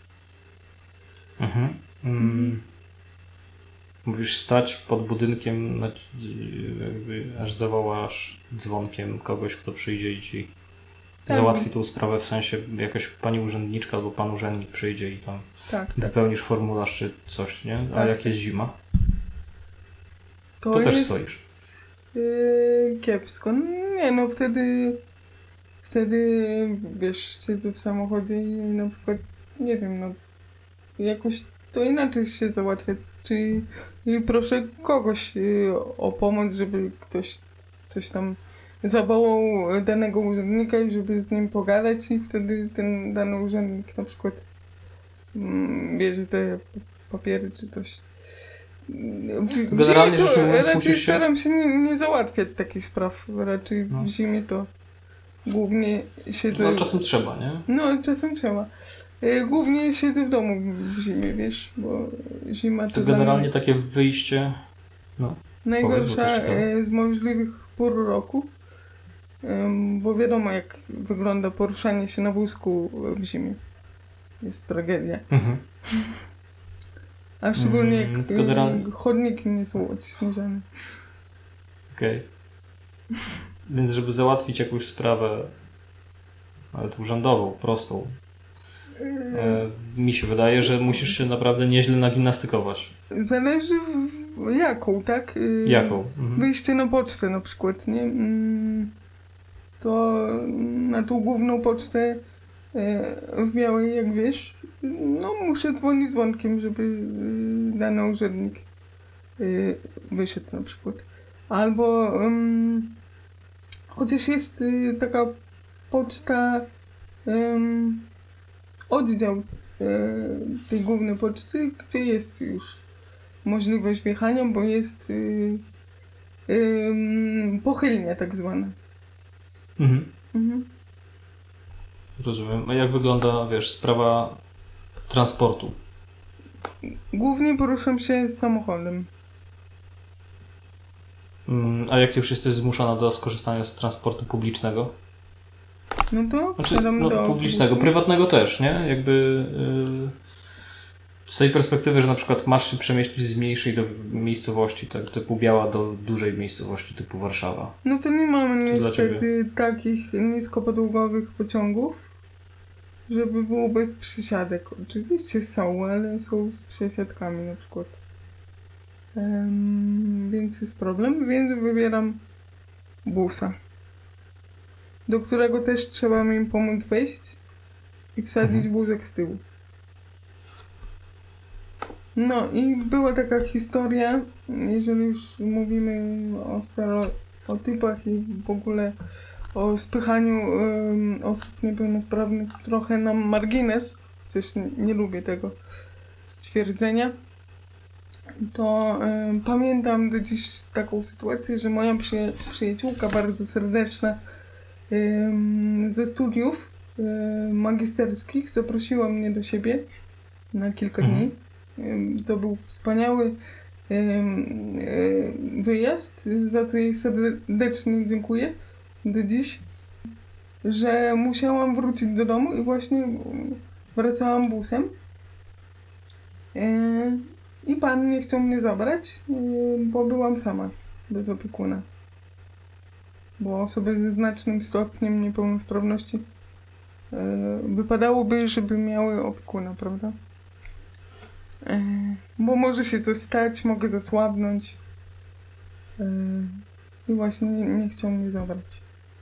Mhm. Mm. Mówisz stać pod budynkiem, jakby aż zawołasz dzwonkiem kogoś, kto przyjdzie i ci tak. załatwi tą sprawę, w sensie jakaś pani urzędniczka albo pan urzędnik przyjdzie i tam tak, wypełnisz tak. formularz czy coś, nie? A tak. jak jest zima? To, to też jest, stoisz. Yy, kiepsko. Nie no, wtedy wtedy, wiesz, siedzę w samochodzie i na przykład, nie wiem, no jakoś to inaczej się załatwia. Czyli proszę kogoś yy, o pomoc, żeby ktoś coś tam zawołał danego urzędnika i żeby z nim pogadać i wtedy ten dany urzędnik na przykład mm, bierze te papiery czy coś. W Generalnie zimie rzecz ujmując, raczej musisz się... staram się nie, nie załatwiać takich spraw. Raczej no. w zimie to głównie siedzę... No czasem trzeba, nie? No czasem trzeba. Głównie siedzę w domu w zimie, wiesz, bo zima to... To generalnie takie wyjście... No, najgorsza powiem, z możliwych pór roku. Bo wiadomo, jak wygląda poruszanie się na wózku w zimie. Jest tragedia. Mhm. A szczególnie jak mm, generalnie... chodniki nie są odśnieżane. Okej. Okay. Więc żeby załatwić jakąś sprawę, nawet urzędową, prostą, e, mi się wydaje, że musisz się naprawdę nieźle nagimnastykować. Zależy w jaką, tak? Jaką? Mhm. Wyjście na pocztę na przykład, nie? To na tą główną pocztę w Białej, jak wiesz, no muszę dzwonić dzwonkiem, żeby dany urzędnik wyszedł na przykład. Albo um, chociaż jest taka poczta, um, oddział tej głównej poczty, gdzie jest już możliwość wjechania, bo jest um, pochylnia tak zwana. Mhm. Mhm. Rozumiem. A jak wygląda, wiesz, sprawa transportu? Głównie poruszam się z samochodem. A jak już jesteś zmuszona do skorzystania z transportu publicznego? No to znaczy, wsiadam no, do... publicznego, prywatnego też, nie? Jakby yy, z tej perspektywy, że na przykład masz się przemieścić z mniejszej do miejscowości, tak, typu Biała do dużej miejscowości, typu Warszawa. No to nie mamy niestety takich niskopodłogowych pociągów, żeby było bez przysiadek. Oczywiście są, ale są z przesiadkami na przykład. Um, więc jest problem, więc wybieram busa, do którego też trzeba mi pomóc wejść i wsadzić mhm. wózek z tyłu. No i była taka historia, jeżeli już mówimy o stereotypach i w ogóle o spychaniu um, osób niepełnosprawnych trochę na margines, chociaż nie, nie lubię tego stwierdzenia, to um, pamiętam do dziś taką sytuację, że moja przyja- przyjaciółka bardzo serdeczna ym, ze studiów y, magisterskich zaprosiła mnie do siebie na kilka Mhm. dni. Ym, to był wspaniały ym, y, wyjazd, za co jej serdecznie dziękuję do dziś, że musiałam wrócić do domu i właśnie wracałam busem. Y, I pan nie chciał mnie zabrać, y, bo byłam sama, bez opiekuna. Bo osoby ze znacznym stopniem niepełnosprawności y, wypadałoby, żeby miały opiekuna, prawda? Y, bo może się coś stać, mogę zasłabnąć. Y, I właśnie nie, nie chciał mnie zabrać.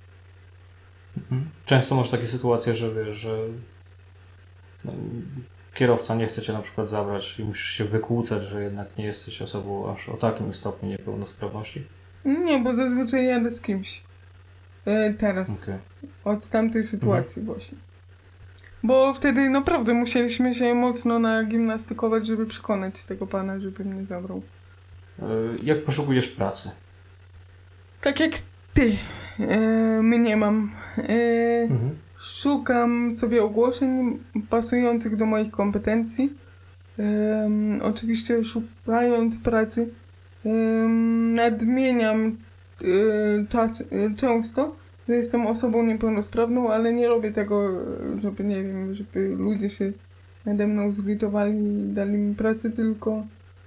Mhm. Często masz takie sytuacje, że wiesz, że no, kierowca nie chce cię na przykład zabrać i musisz się wykłócać, że jednak nie jesteś osobą aż o takim stopniu niepełnosprawności. Nie, bo zazwyczaj jadę z kimś. Y, teraz. Okay. Od tamtej sytuacji mhm. właśnie. Bo wtedy naprawdę musieliśmy się mocno nagimnastykować, żeby przekonać tego pana, żeby mnie zabrał. Jak poszukujesz pracy? Tak jak ty. E, mnie mam. E, Mhm. Szukam sobie ogłoszeń pasujących do moich kompetencji. E, oczywiście szukając pracy e, nadmieniam e, czas, e, często, że jestem osobą niepełnosprawną, ale nie robię tego, żeby nie wiem, żeby ludzie się nade mną zlitowali i dali mi pracę, tylko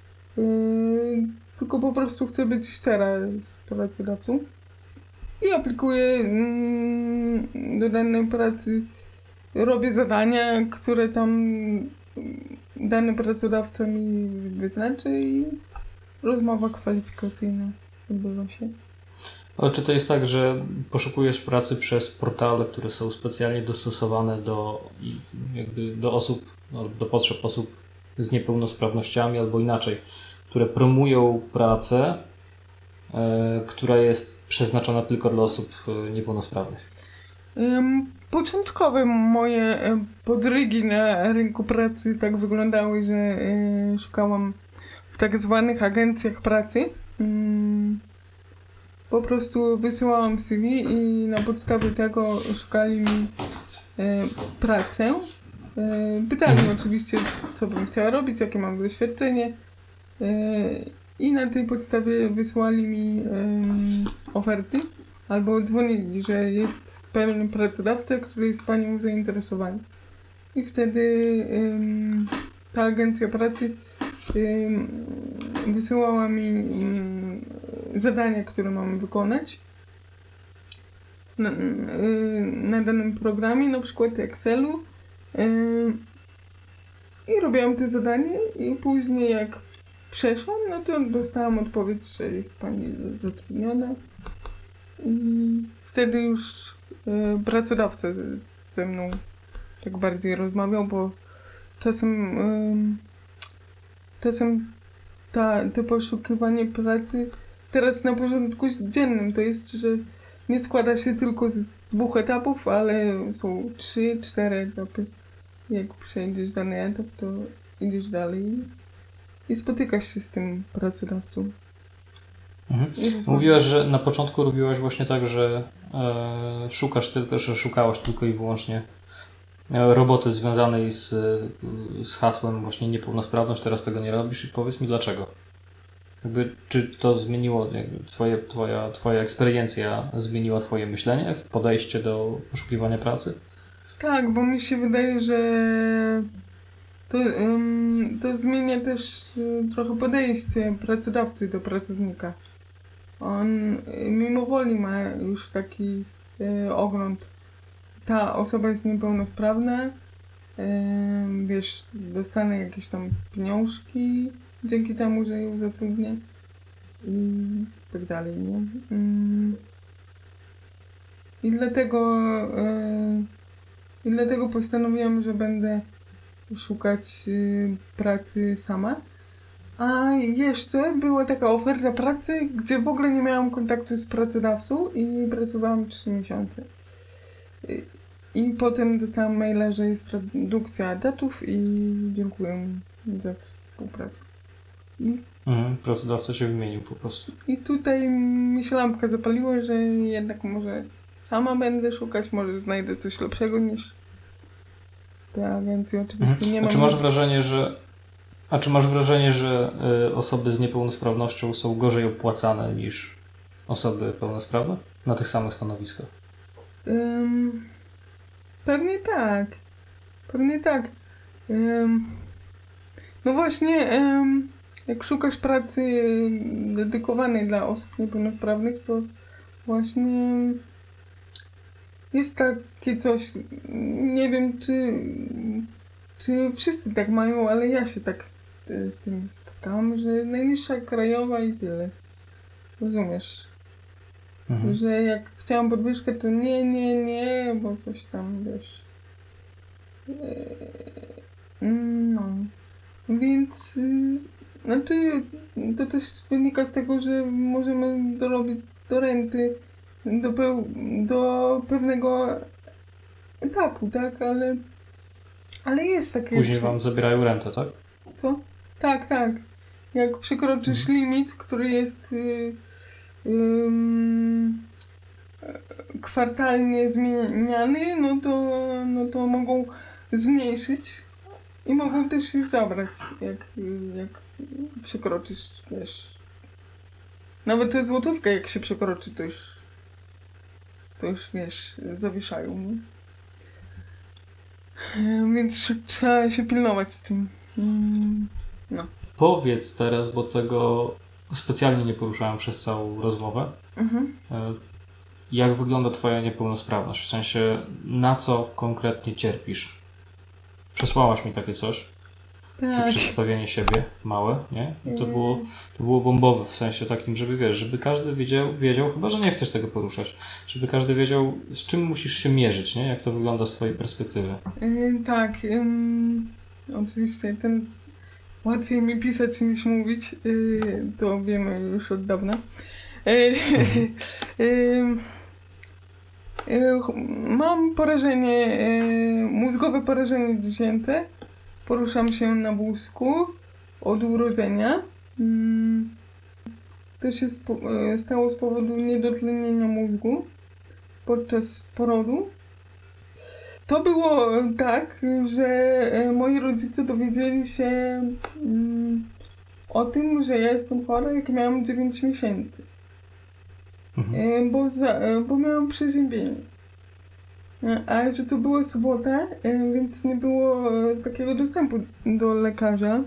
Yy, tylko po prostu chcę być szczera z pracodawcą i aplikuję yy, do danej pracy, robię zadania, które tam dany pracodawca mi wyznaczy i rozmowa kwalifikacyjna odbywa się. Ale czy to jest tak, że poszukujesz pracy przez portale, które są specjalnie dostosowane do, jakby do osób, do potrzeb osób z niepełnosprawnościami, albo inaczej, które promują pracę, e, która jest przeznaczona tylko dla osób niepełnosprawnych? Um, początkowe moje podrygi na rynku pracy tak wyglądały, że e, szukałam w tak zwanych agencjach pracy. Um, po prostu wysyłałam C V i na podstawie tego szukali mi e, pracę. E, pytali Mhm. oczywiście, co bym chciała robić, jakie mam doświadczenie. I na tej podstawie wysłali mi um, oferty albo dzwonili, że jest pewien pracodawca, który jest panią zainteresowany. I wtedy um, ta agencja pracy um, wysyłała mi um, zadania, które mam wykonać na, na danym programie, na przykład Excelu. Um, I robiłam te zadanie i później jak przeszłam, no to dostałam odpowiedź, że jest pani zatrudniona i wtedy już y, pracodawca ze mną tak bardziej rozmawiał, bo czasem y, czasem ta, to poszukiwanie pracy teraz na porządku dziennym to jest, że nie składa się tylko z dwóch etapów, ale są trzy, cztery etapy. Jak przejdziesz dany etap, to idziesz dalej i spotykasz się z tym pracodawcą. Mhm. Mówiłaś, że na początku robiłaś właśnie tak, że e, szukasz tylko, że szukałaś tylko i wyłącznie roboty związanej z, z hasłem właśnie niepełnosprawność, teraz tego nie robisz i powiedz mi dlaczego. Jakby, czy to zmieniło, jakby twoje, twoja, twoja eksperiencja zmieniła twoje myślenie, podejście do poszukiwania pracy? Tak, bo mi się wydaje, że to, um, to zmienia też um, trochę podejście pracodawcy do pracownika. On mimo woli ma już taki e, ogląd. Ta osoba jest niepełnosprawna, e, wiesz, dostanę jakieś tam pieniążki dzięki temu, że ją zatrudnię i tak dalej, nie? Mm. I dlatego e, i dlatego postanowiłam, że będę szukać y, pracy sama. A jeszcze była taka oferta pracy, gdzie w ogóle nie miałam kontaktu z pracodawcą i pracowałam trzy miesiące. I, i potem dostałam maila, że jest redukcja etatów i dziękuję mi za współpracę. I, mhm, pracodawca się wymienił po prostu. I tutaj mi się lampka zapaliła, że jednak może sama będę szukać, może znajdę coś lepszego niż te agencje. Oczywiście Mhm. nie A mam czy masz nic- wrażenie, że a czy masz wrażenie, że y, osoby z niepełnosprawnością są gorzej opłacane niż osoby pełnosprawne na tych samych stanowiskach? Ym, pewnie tak. Pewnie tak. Ym, no właśnie, ym, jak szukasz pracy dedykowanej dla osób niepełnosprawnych, to właśnie jest takie coś, nie wiem czy, czy wszyscy tak mają, ale ja się tak z, z tym spotkałam, że najniższa krajowa i tyle. Rozumiesz? Mhm. Że jak chciałam podwyżkę, to nie, nie, nie, bo coś tam, wiesz. Eee, No. Więc, y, znaczy, to też wynika z tego, że możemy dorobić do renty do, peł- do pewnego etapu, tak? Ale, ale jest takie... Później wam zabierają rentę, tak? Co? Tak, tak. Jak przekroczysz limit, który jest y, ym, kwartalnie zmieniany, no to, no to mogą zmniejszyć i mogą też się zabrać, jak, jak przekroczysz, wiesz. Nawet tę złotówkę, jak się przekroczy, to już, to już wiesz, zawieszają, nie? Ym, Więc trze- trzeba się pilnować z tym. Ym, No. Powiedz teraz, bo tego specjalnie nie poruszałem przez całą rozmowę, Mhm. e, jak wygląda twoja niepełnosprawność? W sensie, na co konkretnie cierpisz? Przesłałaś mi takie coś, takie Tak. przedstawienie siebie małe, nie? I to było, to było bombowe, w sensie takim, żeby wiesz, żeby każdy wiedział, wiedział, chyba że nie chcesz tego poruszać, żeby każdy wiedział, z czym musisz się mierzyć, nie? Jak to wygląda z twojej perspektywy. Yy, tak, ym, oczywiście ten łatwiej mi pisać niż mówić, yy, to wiemy już od dawna. Yy, yy, yy, mam porażenie, yy, mózgowe porażenie dziecięce. Poruszam się na wózku od urodzenia. Yy, to się spo, yy, stało z powodu niedotlenienia mózgu podczas porodu. To było tak, że e, moi rodzice dowiedzieli się mm, o tym, że ja jestem chora, jak miałam dziewięć miesięcy. Mhm. E, bo, za, e, bo miałam przeziębienie. E, a że to była sobota, e, więc nie było e, takiego dostępu do lekarza.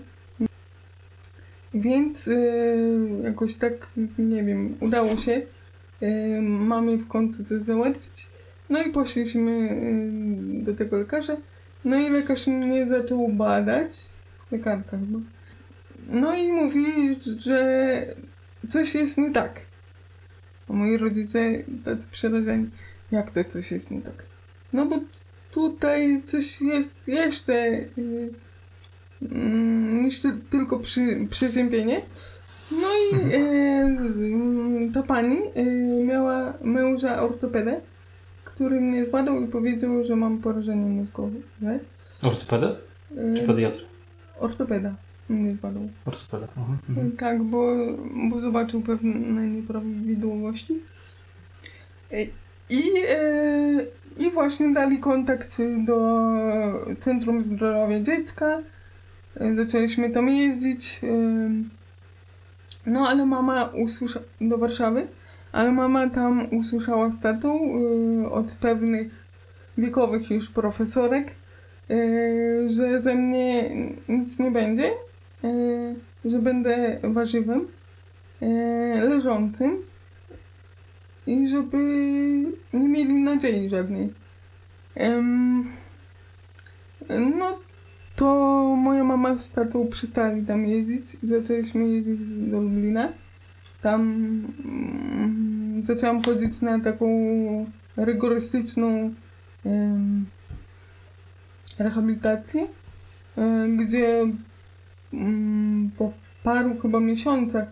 Więc e, jakoś tak, nie wiem, udało się e, mamie w końcu coś załatwić. No i poszliśmy y, do tego lekarza. No i lekarz mnie zaczął badać. Lekarka chyba. No i mówi, że coś jest nie tak. A moi rodzice tacy przerażeni. Jak to coś jest nie tak? No bo tutaj coś jest jeszcze y, mm, niż ty, tylko przy, przeziębienie. No i y, ta pani y, miała męża ortopedę, który mnie zbadał i powiedział, że mam porażenie mózgowe. Ortopedę? Czy Yy, pediatra? ortopeda mnie zbadał. Ortopeda. Mhm. Mhm. Tak, bo, bo zobaczył pewne nieprawidłowości. Yy, I, yy, I właśnie dali kontakt do Centrum Zdrowia Dziecka. Yy, zaczęliśmy tam jeździć. Yy, no ale mama usłyszała do Warszawy. Ale mama tam usłyszała z tatą yy, od pewnych wiekowych już profesorek, yy, że ze mnie nic nie będzie, yy, że będę warzywem yy, leżącym i żeby nie mieli nadziei żadnej. Ym, no to moja mama z tatą przestali tam jeździć, zaczęliśmy jeździć do Lublina. Tam mm, zaczęłam chodzić na taką rygorystyczną ym, rehabilitację, y, gdzie ym, po paru chyba miesiącach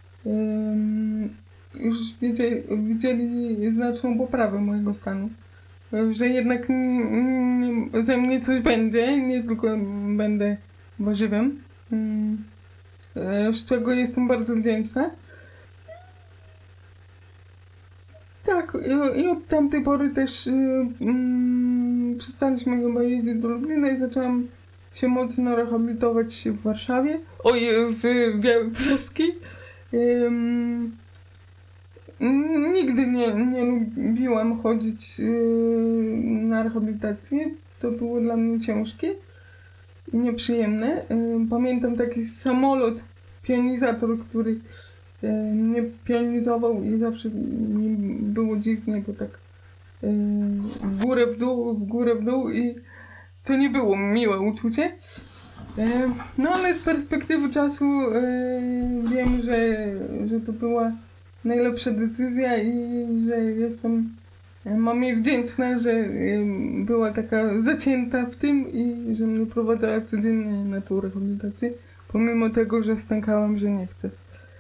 ym, już widzieli, widzieli znaczną poprawę mojego stanu. Y, że jednak mm, ze mnie coś będzie, nie tylko będę warzywem. Ym, y, z czego jestem bardzo wdzięczna. tak, i, i od tamtej pory też y, mm, przestaliśmy chyba jeździć do Lublina i zaczęłam się mocno rehabilitować w Warszawie, oj, w Białej Praskiej. Ym, nigdy nie, nie lubiłam chodzić yy, na rehabilitację. To było dla mnie ciężkie i nieprzyjemne. Yy, pamiętam taki samolot, pionizator, który yy, mnie pionizował i zawsze mi było dziwnie, bo tak yy, w górę, w dół, w górę, w dół i to nie było miłe uczucie. No ale z perspektywy czasu yy, wiem, że, że to była najlepsza decyzja i że jestem mam jej wdzięczna, że yy, była taka zacięta w tym i że mnie prowadzała codziennie na tą rehabilitację, pomimo tego, że stękałam, że nie chcę.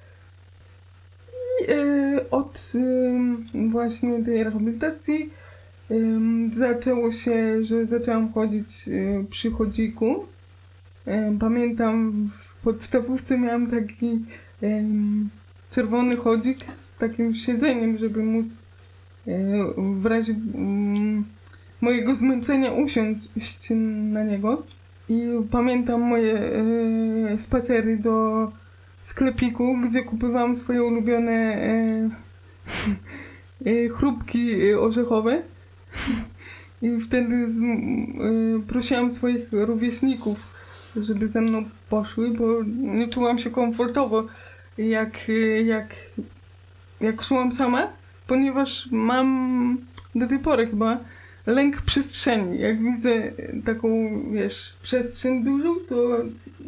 I yy, od yy, właśnie tej rehabilitacji yy, zaczęło się, że zaczęłam chodzić yy, przy chodziku. Pamiętam, w podstawówce miałam taki um, czerwony chodzik z takim siedzeniem, żeby móc um, w razie um, mojego zmęczenia usiąść na niego. I pamiętam moje e, spacery do sklepiku, gdzie kupowałam swoje ulubione e, e, chrupki orzechowe. I wtedy z, e, prosiłam swoich rówieśników, żeby ze mną poszły, bo nie czułam się komfortowo, jak, jak, jak szłam sama, ponieważ mam do tej pory chyba lęk przestrzeni. Jak widzę taką, wiesz, przestrzeń dużą, to,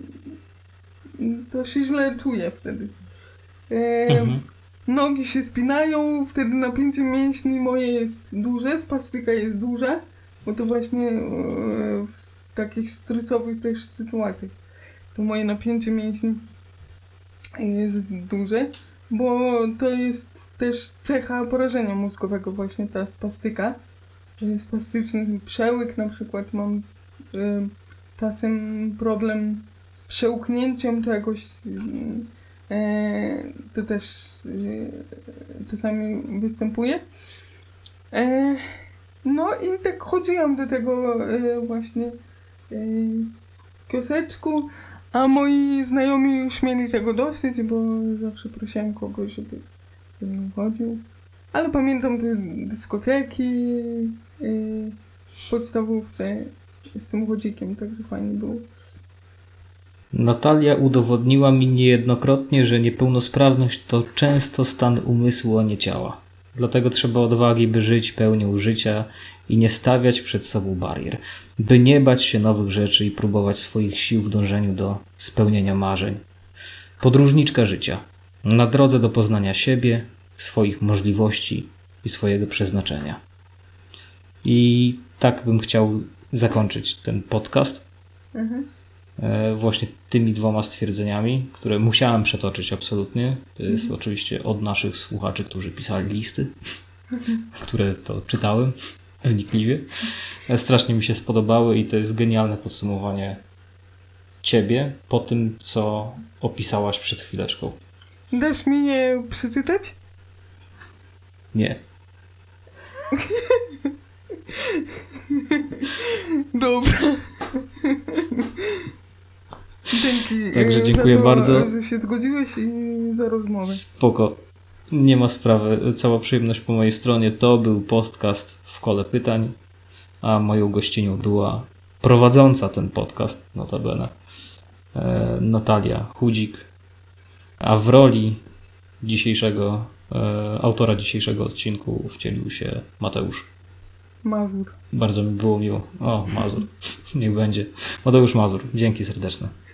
to się źle czuję wtedy. E, mhm. Nogi się spinają, wtedy napięcie mięśni moje jest duże, spastyka jest duża, bo to właśnie e, w takich stresowych też sytuacjach to moje napięcie mięśni jest duże, bo to jest też cecha porażenia mózgowego, właśnie ta spastyka. Spastyczny przełyk na przykład, mam y, czasem problem z przełknięciem czegoś, y, y, to też y, czasami występuje. Y, no i tak chodziłam do tego y, właśnie kioseczku, a moi znajomi już mieli tego dosyć, bo zawsze prosiłam kogoś, żeby ze mną chodził. Ale pamiętam te dyskoteki yy, w podstawówce z tym chodzikiem, także fajnie było. Natalia udowodniła mi niejednokrotnie, że niepełnosprawność to często stan umysłu, a nie ciała. Dlatego trzeba odwagi, by żyć pełnią życia i nie stawiać przed sobą barier, by nie bać się nowych rzeczy i próbować swoich sił w dążeniu do spełnienia marzeń. Podróżniczka życia, na drodze do poznania siebie, swoich możliwości i swojego przeznaczenia. I tak bym chciał zakończyć ten podcast. Mhm. Właśnie tymi dwoma stwierdzeniami, które musiałem przetoczyć absolutnie. To jest mhm. oczywiście od naszych słuchaczy, którzy pisali listy, mhm. które to czytałem wnikliwie. Strasznie mi się spodobały i to jest genialne podsumowanie ciebie po tym, co opisałaś przed chwileczką. Dasz mi je przeczytać? Nie. Dobra. Dzięki. Także dziękuję za to, bardzo. że się zgodziłeś i za rozmowę. Spoko. Nie ma sprawy. Cała przyjemność po mojej stronie. To był podcast w kole pytań, a moją gościnią była prowadząca ten podcast, notabene, e, Natalia Chudzik, a w roli dzisiejszego, e, autora dzisiejszego odcinku wcielił się Mateusz Mazur. Bardzo mi było miło. O, Mazur. Niech będzie. Mateusz Mazur. Dzięki serdeczne.